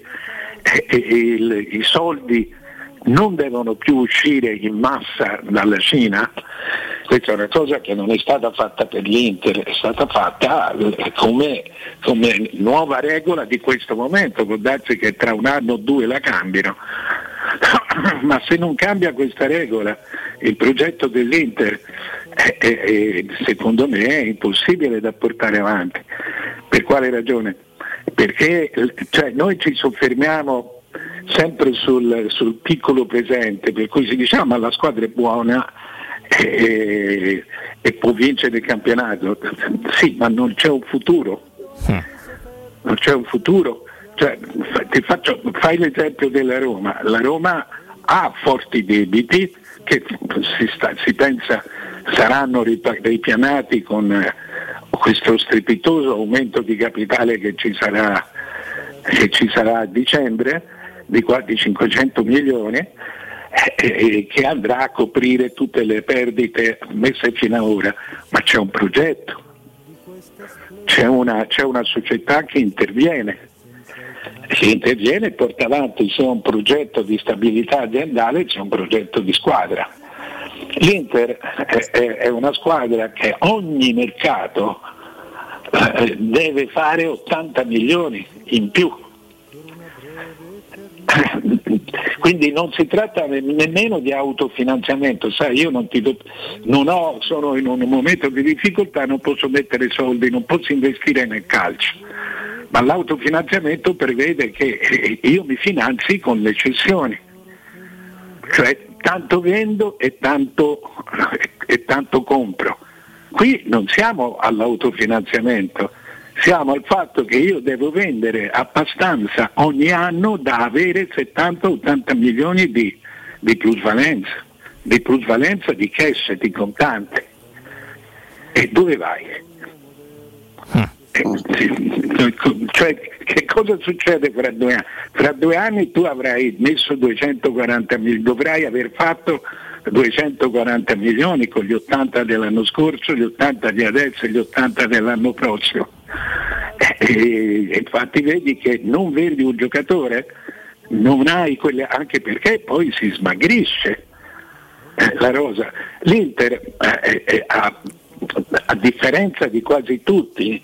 i soldi non devono più uscire in massa dalla Cina, questa è una cosa che non è stata fatta per l'Inter, è stata fatta come nuova regola di questo momento, può darsi che tra un anno o due la cambino, ma se non cambia questa regola il progetto dell'Inter secondo me è impossibile da portare avanti. Per quale ragione? Perché cioè, noi ci soffermiamo sempre sul piccolo presente, per cui si dice ma la squadra è buona e può vincere il campionato, sì, ma non c'è un futuro, non c'è un futuro. Cioè, fai l'esempio della Roma. La Roma ha forti debiti che si pensa saranno ripianati con questo strepitoso aumento di capitale che ci sarà a dicembre di quasi 500 milioni, che andrà a coprire tutte le perdite messe fino ad ora, ma c'è un progetto, c'è una società che interviene e porta avanti sia un progetto di stabilità aziendale sia un progetto di squadra. L'Inter è una squadra che ogni mercato deve fare 80 milioni in più, quindi non si tratta nemmeno di autofinanziamento, sai, io sono in un momento di difficoltà, non posso mettere soldi, non posso investire nel calcio, ma l'autofinanziamento prevede che io mi finanzi con le cessioni, cioè tanto vendo e tanto compro. Qui non siamo all'autofinanziamento, siamo al fatto che io devo vendere abbastanza ogni anno da avere 70-80 milioni di plusvalenza di cash, di contante. E dove vai? Cioè, che cosa succede fra 2 anni? Fra 2 anni tu avrai messo 240 milioni, dovrai aver fatto 240 milioni con gli 80 dell'anno scorso, gli 80 di adesso e gli 80 dell'anno prossimo. E infatti vedi che non vendi un giocatore, non hai quelle, anche perché poi si smagrisce la rosa. L'Inter a differenza di quasi tutti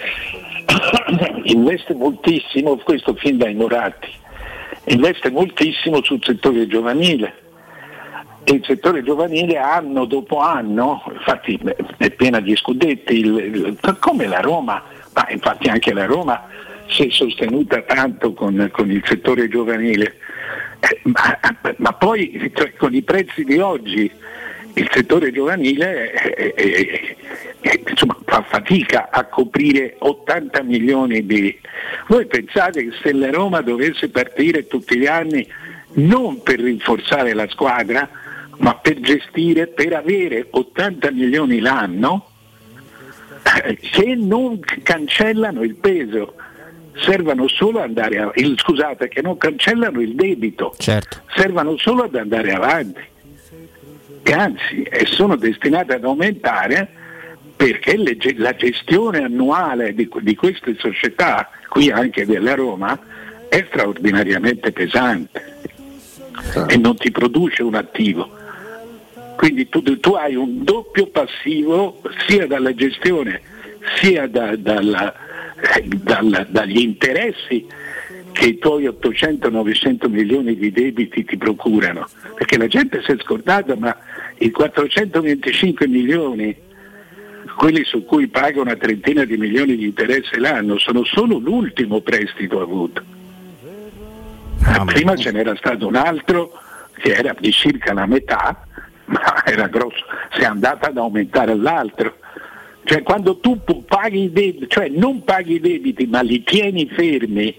investe moltissimo, questo fin dai Moratti, investe moltissimo sul settore giovanile, e il settore giovanile anno dopo anno, infatti è piena di scudetti, come la Roma, ma infatti anche la Roma si è sostenuta tanto con il settore giovanile, ma poi cioè, con i prezzi di oggi il settore giovanile insomma, fa fatica a coprire 80 milioni di... Voi pensate che se la Roma dovesse partire tutti gli anni non per rinforzare la squadra, ma per gestire, per avere 80 milioni l'anno, che non cancellano il peso, servono solo ad andare scusate, che non cancellano il debito, certo, servono solo ad andare avanti, e anzi sono destinate ad aumentare, perché la gestione annuale di queste società, qui anche della Roma, è straordinariamente pesante e non ti produce un attivo. Quindi tu hai un doppio passivo sia dalla gestione sia dagli interessi che i tuoi 800-900 milioni di debiti ti procurano, perché la gente si è scordata, ma i 425 milioni, quelli su cui paga una trentina di milioni di interesse l'anno, sono solo l'ultimo prestito avuto. Prima ce n'era stato un altro che era di circa la metà, ma era grosso, si è andata ad aumentare l'altro. Cioè quando tu paghi i debiti, cioè non paghi i debiti ma li tieni fermi,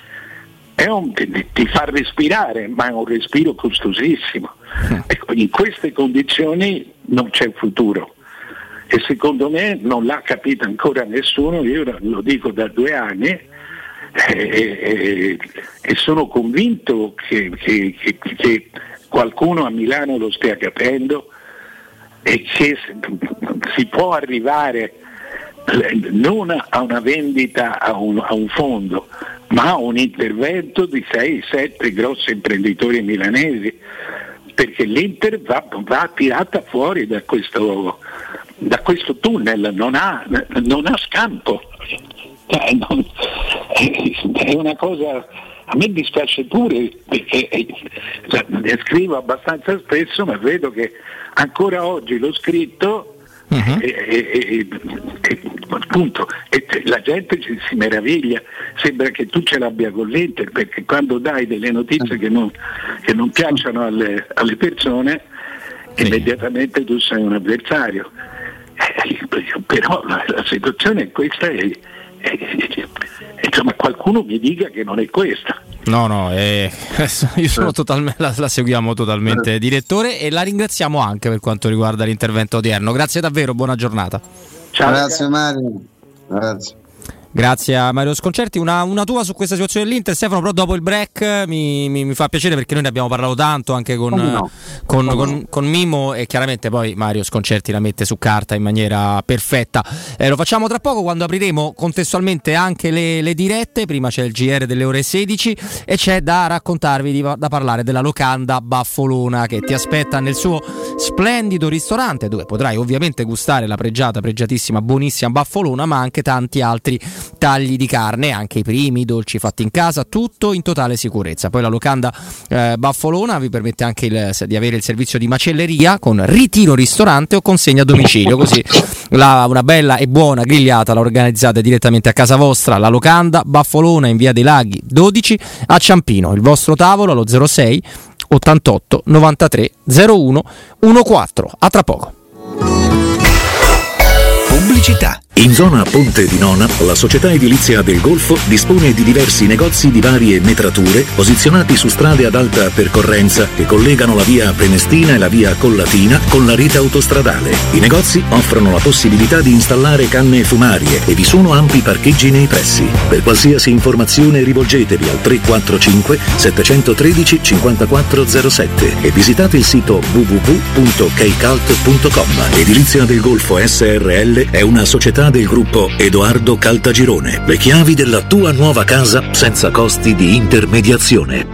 ti fa respirare, ma è un respiro costosissimo. Ecco, in queste condizioni non c'è futuro e secondo me non l'ha capito ancora nessuno. Io lo dico da 2 anni e sono convinto che qualcuno a Milano lo stia capendo e che si può arrivare non a una vendita a un fondo, ma a un intervento di 6-7 grossi imprenditori milanesi, perché l'Inter va tirata fuori da questo tunnel, non ha scampo. È una cosa, a me dispiace pure, perché ne scrivo abbastanza spesso, ma vedo che ancora oggi l'ho scritto. Appunto, la gente si meraviglia, sembra che tu ce l'abbia con l'Inter, perché quando dai delle notizie che non piacciono alle persone, immediatamente tu sei un avversario. Però la situazione è questa e insomma qualcuno mi dica che non è questa. No, io sono totalmente, la seguiamo totalmente, direttore, e la ringraziamo anche per quanto riguarda l'intervento odierno. Grazie davvero, buona giornata. Ciao. Grazie Mario. Grazie a Mario Sconcerti. Una tua su questa situazione dell'Inter, Stefano, però dopo il break mi fa piacere, perché noi ne abbiamo parlato tanto anche con Mimo, e chiaramente poi Mario Sconcerti la mette su carta in maniera perfetta. Lo facciamo tra poco, quando apriremo contestualmente anche le dirette. Prima c'è il GR delle ore 16 e c'è da raccontarvi, da parlare della locanda Baffolona, che ti aspetta nel suo splendido ristorante, dove potrai ovviamente gustare la pregiatissima, buonissima Baffolona, ma anche tanti altri tagli di carne, anche i primi, i dolci fatti in casa, tutto in totale sicurezza. Poi la locanda Baffolona vi permette anche di avere il servizio di macelleria con ritiro ristorante o consegna a domicilio, così una bella e buona grigliata la organizzate direttamente a casa vostra. La locanda Baffolona in via dei Laghi 12 a Ciampino. Il vostro tavolo allo 06 88 93 01 14. A tra poco. Pubblicità. In zona Ponte di Nona, la società edilizia del Golfo dispone di diversi negozi di varie metrature posizionati su strade ad alta percorrenza che collegano la via Prenestina e la via Collatina con la rete autostradale. I negozi offrono la possibilità di installare canne fumarie e vi sono ampi parcheggi nei pressi. Per qualsiasi informazione rivolgetevi al 345 713 5407 e visitate il sito www.keicalt.com. Edilizia del Golfo SRL è una società del gruppo Edoardo Caltagirone. Le chiavi della tua nuova casa senza costi di intermediazione.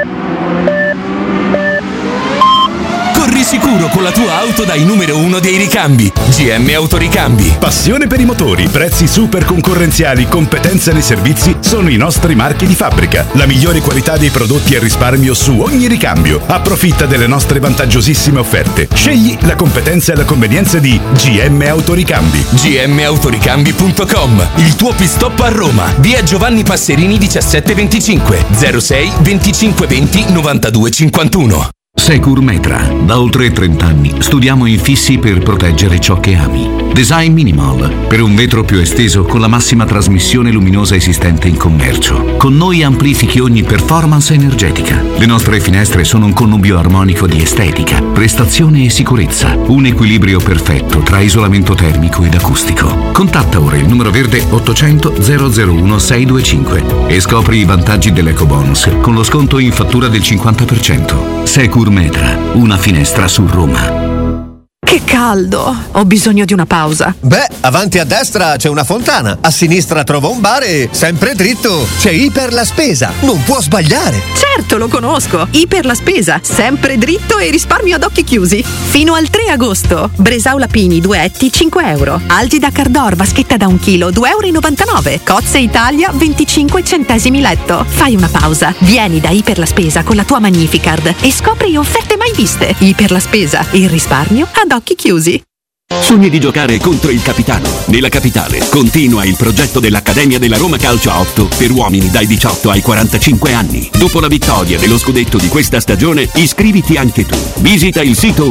Corri sicuro con la tua auto dai numero 1 dei ricambi. GM Autoricambi. Passione per i motori, prezzi super concorrenziali, competenza nei servizi sono i nostri marchi di fabbrica. La migliore qualità dei prodotti e risparmio su ogni ricambio. Approfitta delle nostre vantaggiosissime offerte. Scegli la competenza e la convenienza di GM Autoricambi. gmautoricambi.com. Il tuo pit-stop a Roma. Via Giovanni Passerini 1725 06 25 20 92 51. Securmetra. Da oltre 30 anni studiamo infissi per proteggere ciò che ami. Design minimal, per un vetro più esteso con la massima trasmissione luminosa esistente in commercio. Con noi amplifichi ogni performance energetica. Le nostre finestre sono un connubio armonico di estetica, prestazione e sicurezza. Un equilibrio perfetto tra isolamento termico ed acustico. Contatta ora il numero verde 800 001 625 e scopri i vantaggi dell'ecobonus con lo sconto in fattura del 50%. Securmetra, una finestra su Roma. Che caldo. Ho bisogno di una pausa. Beh, avanti a destra c'è una fontana, a sinistra trovo un bar e sempre dritto c'è Iper La Spesa. Non può sbagliare. Certo, lo conosco. Iper La Spesa, sempre dritto e risparmio ad occhi chiusi. Fino al 3 agosto. Bresaola Pini, 2 etti, 5 euro. Algida Cardor, vaschetta da 1 chilo, 2,99 euro. Cozze Italia, 25 centesimi letto. Fai una pausa. Vieni da Iper La Spesa con la tua Magnificard e scopri offerte mai viste. Iper La Spesa, il risparmio ad occhi chiusi. Sogni di giocare contro il capitano? Nella capitale continua il progetto dell'Accademia della Roma Calcio a 8 per uomini dai 18 ai 45 anni. Dopo la vittoria dello scudetto di questa stagione, iscriviti anche tu. Visita il sito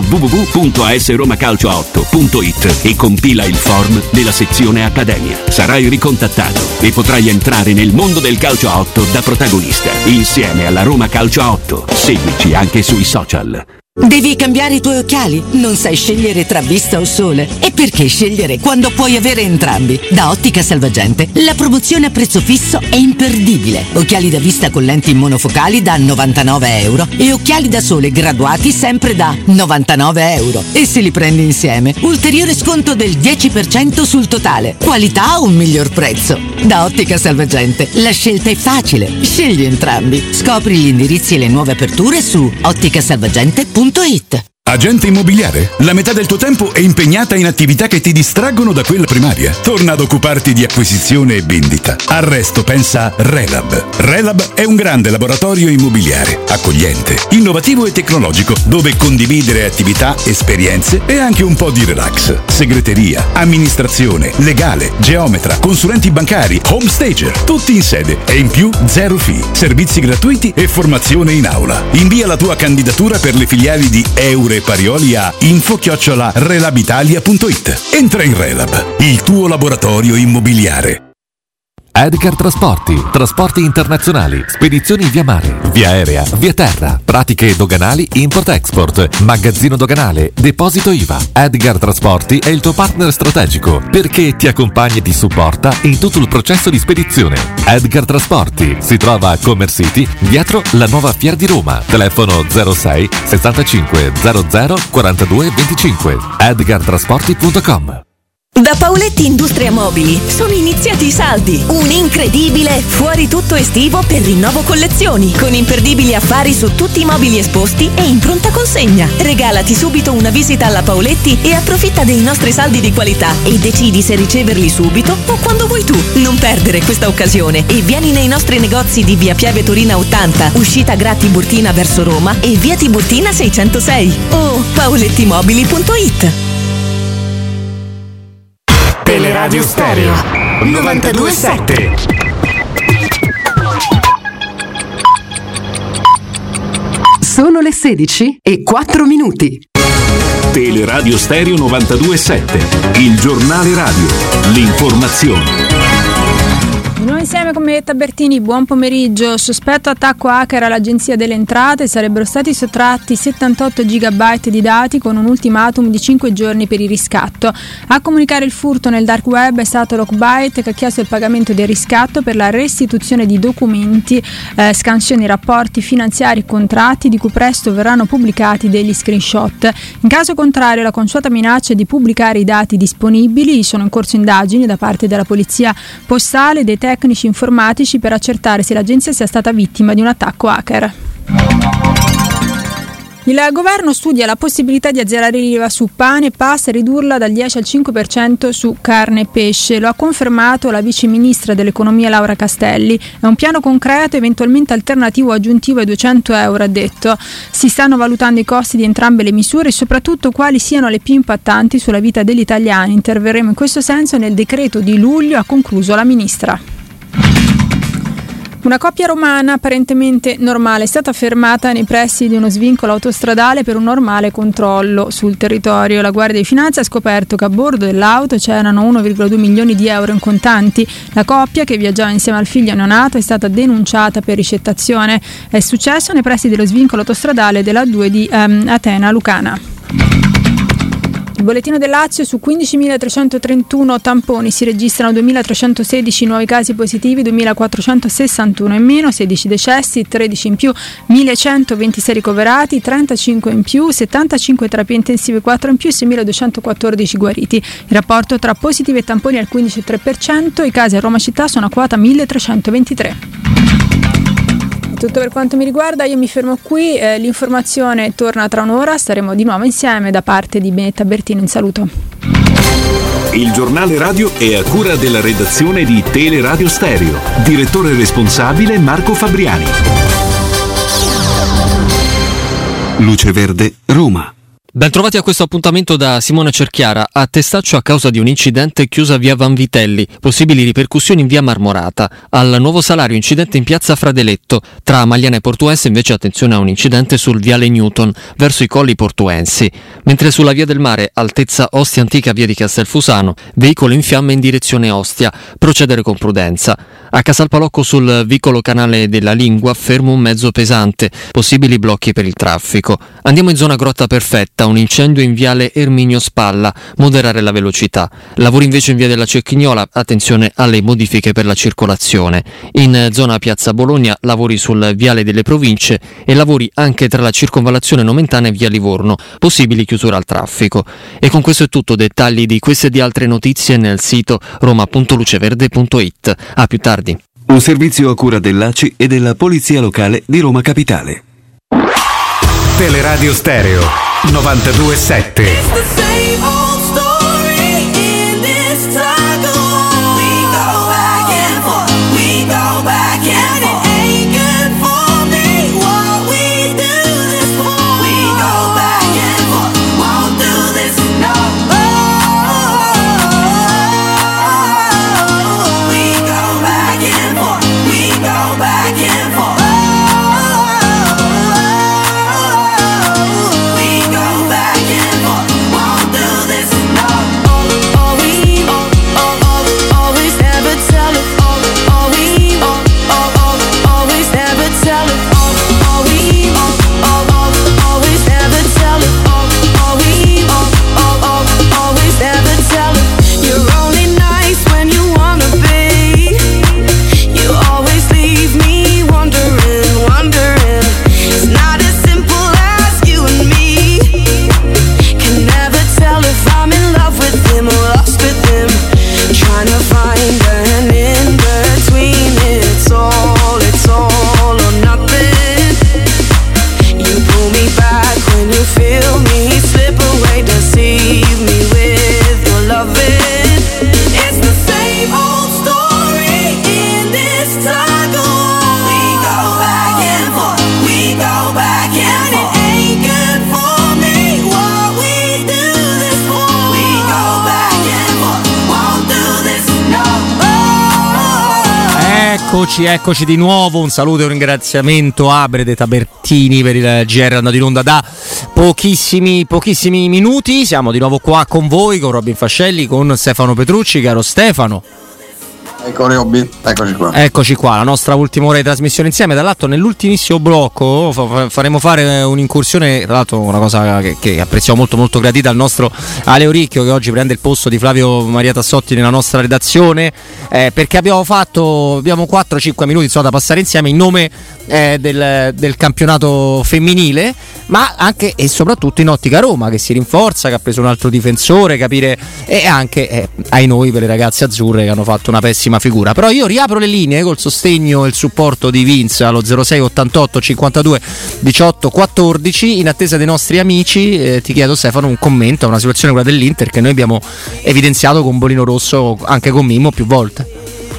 www.asromacalcio8.it e compila il form nella sezione Accademia. Sarai ricontattato e potrai entrare nel mondo del calcio a 8 da protagonista, insieme alla Roma Calcio a 8. Seguici anche sui social. Devi cambiare i tuoi occhiali? Non sai scegliere tra vista o sole? E perché scegliere quando puoi avere entrambi? Da Ottica Salvagente la promozione a prezzo fisso è imperdibile. Occhiali da vista con lenti monofocali da 99 euro e occhiali da sole graduati sempre da 99 euro. E se li prendi insieme, ulteriore sconto del 10% sul totale. Qualità o un miglior prezzo? Da Ottica Salvagente la scelta è facile. Scegli entrambi. Scopri gli indirizzi e le nuove aperture su otticasalvagente.it. Agente immobiliare? La metà del tuo tempo è impegnata in attività che ti distraggono da quella primaria. Torna ad occuparti di acquisizione e vendita. Al resto pensa Relab. Relab è un grande laboratorio immobiliare, accogliente, innovativo e tecnologico, dove condividere attività, esperienze e anche un po' di relax. Segreteria, amministrazione, legale, geometra, consulenti bancari, home stager, tutti in sede e in più zero fee, servizi gratuiti e formazione in aula. Invia la tua candidatura per le filiali di Eure Parioli a info@relabitalia.it. Entra in Relab, il tuo laboratorio immobiliare. Edgar trasporti internazionali, spedizioni via mare, via aerea, via terra, pratiche doganali, import-export, magazzino doganale, deposito IVA. Edgar Trasporti è il tuo partner strategico perché ti accompagna e ti supporta in tutto il processo di spedizione. Edgar Trasporti si trova a Commerce City, dietro la nuova Fiera di Roma. Telefono 06 65 00 42 25. edgartrasporti.com. Da Paoletti Industria Mobili sono iniziati i saldi. Un incredibile fuori tutto estivo per rinnovo collezioni, con imperdibili affari su tutti i mobili esposti e in pronta consegna. Regalati subito una visita alla Paoletti e approfitta dei nostri saldi di qualità e decidi se riceverli subito o quando vuoi tu. Non perdere questa occasione e vieni nei nostri negozi di via Piave Torina 80, uscita Gra Tiburtina verso Roma e via Tiburtina 606 o paolettimobili.it. Teleradio Stereo 92.7. Sono le 16:04. Teleradio Stereo 92.7, il giornale radio, l'informazione. Di nuovo insieme con Metta Bertini, buon pomeriggio. Sospetto attacco hacker all'Agenzia delle Entrate, sarebbero stati sottratti 78 GB di dati con un ultimatum di 5 giorni per il riscatto. A comunicare il furto nel dark web è stato Lockbite, che ha chiesto il pagamento del riscatto per la restituzione di documenti, scansioni, rapporti finanziari e contratti di cui presto verranno pubblicati degli screenshot. In caso contrario la consueta minaccia di pubblicare i dati disponibili. Sono in corso indagini da parte della Polizia Postale e dei tecnici informatici per accertare se l'agenzia sia stata vittima di un attacco hacker. Il governo studia la possibilità di azzerare l'IVA su pane e pasta e ridurla dal 10 al 5% su carne e pesce. Lo ha confermato la vice ministra dell'economia Laura Castelli. È un piano concreto, eventualmente alternativo aggiuntivo ai 200 euro, ha detto. Si stanno valutando i costi di entrambe le misure e soprattutto quali siano le più impattanti sulla vita degli italiani. Interverremo in questo senso nel decreto di luglio, ha concluso la ministra. Una coppia romana apparentemente normale è stata fermata nei pressi di uno svincolo autostradale per un normale controllo sul territorio. La Guardia di Finanza ha scoperto che a bordo dell'auto c'erano 1,2 milioni di euro in contanti. La coppia, che viaggiava insieme al figlio neonato, è stata denunciata per ricettazione. È successo nei pressi dello svincolo autostradale della 2 di Atena Lucana. bollettino del Lazio: su 15.331 tamponi si registrano 2.316 nuovi casi positivi, 2.461 in meno, 16 decessi, 13 in più, 1.126 ricoverati, 35 in più, 75 terapie intensive, 4 in più, 6.214 guariti. Il rapporto tra positivi e tamponi è al 15,3%, i casi a Roma città sono a quota 1.323. Tutto per quanto mi riguarda, io mi fermo qui, l'informazione torna tra un'ora, staremo di nuovo insieme. Da parte di Benetta Bertino, un saluto. Il giornale radio è a cura della redazione di Teleradio Stereo. Direttore responsabile Marco Fabriani. Luce Verde, Roma. Bentrovati a questo appuntamento da Simone Cerchiara. A Testaccio, a causa di un incidente, chiusa via Vanvitelli, possibili ripercussioni in via Marmorata. Al Nuovo Salario, incidente in piazza Fradeletto. Tra Magliana e Portuense invece attenzione a un incidente sul viale Newton verso i colli portuensi, mentre sulla via del mare, altezza Ostia Antica, via di Castelfusano, veicolo in fiamme in direzione Ostia, procedere con prudenza. A Casalpalocco, sul vicolo Canale della Lingua, fermo un mezzo pesante, possibili blocchi per il traffico. Andiamo in zona Grotta Perfetta, un incendio in viale Erminio Spalla, moderare la velocità. Lavori invece in via della Cecchignola, attenzione alle modifiche per la circolazione. In zona Piazza Bologna, lavori sul viale delle Province e lavori anche tra la circonvallazione Nomentana e via Livorno, possibili chiusure al traffico. E con questo è tutto, dettagli di queste e di altre notizie nel sito roma.luceverde.it. A più tardi. Un servizio a cura dell'ACI e della Polizia Locale di Roma Capitale. Teleradio Stereo 92.7. Eccoci di nuovo, un saluto e un ringraziamento a Benedetta Bertini per il GR andato in onda da pochissimi minuti. Siamo di nuovo qua con voi, con Robin Fascelli, con Stefano Petrucci. Caro Stefano. Ecco Robby, eccoci qua, la nostra ultima ora di trasmissione insieme. Dall'altro, nell'ultimissimo blocco faremo fare un'incursione, tra l'altro una cosa che apprezziamo molto gradita al nostro Ale Oricchio, che oggi prende il posto di Flavio Maria Tassotti nella nostra redazione, perché abbiamo 4-5 minuti insomma, da passare insieme in nome del campionato femminile, ma anche e soprattutto in ottica Roma, che si rinforza, che ha preso un altro difensore, capire, e anche ai noi per le ragazze azzurre che hanno fatto una pessima figura. Però io riapro le linee col sostegno e il supporto di Vince allo 06 88 52 18 14 in attesa dei nostri amici. Ti chiedo, Stefano, un commento a una situazione, quella dell'Inter, che noi abbiamo evidenziato con Bolino Rosso, anche con Mimmo, più volte.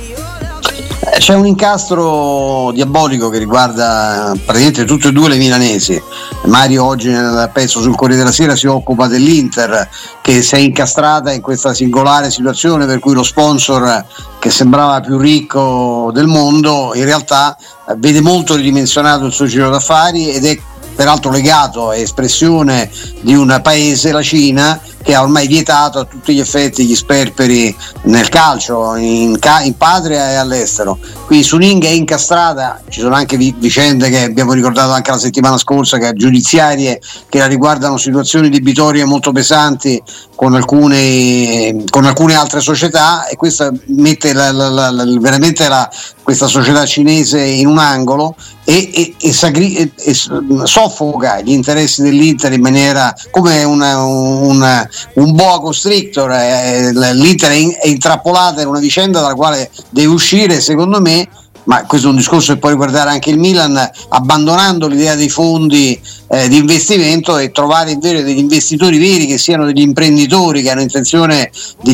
C'è un incastro diabolico che riguarda praticamente tutte e due le milanesi. Mario oggi nel pezzo sul Corriere della Sera si occupa dell'Inter, che si è incastrata in questa singolare situazione per cui lo sponsor che sembrava più ricco del mondo in realtà vede molto ridimensionato il suo giro d'affari ed è peraltro legato, è espressione di un paese, la Cina, che ha ormai vietato a tutti gli effetti gli sperperi nel calcio, in patria e all'estero. Quindi Suning è incastrata, ci sono anche vicende che abbiamo ricordato anche la settimana scorsa, che giudiziarie che la riguardano situazioni debitorie molto pesanti con alcune altre società, e questa mette veramente questa società cinese in un angolo e soffoca gli interessi dell'Inter in maniera come un boa constrictor. L'Inter è intrappolata in una vicenda dalla quale deve uscire, secondo me. Ma questo è un discorso che può riguardare anche il Milan, abbandonando l'idea dei fondi di investimento e trovare invece degli investitori veri, che siano degli imprenditori che hanno intenzione di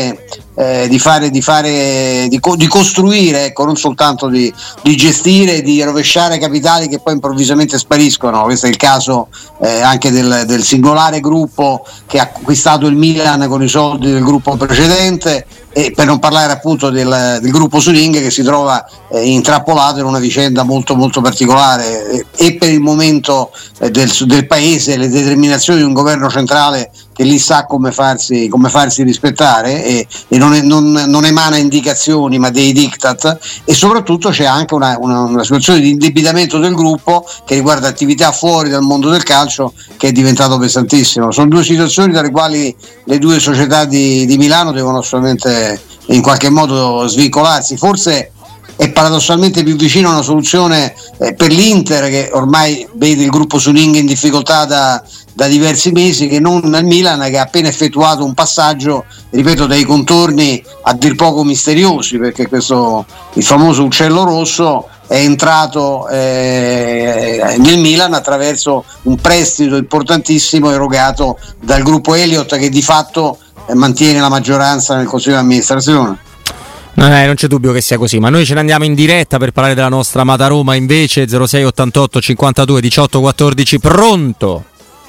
costruire, ecco, non soltanto di gestire, di rovesciare capitali che poi improvvisamente spariscono. Questo è il caso anche del singolare gruppo che ha acquistato il Milan con i soldi del gruppo precedente, e per non parlare appunto del gruppo Suning, che si trova intrappolato in una vicenda molto molto particolare, e per il momento del paese, le determinazioni di un governo centrale che lì sa come farsi rispettare e non emana indicazioni ma dei diktat, e soprattutto c'è anche una situazione di indebitamento del gruppo che riguarda attività fuori dal mondo del calcio, che è diventato pesantissimo. Sono due situazioni dalle quali le due società di Milano devono assolutamente in qualche modo svincolarsi. Forse è paradossalmente più vicino a una soluzione per l'Inter, che ormai vede il gruppo Suning in difficoltà da diversi mesi, che non al Milan, che ha appena effettuato un passaggio, ripeto, dai contorni a dir poco misteriosi, perché il famoso uccello rosso è entrato nel Milan attraverso un prestito importantissimo erogato dal gruppo Elliott, che di fatto mantiene la maggioranza nel consiglio di amministrazione. Non c'è dubbio che sia così, ma noi ce ne andiamo in diretta per parlare della nostra amata Roma, invece. 06 88 52 18 14. Pronto?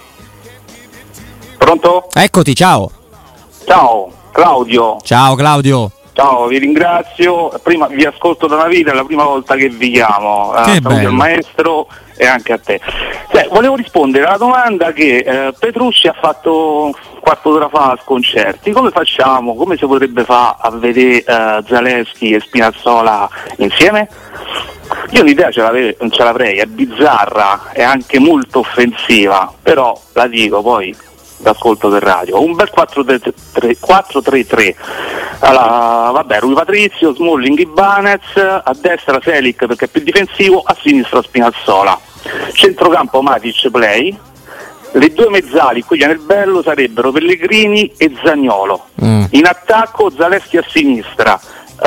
Eccoti, ciao. Ciao Claudio. Ciao Claudio. Ciao, vi ringrazio. Prima vi ascolto da una vita, è la prima volta che vi chiamo. Saluto al maestro e anche a te. Volevo rispondere alla domanda che Petrucci ha fatto quarto d'ora fa a Sconcerti. Come facciamo? Come si potrebbe fare a vedere Zalewski e Spinazzola insieme? Io l'idea ce l'avrei, è bizzarra, è anche molto offensiva, però la dico poi d'ascolto del radio. Un bel 4-3-3. Allora, Rui Patrizio, Smalling, Ibanez, a destra Selic perché è più difensivo, a sinistra Spinazzola. Centrocampo Matic Play. Le due mezzali qui nel bello sarebbero Pellegrini e Zaniolo. In attacco Zalewski a sinistra,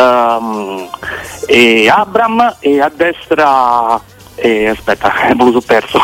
e Abram, e a destra aspetta, me lo sono perso.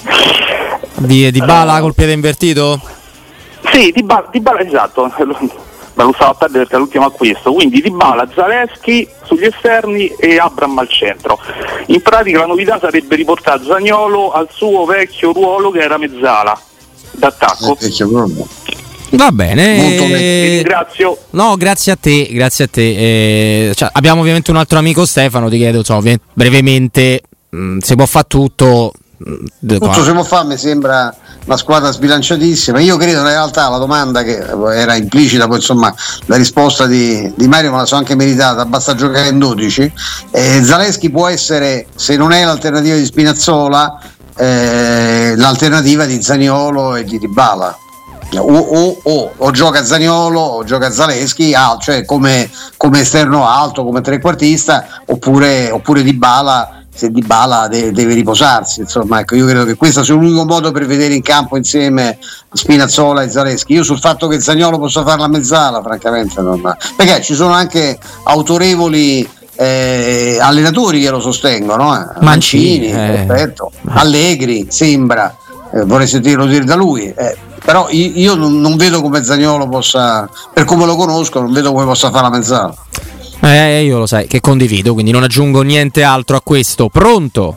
Dybala col piede invertito? Sì, Dybala, esatto, me lo stavo a perdere perché è l'ultimo acquisto. Quindi Dybala, Zalewski sugli esterni e Abram al centro. In pratica la novità sarebbe riportare Zaniolo al suo vecchio ruolo, che era mezzala d'attacco. Va bene, vi ringrazio. No, grazie a te. Abbiamo ovviamente un altro amico, Stefano. Ti chiedo, brevemente, si può fare tutto si può fare, mi sembra una squadra sbilanciatissima. Io credo, in realtà, la domanda che era implicita, poi insomma la risposta di Mario me la so anche meritata, basta giocare in 12. Zalewski può essere, se non è l'alternativa di Spinazzola, l'alternativa di Zaniolo e di Dybala. O gioca Zaniolo o gioca Zalewski, cioè come esterno alto, come trequartista, oppure Dybala, se Dybala deve riposarsi. Insomma, ecco, io credo che questo sia l'unico modo per vedere in campo insieme Spinazzola e Zalewski. Io sul fatto che Zaniolo possa fare la mezzala, francamente non, perché ci sono anche autorevoli allenatori che lo sostengono, Mancini, perfetto, Allegri, sembra, vorrei sentirlo dire da lui, però io non vedo come Zaniolo possa, per come lo conosco, non vedo come possa fare la mezzala. Io lo sai che condivido, quindi non aggiungo niente altro a questo. Pronto?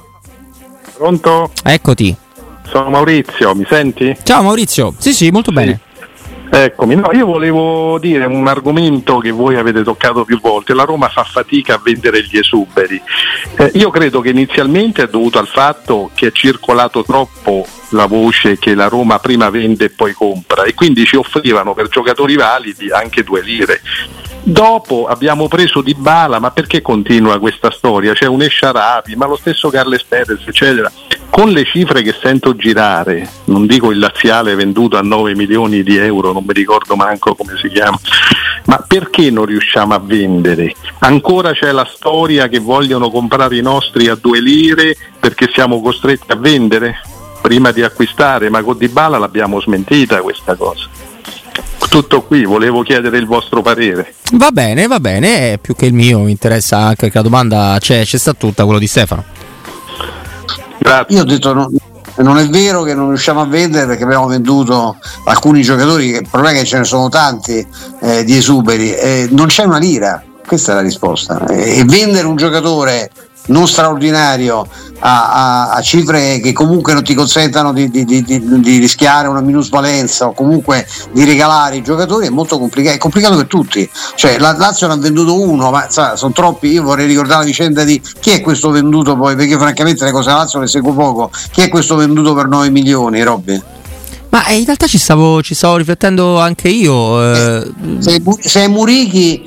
Pronto? Eccoti. Sono Maurizio, mi senti? Ciao Maurizio, sì, molto bene. Eccomi, no, io volevo dire un argomento che voi avete toccato più volte: la Roma fa fatica a vendere gli esuberi. Io credo che inizialmente è dovuto al fatto che è circolato troppo la voce che la Roma prima vende e poi compra, e quindi ci offrivano per giocatori validi anche 2 lire. Dopo abbiamo preso Dybala, ma perché continua questa storia? C'è un Esharabi, ma lo stesso Carles Perez, eccetera. Con le cifre che sento girare, non dico il laziale venduto a 9 milioni di euro, non mi ricordo manco come si chiama, ma perché non riusciamo a vendere? Ancora c'è la storia che vogliono comprare i nostri a 2 lire perché siamo costretti a vendere prima di acquistare, ma con Dybala l'abbiamo smentita questa cosa. Tutto qui, volevo chiedere il vostro parere. Va bene, è più che il mio, mi interessa anche perché la domanda c'è sta tutta, quello di Stefano. Grazie. Io ho detto non è vero che non riusciamo a vendere perché abbiamo venduto alcuni giocatori, il problema è che ce ne sono tanti di esuberi, non c'è una lira, questa è la risposta, e vendere un giocatore non straordinario a cifre che comunque non ti consentano di rischiare una minusvalenza o comunque di regalare i giocatori è molto complicato, è complicato per tutti. Cioè la Lazio ne ha venduto uno, ma sono troppi. Io vorrei ricordare la vicenda di chi è questo venduto poi, perché francamente le cose della Lazio le seguo poco. Chi è questo venduto per 9 milioni, Robby? Ma in realtà ci stavo riflettendo anche io. Se è Murichi,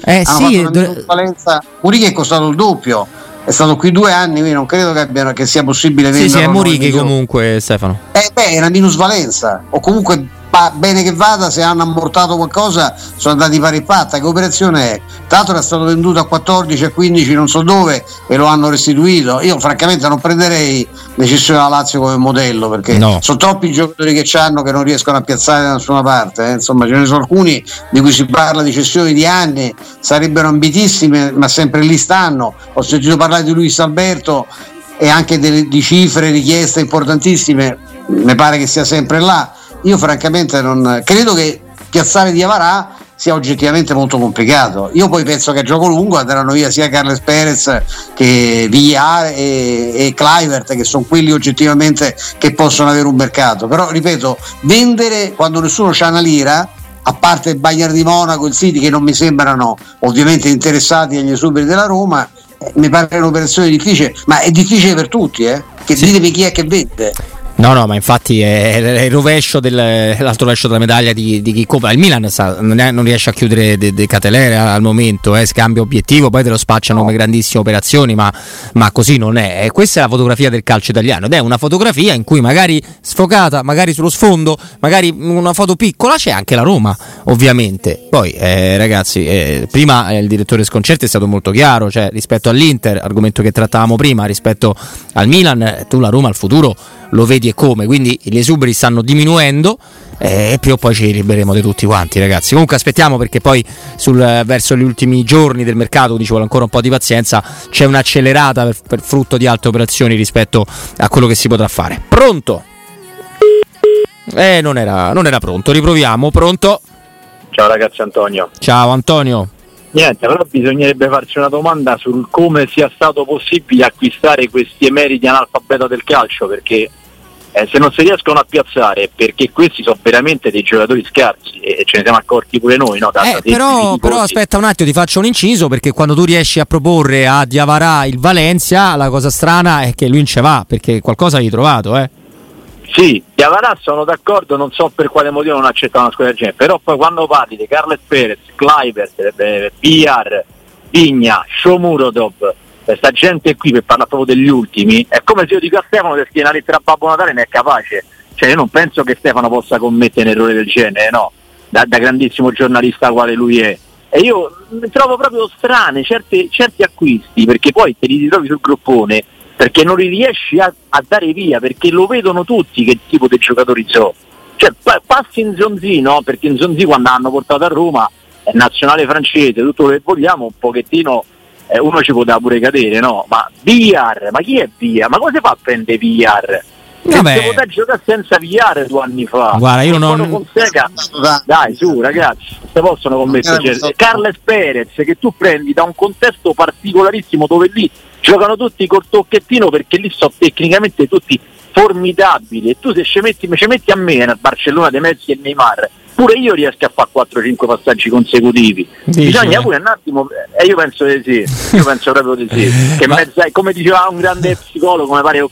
Murichi è costato il doppio. È stato qui 2 anni, quindi non credo che sia possibile vendere. Sì, è Murichi comunque, Stefano. È una minusvalenza, o comunque bene che vada, se hanno ammortato qualcosa sono andati pari patta. Che operazione è? Tanto era stato venduto a 14, a 15 non so dove e lo hanno restituito. Io francamente non prenderei le cessioni della Lazio come modello, perché sono troppi i giocatori che c'hanno che non riescono a piazzare da nessuna parte, Insomma, ce ne sono alcuni di cui si parla di cessioni di anni, sarebbero ambitissime ma sempre lì stanno. Ho sentito parlare di Luis Alberto e anche di cifre richieste importantissime, mi pare che sia sempre là. Io francamente non credo che piazzare Diawara sia oggettivamente molto complicato. Io poi penso che a gioco lungo andranno via sia Carles Perez che Villar e Kluivert, che sono quelli oggettivamente che possono avere un mercato. Però ripeto, vendere quando nessuno c'ha una lira, a parte il Bayern di Monaco, il City, che non mi sembrano ovviamente interessati agli esuberi della Roma, mi pare un'operazione difficile, ma è difficile per tutti, che sì. Ditemi chi è che vende. No, ma infatti è il rovescio l'altro rovescio della medaglia di chi compra. Il Milan non riesce a chiudere De Keteler al momento, scambio obiettivo, poi te lo spacciano come grandissime operazioni, ma così non è. E questa è la fotografia del calcio italiano, ed è una fotografia in cui magari sfocata, magari sullo sfondo, magari una foto piccola, c'è anche la Roma, ovviamente. Poi ragazzi, prima il direttore Sconcerti è stato molto chiaro, cioè rispetto all'Inter, argomento che trattavamo prima, rispetto al Milan, tu la Roma al futuro lo vedi e come, quindi gli esuberi stanno diminuendo e prima o poi ci libereremo di tutti quanti, ragazzi. Comunque aspettiamo, perché poi verso gli ultimi giorni del mercato, ci vuole ancora un po' di pazienza, c'è un'accelerata per frutto di altre operazioni rispetto a quello che si potrà fare. Pronto? Non era pronto, riproviamo. Pronto? Ciao ragazzi, Antonio. Ciao Antonio. Niente, però bisognerebbe farci una domanda sul come sia stato possibile acquistare questi emeriti analfabeta del calcio, perché se non si riescono a piazzare, perché questi sono veramente dei giocatori scarsi e ce ne siamo accorti pure noi, no? Però aspetta un attimo, ti faccio un inciso, perché quando tu riesci a proporre a Diawara il Valencia, la cosa strana è che lui non ce va, perché qualcosa hai trovato, Sì, Diawara sono d'accordo, non so per quale motivo non accettano una squadra del genere, però poi quando parli di Carles Perez, Kluivert, Villar, Vigna, Shomurodov, questa gente qui, per parlare proprio degli ultimi, è come se io dico a Stefano che scrive una lettera a Babbo Natale ne è capace. Cioè io non penso che Stefano possa commettere un errore del genere, no, da grandissimo giornalista quale lui è. E io trovo proprio strane certi acquisti, perché poi te li ritrovi sul groppone, perché non li riesci a dare via, perché lo vedono tutti che tipo di giocatori sono. Cioè passi Nzonzi, no? Perché Nzonzi quando hanno portato a Roma è nazionale francese, tutto quello che vogliamo, un pochettino uno ci poteva pure cadere, no? Ma Villar, ma chi è Villar? Ma come si fa a prendere Villar? Si poteva giocare senza Villar 2 anni fa. Guarda, io non Fonseca, dai su ragazzi, se possono commettere Carles Perez, che tu prendi da un contesto particolarissimo dove lì giocano tutti col tocchettino, perché lì sono tecnicamente tutti formidabili, e tu se ci metti a me nel Barcellona dei Messi e Neymar, pure io riesco a fare 4-5 passaggi consecutivi. Bisogna pure un attimo, e io penso di sì, io penso proprio di sì, che come diceva un grande psicologo, come pare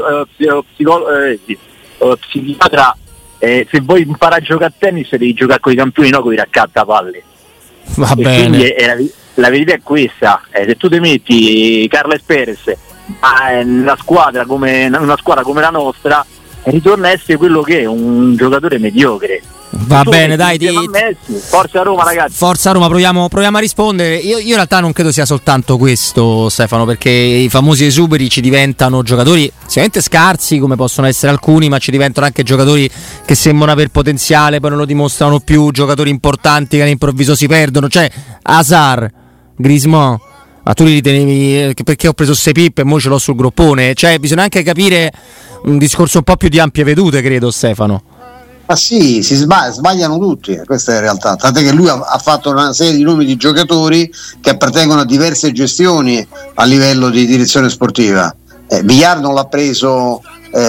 psichiatra, se vuoi imparare a giocare a tennis devi giocare con i campioni, no con i raccattapalle. Va bene. Quindi la verità è questa, se tu ti metti Carles Perez una squadra come la nostra, ritorna a essere quello che è, un giocatore mediocre. Va bene, dai, forza Roma, ragazzi. Forza Roma, proviamo a rispondere. Io in realtà non credo sia soltanto questo, Stefano, perché i famosi esuberi ci diventano giocatori sicuramente scarsi, come possono essere alcuni, ma ci diventano anche giocatori che sembrano aver potenziale, poi non lo dimostrano più, giocatori importanti che all'improvviso si perdono. Cioè Hazard, Griezmann, ma tu li ritenevi perché ho preso 6 pippe e mo ce l'ho sul groppone? Cioè bisogna anche capire un discorso un po' più di ampie vedute, credo, Stefano. Ma sì, sbagliano tutti, questa è la realtà, tant'è che lui ha fatto una serie di nomi di giocatori che appartengono a diverse gestioni a livello di direzione sportiva. Villar non l'ha preso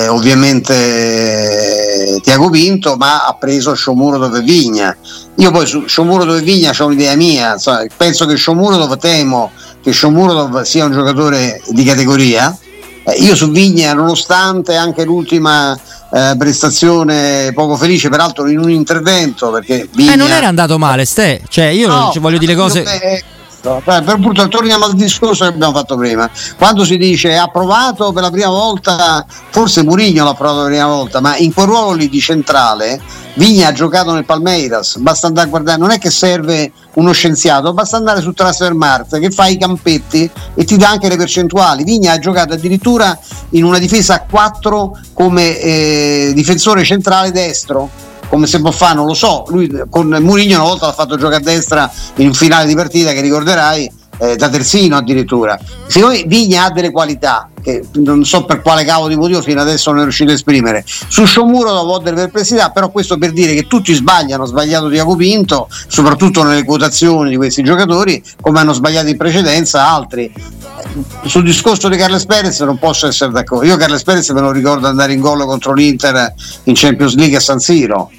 ovviamente Tiago Pinto, ma ha preso Shomurodov e Vigna. Io poi su Shomurodov e Vigna c'ho un'idea mia, penso che temo che Shomurodov sia un giocatore di categoria. Io su Vigna, nonostante anche l'ultima prestazione poco felice, peraltro in un intervento, perché Vigna non era andato male, cioè io voglio dire cose. Purtroppo torniamo al discorso che abbiamo fatto prima. Quando si dice ha provato per la prima volta, forse Mourinho l'ha provato per la prima volta, ma in quel ruolo lì di centrale Vigna ha giocato nel Palmeiras, basta andare a guardare, non è che serve uno scienziato, basta andare su Transfermarkt che fa i campetti e ti dà anche le percentuali. Vigna ha giocato addirittura in una difesa a 4 come difensore centrale destro, come se può fare, non lo so. Lui con Mourinho una volta l'ha fatto giocare a destra in un finale di partita che ricorderai, da terzino addirittura. Secondo me Vigna ha delle qualità che non so per quale cavolo di motivo fino adesso non è riuscito a esprimere. Su Shomurodov ho delle perplessità, però questo per dire che tutti sbagliano. Ha sbagliato Tiago Pinto, soprattutto nelle quotazioni di questi giocatori, come hanno sbagliato in precedenza altri. Sul discorso di Carles Perez non posso essere d'accordo. Io Carles Perez me lo ricordo andare in gol contro l'Inter in Champions League a San Siro,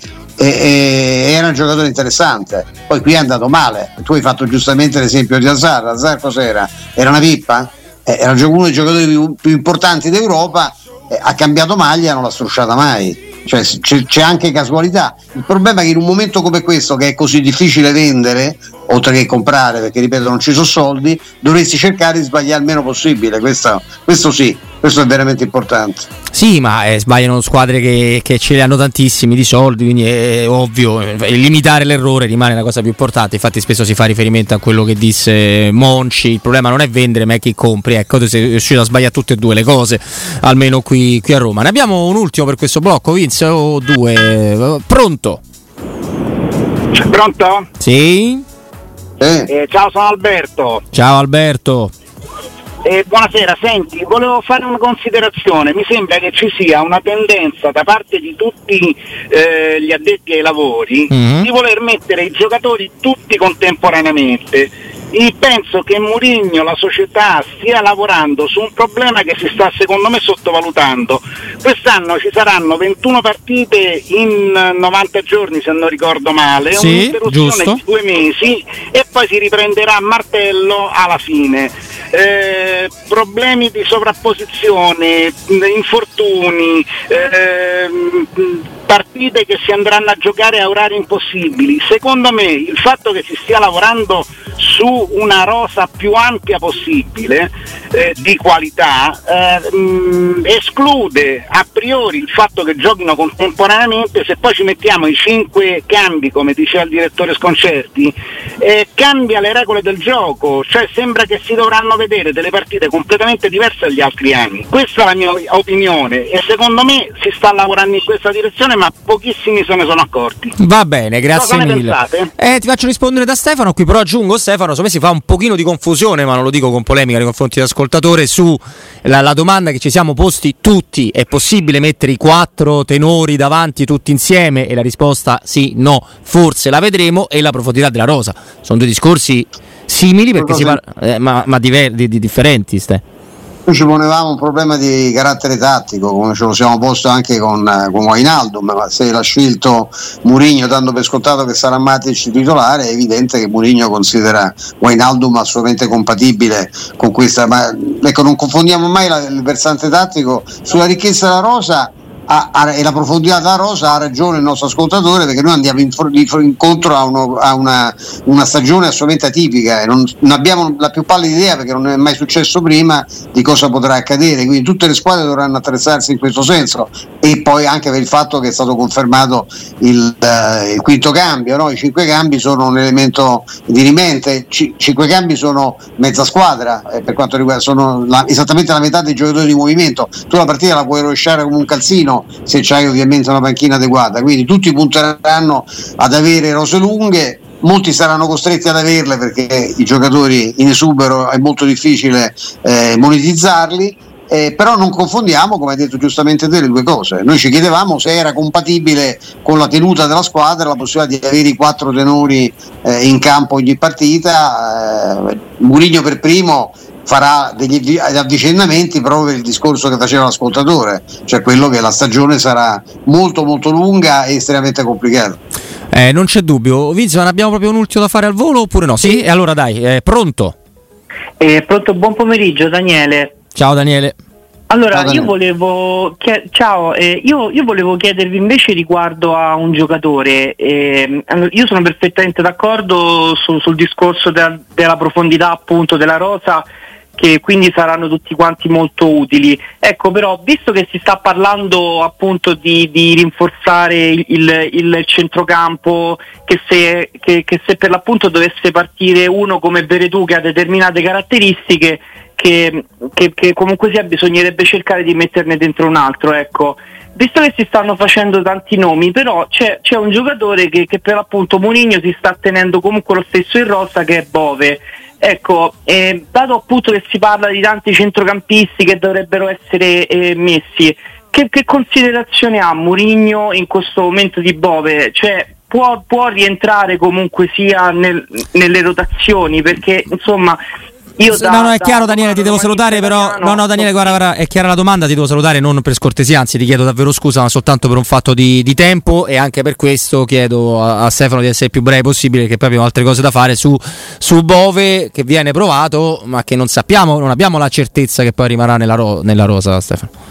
e era un giocatore interessante. Poi qui è andato male. Tu hai fatto giustamente l'esempio di Hazard cos'era? Era una pippa? Era uno dei giocatori più importanti d'Europa, ha cambiato maglia, non l'ha strusciata mai. Cioè c'è anche casualità. Il problema è che in un momento come questo, che è così difficile vendere oltre che comprare, perché ripeto non ci sono soldi, dovresti cercare di sbagliare il meno possibile. Questo sì, questo è veramente importante. Sì, ma sbagliano squadre che ce le hanno tantissimi di soldi, quindi è ovvio, limitare l'errore rimane la cosa più importante. Infatti spesso si fa riferimento a quello che disse Monci: il problema non è vendere ma è chi compri. Ecco, tu sei riuscito a sbagliare tutte e due le cose, almeno qui a Roma. Ne abbiamo un ultimo per questo blocco, Vince, o due? Pronto? Pronto? Sì? Ciao, sono Alberto. Ciao Alberto. Buonasera, senti, volevo fare una considerazione. Mi sembra che ci sia una tendenza da parte di tutti gli addetti ai lavori di voler mettere i giocatori tutti contemporaneamente. E penso che Mourinho, la società, stia lavorando su un problema che si sta secondo me sottovalutando. Quest'anno ci saranno 21 partite in 90 giorni se non ricordo male, sì, un'interruzione giusto, di 2 mesi e poi si riprenderà a martello alla fine. Problemi di sovrapposizione, infortuni, partite che si andranno a giocare a orari impossibili. Secondo me il fatto che si stia lavorando su una rosa più ampia possibile, di qualità, esclude a priori il fatto che giochino contemporaneamente. Se poi ci mettiamo i 5 cambi, come diceva il direttore Sconcerti, cambia le regole del gioco, cioè sembra che si dovranno vedere delle partite completamente diverse dagli altri anni. Questa è la mia opinione e secondo me si sta lavorando in questa direzione, ma pochissimi se ne sono accorti. Va bene, grazie mille. Pensate? Ti faccio rispondere da Stefano qui, però aggiungo, Stefano, secondo me si fa un pochino di confusione, ma non lo dico con polemica nei confronti dell'ascoltatore, su la domanda che ci siamo posti tutti: è possibile mettere i 4 tenori davanti tutti insieme? E la risposta sì, no, forse la vedremo. E la profondità della rosa sono due discorsi simili perché si parla, ma differenti, Ste. Noi ci ponevamo un problema di carattere tattico, come ce lo siamo posto anche con Wijnaldum, ma se l'ha scelto Mourinho dando per scontato che sarà Matic titolare, è evidente che Mourinho considera Wijnaldum assolutamente compatibile con questa, ma ecco, non confondiamo mai il versante tattico. Sulla ricchezza della rosa e la profondità della rosa ha ragione il nostro ascoltatore, perché noi andiamo incontro a una stagione assolutamente atipica e non abbiamo la più pallida idea, perché non è mai successo prima, di cosa potrà accadere, quindi tutte le squadre dovranno attrezzarsi in questo senso, e poi anche per il fatto che è stato confermato il quinto cambio, no? I 5 cambi sono un elemento dirimente, 5 cambi sono mezza squadra, per quanto riguarda, sono esattamente la metà dei giocatori di movimento. Tu la partita la puoi rovesciare come un calzino se c'hai ovviamente una panchina adeguata, quindi tutti punteranno ad avere rose lunghe, molti saranno costretti ad averle perché i giocatori in esubero è molto difficile monetizzarli, però non confondiamo, come hai detto giustamente te, le due cose. Noi ci chiedevamo se era compatibile con la tenuta della squadra la possibilità di avere i 4 tenori in campo ogni partita. Mourinho per primo farà degli avvicendamenti proprio per il discorso che faceva l'ascoltatore, cioè quello che la stagione sarà molto molto lunga e estremamente complicata. Non c'è dubbio. Vinzman, abbiamo proprio un ultimo da fare al volo oppure no? Sì? E allora dai, pronto? Pronto, buon pomeriggio Daniele. Ciao Daniele. Allora, io volevo chiedervi invece riguardo a un giocatore. Io sono perfettamente d'accordo sul discorso della profondità appunto della rosa, che quindi saranno tutti quanti molto utili. Ecco, però, visto che si sta parlando appunto di rinforzare il centrocampo, che se per l'appunto dovesse partire uno come Veretout che ha determinate caratteristiche, che comunque sia bisognerebbe cercare di metterne dentro un altro, ecco. Visto che si stanno facendo tanti nomi, però c'è un giocatore che per l'appunto Mourinho si sta tenendo comunque lo stesso in rosa, che è Bove. Ecco, dato appunto che si parla di tanti centrocampisti che dovrebbero essere messi, che considerazione ha Mourinho in questo momento di Bove? Cioè, può rientrare comunque sia nelle rotazioni, perché insomma... No, è chiaro Daniele, ti devo salutare, però no Daniele, guarda, è chiara la domanda, ti devo salutare non per scortesia, anzi ti chiedo davvero scusa, ma soltanto per un fatto di tempo, e anche per questo chiedo a Stefano di essere il più breve possibile, che poi abbiamo altre cose da fare su Bove, che viene provato ma che non abbiamo la certezza che poi rimarrà nella rosa, Stefano.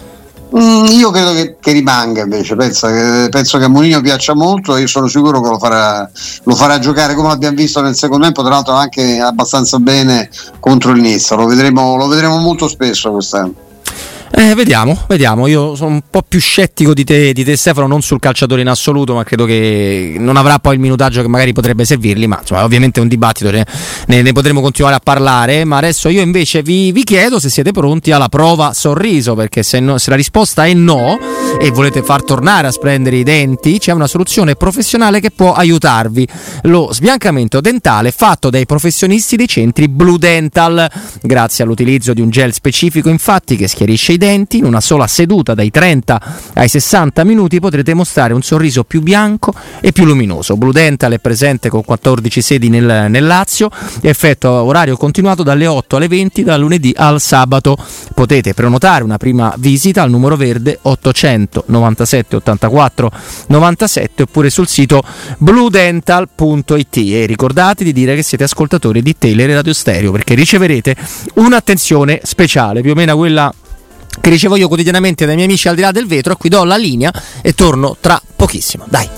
Io credo che rimanga, invece penso che a Mourinho piaccia molto, e io sono sicuro che lo farà giocare, come l'abbiamo visto nel secondo tempo, tra l'altro anche abbastanza bene contro il Nizza. Lo vedremo molto spesso quest'anno. Vediamo. Io sono un po' più scettico di te Stefano, non sul calciatore in assoluto, ma credo che non avrà poi il minutaggio che magari potrebbe servirgli, ma insomma ovviamente è un dibattito, ne potremo continuare a parlare. Ma adesso io invece vi chiedo se siete pronti alla prova sorriso, perché se la risposta è no e volete far tornare a splendere i denti, c'è una soluzione professionale che può aiutarvi: lo sbiancamento dentale fatto dai professionisti dei centri Blue Dental. Grazie all'utilizzo di un gel specifico, infatti, che schiarisce i denti in una sola seduta dai 30 ai 60 minuti, potrete mostrare un sorriso più bianco e più luminoso. Blue Dental è presente con 14 sedi nel Lazio, effettua orario continuato dalle 8 alle 20 dal lunedì al sabato. Potete prenotare una prima visita al numero verde 897 84 97 oppure sul sito bluedental.it, e ricordate di dire che siete ascoltatori di Tele Radio Stereo, perché riceverete un'attenzione speciale, più o meno quella che ricevo io quotidianamente dai miei amici al di là del vetro. A cui do la linea e torno tra pochissimo. Dai.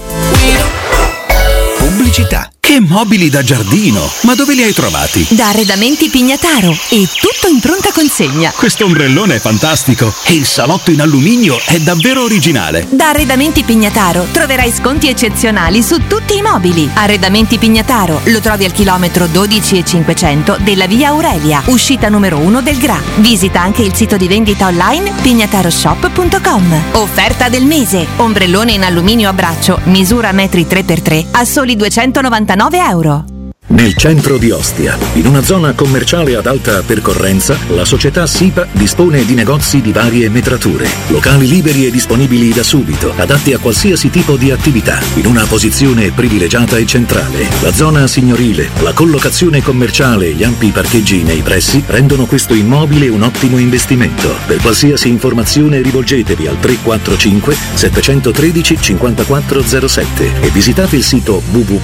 Pubblicità. Che mobili da giardino! Ma dove li hai trovati? Da Arredamenti Pignataro, e tutto in pronta consegna. Questo ombrellone è fantastico e il salotto in alluminio è davvero originale. Da Arredamenti Pignataro troverai sconti eccezionali su tutti i mobili. Arredamenti Pignataro lo trovi al chilometro 12,500 della via Aurelia, uscita numero 1 del Gra. Visita anche il sito di vendita online pignataroshop.com. Offerta del mese: ombrellone in alluminio a braccio, misura metri 3x3 a soli €299. Nel centro di Ostia, in una zona commerciale ad alta percorrenza, la società SIPA dispone di negozi di varie metrature, locali liberi e disponibili da subito, adatti a qualsiasi tipo di attività, in una posizione privilegiata e centrale. La zona signorile, la collocazione commerciale e gli ampi parcheggi nei pressi rendono questo immobile un ottimo investimento. Per qualsiasi informazione rivolgetevi al 345 713 5407 e visitate il sito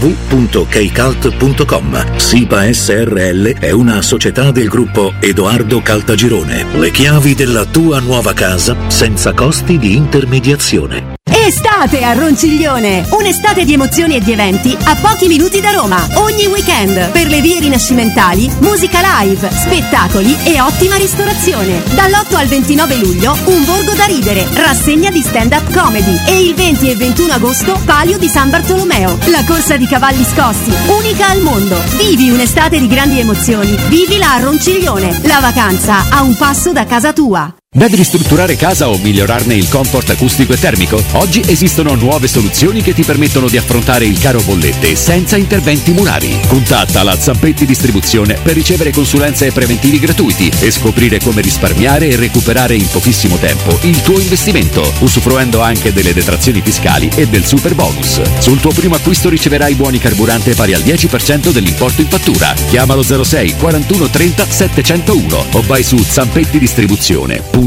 www.keicalt.com. SIPA SRL è una società del gruppo Edoardo Caltagirone. Le chiavi della tua nuova casa senza costi di intermediazione. Estate a Ronciglione! Un'estate di emozioni e di eventi a pochi minuti da Roma. Ogni weekend per le vie rinascimentali, musica live, spettacoli e ottima ristorazione. Dall'8 al 29 luglio un borgo da ridere, rassegna di stand-up comedy e il 20 e 21 agosto Palio di San Bartolomeo. La corsa di cavalli scossi, unica al mondo. Vivi un'estate di grandi emozioni. Vivila a Ronciglione. La vacanza a un passo da casa tua. Devi ristrutturare casa o migliorarne il comfort acustico e termico? Oggi esistono nuove soluzioni che ti permettono di affrontare il caro bollette senza interventi murari. Contatta la Zampetti Distribuzione per ricevere consulenze e preventivi gratuiti e scoprire come risparmiare e recuperare in pochissimo tempo il tuo investimento, usufruendo anche delle detrazioni fiscali e del super bonus. Sul tuo primo acquisto riceverai buoni carburante pari al 10% dell'importo in fattura. Chiamalo 06 41 30 701 o vai su zampettidistribuzione.it.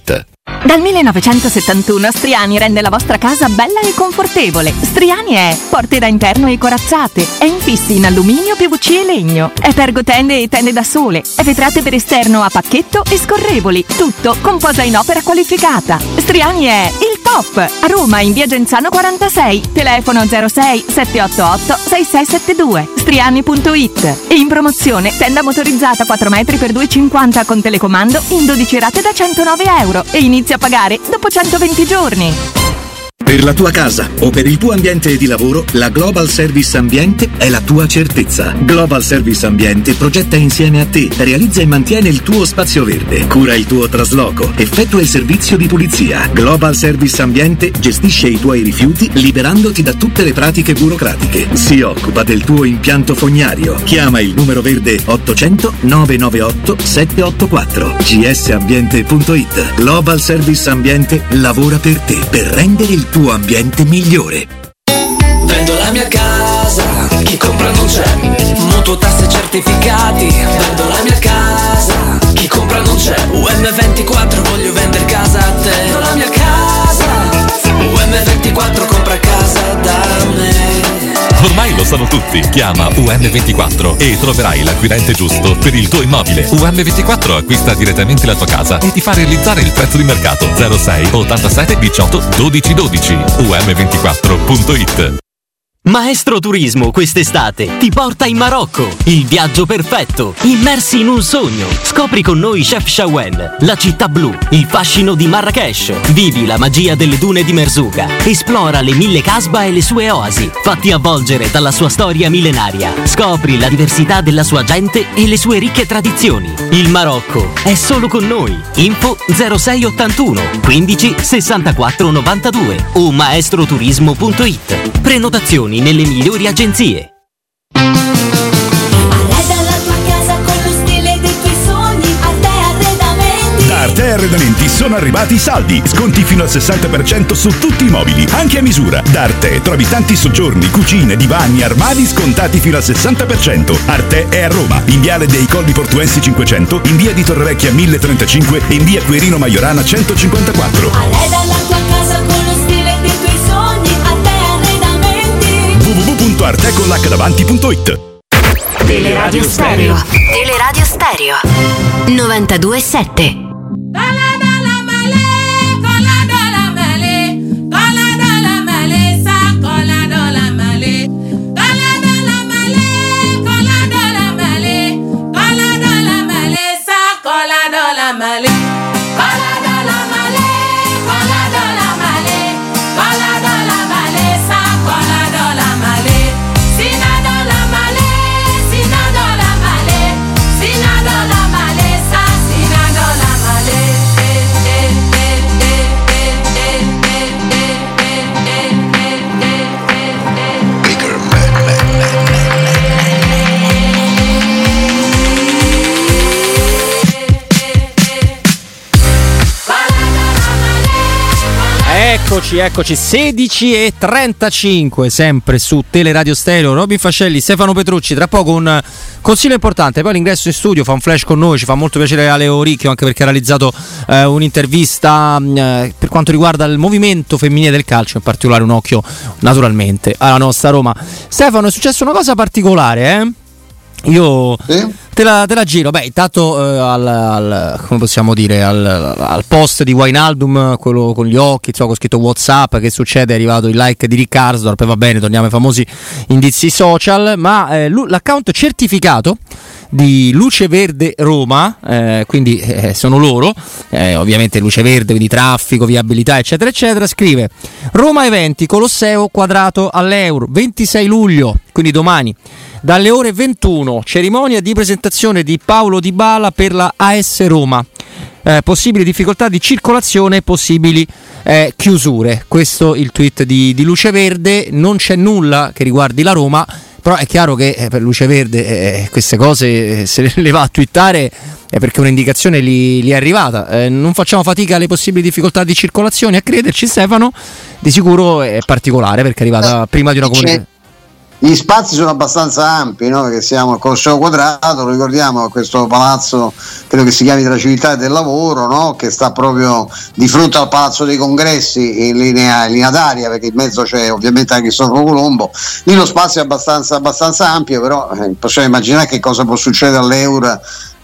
Dal 1971 Striani rende la vostra casa bella e confortevole. Striani è porte da interno e corazzate, è infissi in alluminio, PVC e legno, è pergotende e tende da sole, è vetrate per esterno a pacchetto e scorrevoli, tutto con posa in opera qualificata. Striani è il top! A Roma in via Genzano 46, telefono 06 788 6672, striani.it. E in promozione tenda motorizzata 4 metri per 2,50 con telecomando in 12 rate da 109 euro e inizia a pagare dopo 120 giorni. Per la tua casa o per il tuo ambiente di lavoro, la Global Service Ambiente è la tua certezza. Global Service Ambiente progetta insieme a te, realizza e mantiene il tuo spazio verde, cura il tuo trasloco, effettua il servizio di pulizia. Global Service Ambiente gestisce i tuoi rifiuti liberandoti da tutte le pratiche burocratiche. Si occupa del tuo impianto fognario. Chiama il numero verde 800 998 784. gsambiente.it. Global Service Ambiente lavora per te per rendere il tuo ambiente migliore. Vendo la mia casa, chi compra non c'è. Mutuo, tasse, certificati. Vendo la mia casa, chi compra non c'è. UM24, voglio vendere casa a te. Vendo la mia casa, UM24, compra casa da me. Ormai lo sanno tutti. Chiama UM24 e troverai l'acquirente giusto per il tuo immobile. UM24 acquista direttamente la tua casa e ti fa realizzare il prezzo di mercato. 06 87 18 12 12. UM24.it. Maestro Turismo quest'estate ti porta in Marocco. Il viaggio perfetto, immersi in un sogno. Scopri con noi Chef Shawen, la città blu, il fascino di Marrakech. Vivi la magia delle dune di Merzouga. Esplora le 1000 casbah e le sue oasi. Fatti avvolgere dalla sua storia millenaria. Scopri la diversità della sua gente e le sue ricche tradizioni. Il Marocco è solo con noi. Info 0681 15 64 92 o maestroturismo.it. Prenotazioni nelle migliori agenzie. Arreda la tua casa con lo stile dei tuoi sogni. Arte Arredamenti. Da Arte Arredamenti sono arrivati i saldi. Sconti fino al 60% su tutti i mobili, anche a misura. Da Arte trovi tanti soggiorni, cucine, divani, armadi scontati fino al 60%. Arte è a Roma, in viale dei Colli Portuensi 500, in via di Torrevecchia 1035 e in via Quirino Maiorana 154. Arreda la tua casa con lo stile dei tuoi sogni. www.arteconlacdavanti.it. Teleradio Stereo. Teleradio Stereo 92.7. Eccoci 16:35 sempre su Teleradio Stereo. Robin Fascelli, Stefano Petrucci, tra poco un consiglio importante, poi l'ingresso in studio, fa un flash con noi, ci fa molto piacere Leo Ricchio anche perché ha realizzato un'intervista per quanto riguarda il movimento femminile del calcio, in particolare un occhio naturalmente alla nostra Roma. Stefano, è successa una cosa particolare, io te la giro. Beh, intanto come possiamo dire, al post di Wijnaldum, quello con gli occhi, con scritto WhatsApp, che succede, è arrivato il like di Rick Karsdorp, va bene, torniamo ai famosi indizi social, ma l'account certificato di Luce Verde Roma, quindi sono loro, ovviamente Luce Verde, quindi traffico, viabilità eccetera eccetera, scrive: Roma Eventi Colosseo Quadrato all'Euro, 26 luglio, quindi domani, dalle ore 21, cerimonia di presentazione di Paulo Dybala per la AS Roma, possibili difficoltà di circolazione, possibili chiusure. Questo il tweet di Luce Verde. Non c'è nulla che riguardi la Roma, però è chiaro che per Luce Verde queste cose se le va a twittare è perché un'indicazione gli è arrivata. Non facciamo fatica alle possibili difficoltà di circolazione, a crederci Stefano, di sicuro è particolare perché è arrivata prima di una comunicazione. Gli spazi sono abbastanza ampi, no? Perché siamo al Colosseo Quadrato, lo ricordiamo, questo palazzo, credo che si chiami della Civiltà e del Lavoro, no? Che sta proprio di fronte al Palazzo dei Congressi in linea d'aria, perché in mezzo c'è ovviamente anche Cristoforo Colombo. Lì lo spazio è abbastanza ampio, però possiamo immaginare che cosa può succedere all'Euro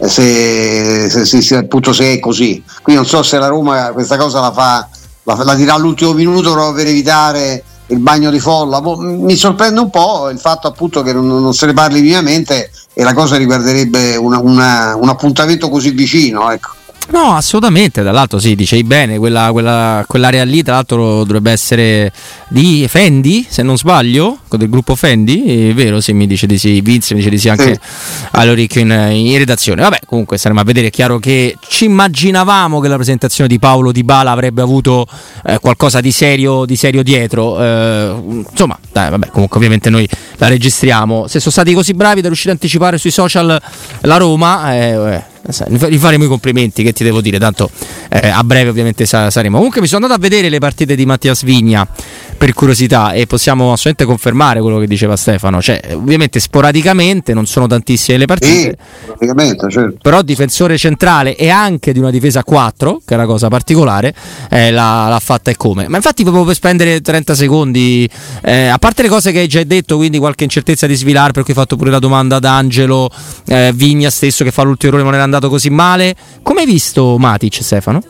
se è così. Quindi non so se la Roma questa cosa la dirà all'ultimo minuto proprio per evitare il bagno di folla. Mi sorprende un po' il fatto appunto che non se ne parli minimamente e la cosa riguarderebbe un appuntamento così vicino, ecco. No, assolutamente. Dall'altro sì, dicevi bene, quell'area lì tra l'altro dovrebbe essere di Fendi, se non sbaglio, del gruppo Fendi, è vero? Sì, mi dice di sì, Vince mi dice di sì anche all'orecchio in redazione. Vabbè, comunque staremo a vedere. È chiaro che ci immaginavamo che la presentazione di Paulo Dybala avrebbe avuto qualcosa di serio dietro, insomma, dai, vabbè, comunque ovviamente noi la registriamo. Se sono stati così bravi da riuscire a anticipare sui social la Roma, gli faremo i complimenti, che ti devo dire, tanto a breve ovviamente saremo. Comunque mi sono andato a vedere le partite di Mattias Vigna per curiosità e possiamo assolutamente confermare quello che diceva Stefano, cioè ovviamente sporadicamente, non sono tantissime le partite, certo. Però difensore centrale e anche di una difesa a 4, che è una cosa particolare, l'ha fatta e come. Ma infatti proprio per spendere 30 secondi, a parte le cose che hai già detto, quindi qualche incertezza di Svilar, per cui hai fatto pure la domanda ad Angelo, Vigna stesso che fa l'ultimo errore, non era andato così male. Come hai visto Matic, Stefano?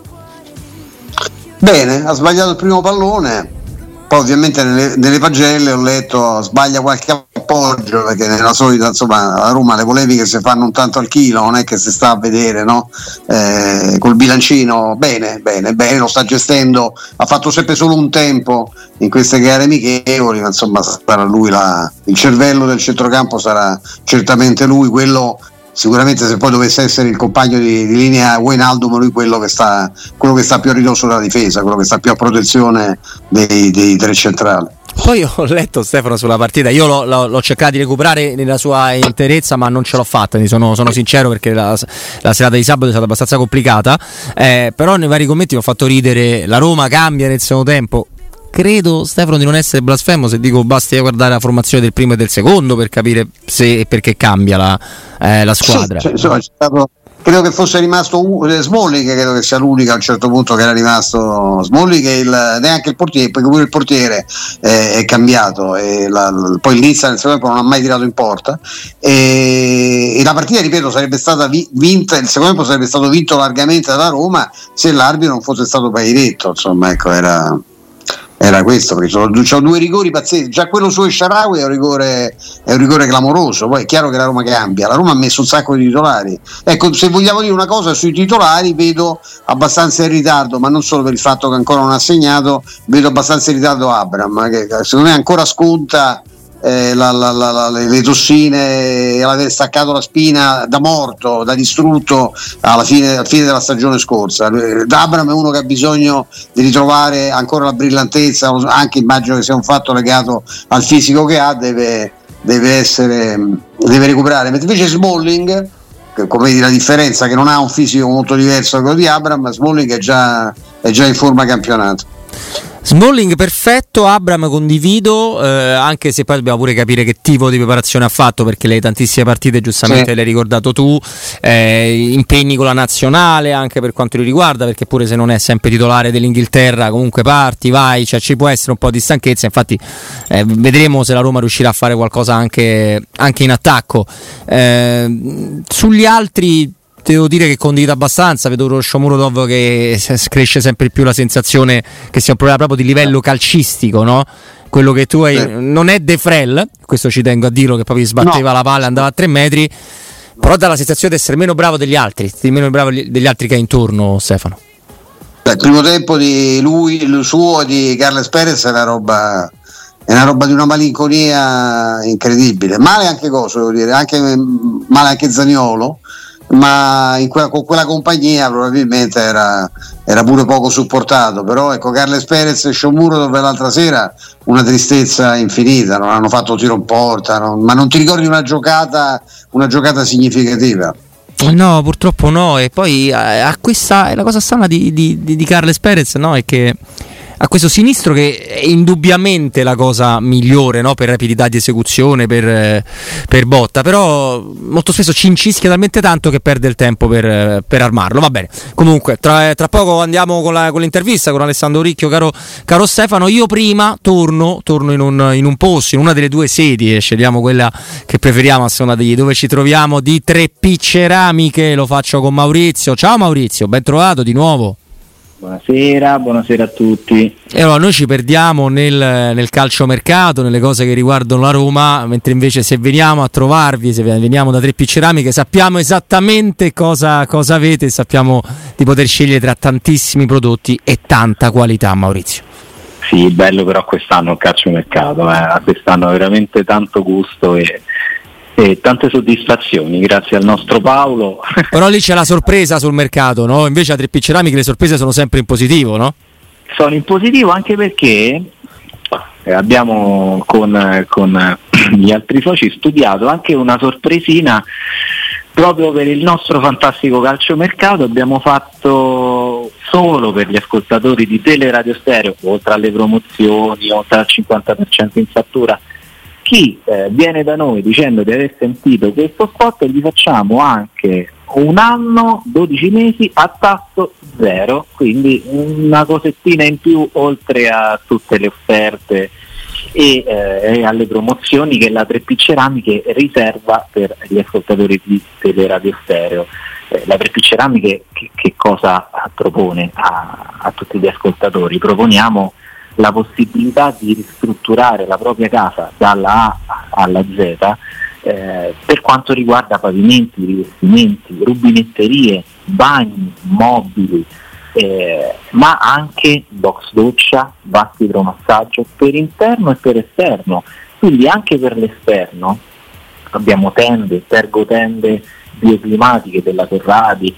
Bene, ha sbagliato il primo pallone, poi ovviamente nelle pagelle ho letto sbaglia qualche appoggio, perché nella solita, insomma, a Roma le polemiche si fanno un tanto al chilo, non è che si sta a vedere, no? Col bilancino bene, lo sta gestendo, ha fatto sempre solo un tempo in queste gare amichevoli, ma insomma sarà lui il cervello del centrocampo, sarà certamente lui quello. Sicuramente se poi dovesse essere il compagno di linea Wijnaldum, lui quello che sta più a ridosso della difesa, quello che sta più a protezione dei tre centrali. Poi ho letto, Stefano, sulla partita, io l'ho cercato di recuperare nella sua interezza, ma non ce l'ho fatta, sono sincero, perché la serata di sabato è stata abbastanza complicata, però nei vari commenti mi ho fatto ridere. La Roma cambia nel secondo tempo. Credo, Stefano, di non essere blasfemo se dico basti guardare la formazione del primo e del secondo per capire se e perché cambia la squadra. Sì, credo che fosse rimasto Smalling, credo che sia l'unico a un certo punto che era rimasto Smalling, e neanche il portiere, perché pure il portiere è cambiato, e poi il Nizza nel secondo tempo non ha mai tirato in porta, e la partita, ripeto, sarebbe stata vinta, il secondo tempo sarebbe stato vinto largamente dalla Roma se l'arbitro non fosse stato Pairetto, insomma, ecco, era questo, perché c'ho due rigori pazzeschi. Già quello su Esharawi è un rigore clamoroso. Poi è chiaro che la Roma cambia, la Roma ha messo un sacco di titolari. Ecco, se vogliamo dire una cosa sui titolari, vedo abbastanza in ritardo, ma non solo per il fatto che ancora non ha segnato, vedo abbastanza in ritardo Abraham, che secondo me ancora sconta le tossine, l'aver staccato la spina da morto, da distrutto alla fine della stagione scorsa. Abraham è uno che ha bisogno di ritrovare ancora la brillantezza, anche immagino che sia un fatto legato al fisico che ha, deve recuperare, mentre invece Smalling, come vedi la differenza, che non ha un fisico molto diverso da quello di Abraham, Smalling è già in forma campionato. Smalling perfetto, Abraham condivido, anche se poi dobbiamo pure capire che tipo di preparazione ha fatto, perché le tantissime partite giustamente l'hai ricordato tu, impegni con la nazionale anche per quanto li riguarda, perché pure se non è sempre titolare dell'Inghilterra comunque parti, vai, cioè ci può essere un po' di stanchezza, infatti vedremo se la Roma riuscirà a fare qualcosa anche in attacco. Sugli altri devo dire che condivido abbastanza, vedo lo Shomurodov che cresce sempre di più la sensazione che sia un problema proprio di livello calcistico, no? Quello che tu hai non è De Frel, questo ci tengo a dirlo, che proprio sbatteva la palla, andava a 3 metri, però dà la sensazione di essere meno bravo degli altri, meno bravo degli altri che ha intorno, Stefano. Il primo tempo di lui, il suo, di Carles Perez è una roba di una malinconia incredibile. Male anche devo dire, male anche Zaniolo, ma con quella compagnia probabilmente era pure poco supportato. Però ecco, Carles Perez e Shomurodov l'altra sera una tristezza infinita, non hanno fatto tiro in porta, ma non ti ricordi una giocata significativa? No, purtroppo no. E poi a questa è la cosa strana di Carles Perez, no? È che a questo sinistro che è indubbiamente la cosa migliore, no? Per rapidità di esecuzione, per botta, però molto spesso ci incischia talmente tanto che perde il tempo per armarlo. Va bene, comunque tra poco andiamo con l'intervista con Alessandro Ricchio, caro Stefano. Io prima torno in un posto, in una delle due sedi, e scegliamo quella che preferiamo a seconda di dove ci troviamo, di 3P Ceramiche. Lo faccio con Maurizio. Ciao Maurizio, ben trovato di nuovo. Buonasera a tutti. E allora noi ci perdiamo nel calciomercato, nelle cose che riguardano la Roma, mentre invece se veniamo a trovarvi, se veniamo da 3P Ceramiche, sappiamo esattamente cosa avete, sappiamo di poter scegliere tra tantissimi prodotti e tanta qualità, Maurizio. Sì, bello però quest'anno il calciomercato, quest'anno veramente tanto gusto e tante soddisfazioni grazie al nostro Paolo. Però lì c'è la sorpresa sul mercato, no? Invece a 3P Ceramiche le sorprese sono sempre in positivo, no? Sono in positivo anche perché abbiamo con gli altri soci studiato anche una sorpresina proprio per il nostro fantastico calciomercato. Abbiamo fatto solo per gli ascoltatori di Teleradio Stereo, oltre alle promozioni, oltre al 50% in fattura, chi viene da noi dicendo di aver sentito questo spot, gli facciamo anche un anno, 12 mesi a tasso zero, quindi una cosettina in più oltre a tutte le offerte e alle promozioni che la 3P Ceramiche riserva per gli ascoltatori di Teleradio Stereo. La 3P Ceramiche che cosa propone a tutti gli ascoltatori? Proponiamo la possibilità di ristrutturare la propria casa dalla A alla Z per quanto riguarda pavimenti, rivestimenti, rubinetterie, bagni, mobili, ma anche box doccia, vasche idromassaggio per interno e per esterno. Quindi anche per l'esterno abbiamo tende, tergotende bioclimatiche della Corradi,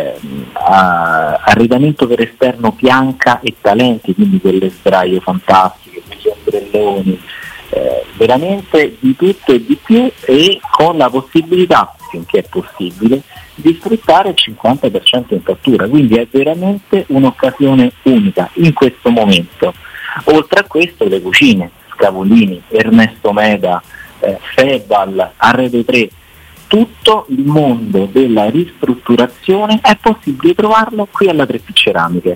arredamento per esterno Pianca e Talenti, quindi quelle sdraio fantastiche, quegli ombrelloni, veramente di tutto e di più, e con la possibilità, finché è possibile, di sfruttare il 50% in fattura, quindi è veramente un'occasione unica in questo momento. Oltre a questo le cucine, Scavolini, Ernesto Meda, Febal, Arredo 3, tutto il mondo della ristrutturazione è possibile trovarlo qui alla 3P Ceramiche.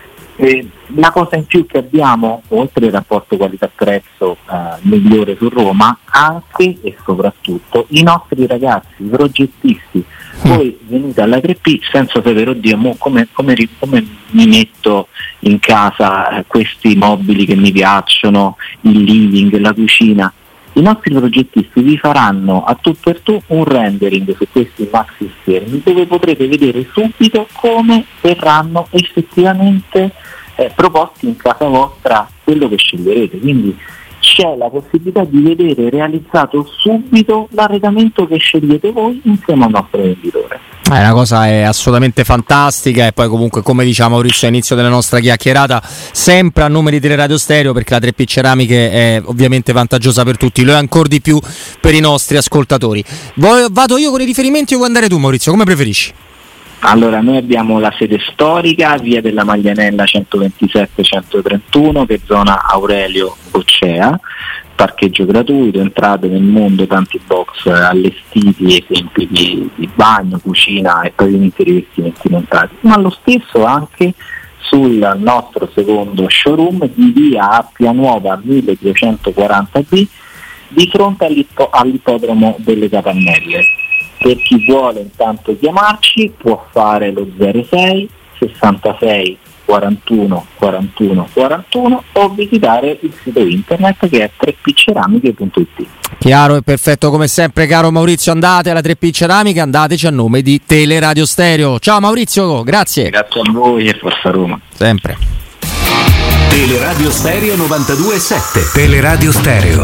La cosa in più che abbiamo, oltre al rapporto qualità-prezzo migliore su Roma, anche e soprattutto i nostri ragazzi, i progettisti. Voi venite alla 3P senza sapere, oddio, come mi metto in casa questi mobili che mi piacciono, il living, la cucina. I nostri progettisti vi faranno a tu per tu un rendering su questi maxi schermi dove potrete vedere subito come verranno effettivamente proposti in casa vostra quello che sceglierete. Quindi c'è la possibilità di vedere realizzato subito l'arredamento che scegliete voi insieme al nostro venditore. Una cosa è assolutamente fantastica, e poi comunque, come diciamo Maurizio all'inizio della nostra chiacchierata, sempre a nome di Teleradio Stereo, perché la 3P Ceramiche è ovviamente vantaggiosa per tutti, lo è ancora di più per i nostri ascoltatori. Vado io con i riferimenti o vuoi andare tu, Maurizio? Come preferisci? Allora, noi abbiamo la sede storica, via della Maglianella 127-131, che è zona Aurelio Boccea, parcheggio gratuito, entrate nel mondo, tanti box allestiti, esempi di bagno, cucina e pavimenti e rivestimenti montati, ma lo stesso anche sul nostro secondo showroom di via Appia Nuova 1240B, di fronte all'ippodromo delle Capannelle. Per chi vuole intanto chiamarci può fare lo 06 66 41 41 41 o visitare il sito internet che è 3pceramiche.it. Chiaro e perfetto come sempre, caro Maurizio. Andate alla 3P Ceramica, andateci a nome di Teleradio Stereo. Ciao Maurizio, grazie. Grazie a voi e forza Roma. Sempre. Teleradio Stereo 92.7. Teleradio Stereo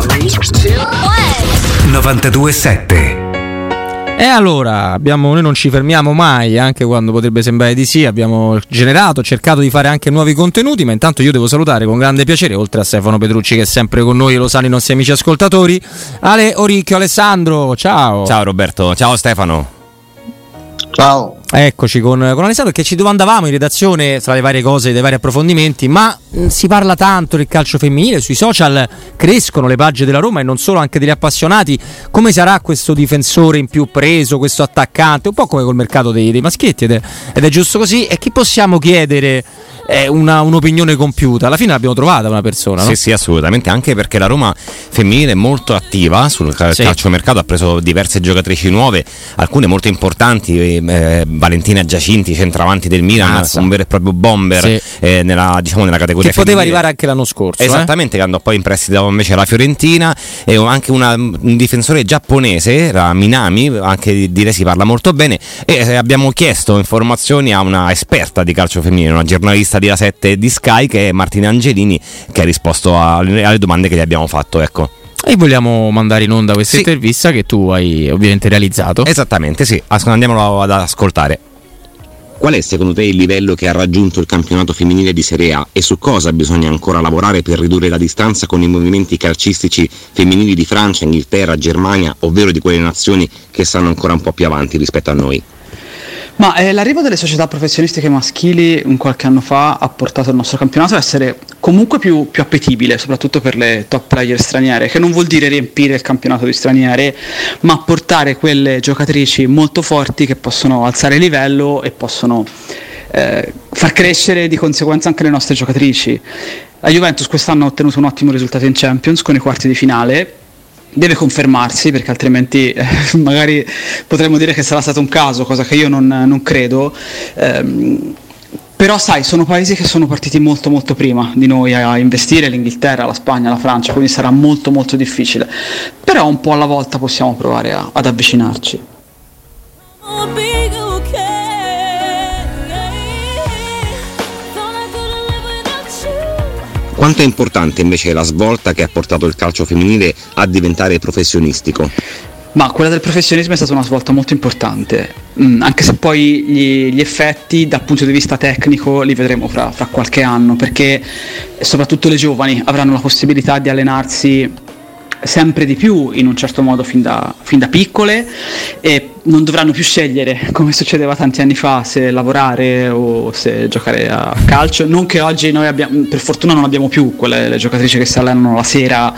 92.7. E allora, noi non ci fermiamo mai, anche quando potrebbe sembrare di sì, abbiamo cercato di fare anche nuovi contenuti, ma intanto io devo salutare con grande piacere, oltre a Stefano Petrucci che è sempre con noi, lo sanno i nostri amici ascoltatori, Ale Oricchio. Alessandro, ciao. Ciao Roberto, ciao Stefano. Ciao. Eccoci con Alessandro, che ci domandavamo in redazione tra le varie cose, dei vari approfondimenti, ma si parla tanto del calcio femminile, sui social crescono le pagine della Roma e non solo, anche degli appassionati. Come sarà questo difensore in più preso, questo attaccante, un po' come col mercato dei maschietti, ed è giusto così. E chi possiamo chiedere un'opinione compiuta? Alla fine l'abbiamo trovata una persona, no? Sì, assolutamente, anche perché la Roma femminile è molto attiva sul calciomercato, ha preso diverse giocatrici nuove, alcune molto importanti, Valentina Giacinti, centravanti del Milan, un vero e proprio bomber nella categoria che femminile, poteva arrivare anche l'anno scorso, esattamente, che andò poi in prestito invece alla Fiorentina, e anche un difensore giapponese, la Minami, anche di lei si parla molto bene, e abbiamo chiesto informazioni a una esperta di calcio femminile, una giornalista di A7 di Sky, che è Martina Angelini, che ha risposto alle domande che gli abbiamo fatto, ecco. E vogliamo mandare in onda questa intervista che tu hai ovviamente realizzato. Esattamente, sì, andiamolo ad ascoltare. Qual è secondo te il livello che ha raggiunto il campionato femminile di Serie A e su cosa bisogna ancora lavorare per ridurre la distanza con i movimenti calcistici femminili di Francia, Inghilterra, Germania, ovvero di quelle nazioni che stanno ancora un po' più avanti rispetto a noi? Ma l'arrivo delle società professionistiche maschili qualche anno fa ha portato il nostro campionato a essere comunque più appetibile, soprattutto per le top player straniere, che non vuol dire riempire il campionato di straniere, ma portare quelle giocatrici molto forti che possono alzare il livello e possono far crescere di conseguenza anche le nostre giocatrici. La Juventus quest'anno ha ottenuto un ottimo risultato in Champions con i quarti di finale. Deve confermarsi, perché altrimenti magari potremmo dire che sarà stato un caso, cosa che io non credo. Però sai, sono paesi che sono partiti molto molto prima di noi a investire, l'Inghilterra, la Spagna, la Francia, quindi sarà molto molto difficile. Però un po' alla volta possiamo provare ad avvicinarci. Quanto è importante invece la svolta che ha portato il calcio femminile a diventare professionistico? Ma quella del professionismo è stata una svolta molto importante, anche se poi gli effetti dal punto di vista tecnico li vedremo fra qualche anno, perché soprattutto le giovani avranno la possibilità di allenarsi sempre di più in un certo modo fin da piccole, e non dovranno più scegliere, come succedeva tanti anni fa, se lavorare o se giocare a calcio. Non che oggi noi abbiamo, per fortuna non abbiamo più le giocatrici che si allenano la sera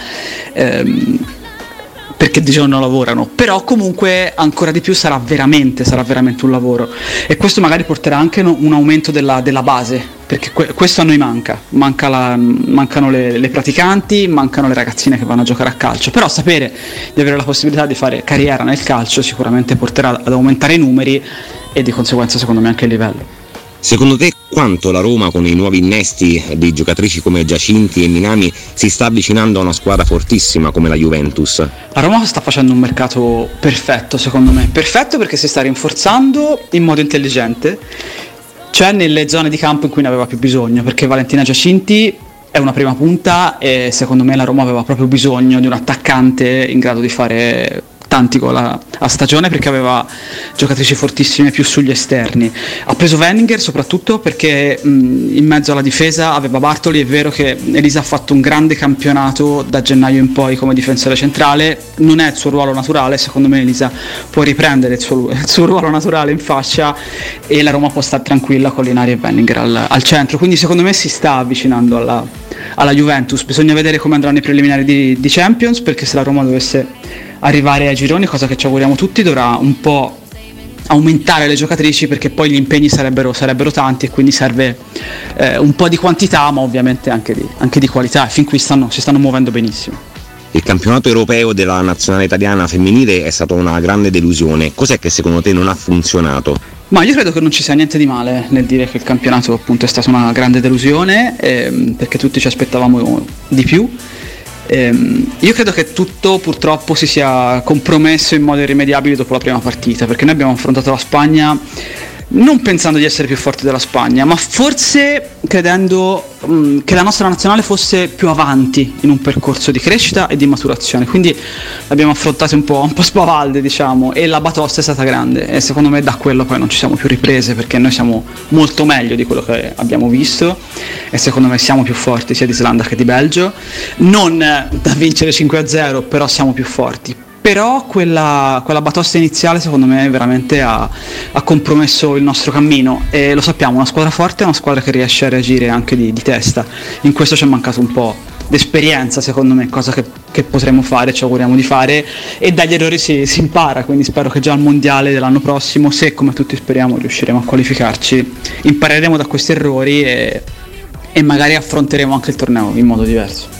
perché di giorno lavorano, però comunque ancora di più sarà veramente un lavoro, e questo magari porterà anche un aumento della base, perché questo a noi mancano le praticanti, mancano le ragazzine che vanno a giocare a calcio, però sapere di avere la possibilità di fare carriera nel calcio sicuramente porterà ad aumentare i numeri e di conseguenza secondo me anche il livello. Secondo te quanto la Roma, con i nuovi innesti di giocatrici come Giacinti e Minami, si sta avvicinando a una squadra fortissima come la Juventus? La Roma sta facendo un mercato perfetto, secondo me, perfetto perché si sta rinforzando in modo intelligente, cioè nelle zone di campo in cui ne aveva più bisogno, perché Valentina Giacinti è una prima punta e secondo me la Roma aveva proprio bisogno di un attaccante in grado di fare tanti gol a stagione perché aveva giocatrici fortissime più sugli esterni. Ha preso Wenninger soprattutto perché in mezzo alla difesa aveva Bartoli. È vero che Elisa ha fatto un grande campionato da gennaio in poi come difensore centrale, non è il suo ruolo naturale, secondo me Elisa può riprendere il suo ruolo naturale in fascia e la Roma può stare tranquilla con Linari e Wenninger al centro, quindi secondo me si sta avvicinando alla Juventus. Bisogna vedere come andranno i preliminari di Champions, perché se la Roma dovesse arrivare ai gironi, cosa che ci auguriamo tutti, dovrà un po' aumentare le giocatrici, perché poi gli impegni sarebbero tanti e quindi serve un po' di quantità ma ovviamente anche di qualità, e fin qui si stanno muovendo benissimo. Il campionato europeo della nazionale italiana femminile è stata una grande delusione. Cos'è che secondo te non ha funzionato? Ma io credo che non ci sia niente di male nel dire che il campionato appunto è stata una grande delusione, perché tutti ci aspettavamo di più. Io credo che tutto purtroppo si sia compromesso in modo irrimediabile dopo la prima partita, perché noi abbiamo affrontato la Spagna non pensando di essere più forti della Spagna, ma forse credendo che la nostra nazionale fosse più avanti in un percorso di crescita e di maturazione, quindi l'abbiamo affrontata un po' spavalde, diciamo, e la batosta è stata grande e secondo me da quello poi non ci siamo più riprese, perché noi siamo molto meglio di quello che abbiamo visto e secondo me siamo più forti sia di Islanda che di Belgio, non da vincere 5-0, però siamo più forti. Però quella batosta iniziale secondo me veramente ha compromesso il nostro cammino, e lo sappiamo, una squadra forte è una squadra che riesce a reagire anche di testa. In questo ci è mancato un po' d'esperienza secondo me, cosa che potremo fare, ci auguriamo di fare, e dagli errori si impara, quindi spero che già al mondiale dell'anno prossimo, se come tutti speriamo riusciremo a qualificarci, impareremo da questi errori e magari affronteremo anche il torneo in modo diverso.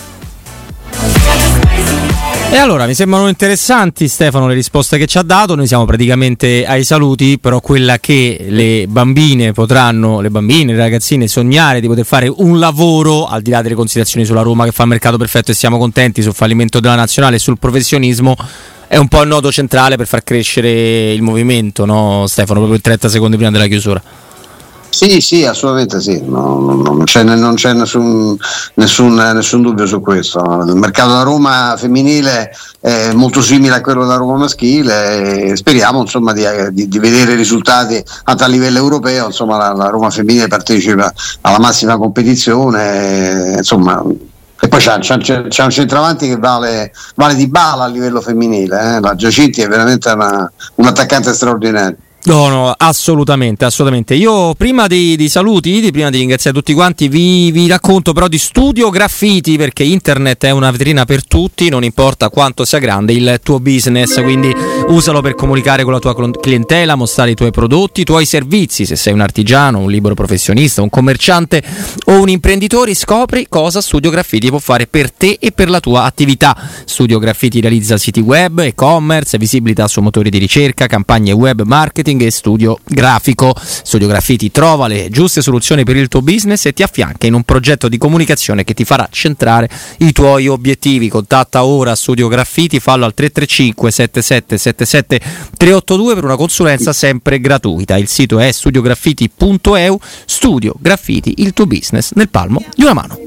E allora mi sembrano interessanti, Stefano, le risposte che ci ha dato. Noi siamo praticamente ai saluti, però quella che le bambine, le ragazzine sognare di poter fare un lavoro, al di là delle considerazioni sulla Roma che fa il mercato perfetto e siamo contenti, sul fallimento della nazionale e sul professionismo, è un po' il nodo centrale per far crescere il movimento, no Stefano? Proprio in 30 secondi prima della chiusura. Sì, assolutamente sì, non c'è nessun dubbio su questo. Il mercato della Roma femminile è molto simile a quello della Roma maschile e speriamo insomma di vedere risultati anche a livello europeo. Insomma la Roma femminile partecipa alla massima competizione, insomma. E poi c'è un centravanti che vale Dybala a livello femminile, La Giacinti è veramente un attaccante straordinario. No, assolutamente. Io prima dei saluti, prima di ringraziare tutti quanti, vi racconto però di Studio Graffiti, perché internet è una vetrina per tutti, non importa quanto sia grande il tuo business, quindi usalo per comunicare con la tua clientela, mostrare i tuoi prodotti, i tuoi servizi. Se sei un artigiano, un libero professionista, un commerciante o un imprenditore, scopri cosa Studio Graffiti può fare per te e per la tua attività. Studio Graffiti realizza siti web, e-commerce, visibilità su motori di ricerca, campagne web, marketing e studio grafico. Studio Graffiti trova le giuste soluzioni per il tuo business e ti affianca in un progetto di comunicazione che ti farà centrare i tuoi obiettivi. Contatta ora Studio Graffiti, fallo al 335 7777 382 per una consulenza sempre gratuita. Il sito è studiograffiti.eu. Studio Graffiti, il tuo business nel palmo di una mano.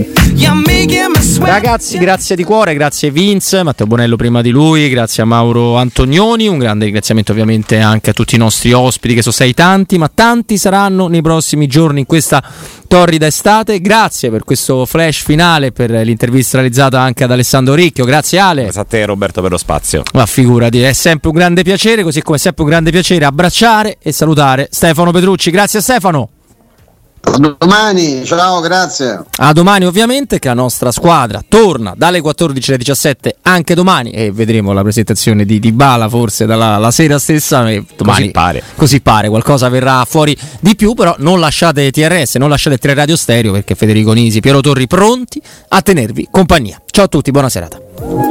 Ragazzi, grazie di cuore, grazie Vince, Matteo Bonello prima di lui, grazie a Mauro Antonioni, un grande ringraziamento ovviamente anche a tutti i nostri ospiti, che sono stati tanti, ma tanti saranno nei prossimi giorni in questa torrida estate. Grazie per questo flash finale, per l'intervista realizzata anche ad Alessandro Ricchio. Grazie Ale. Grazie a te Roberto per lo spazio. Ma figurati, è sempre un grande piacere, così come è sempre un grande piacere abbracciare e salutare Stefano Petrucci. Grazie Stefano. A domani, ciao, grazie. A domani ovviamente, che la nostra squadra torna dalle 14 alle 17 anche domani, e vedremo la presentazione di Dybala forse dalla sera stessa, e domani così pare qualcosa verrà fuori di più. Però non lasciate TRS, non lasciate Teleradio Stereo, perché Federico Nisi, Piero Torri pronti a tenervi compagnia. Ciao a tutti, buona serata.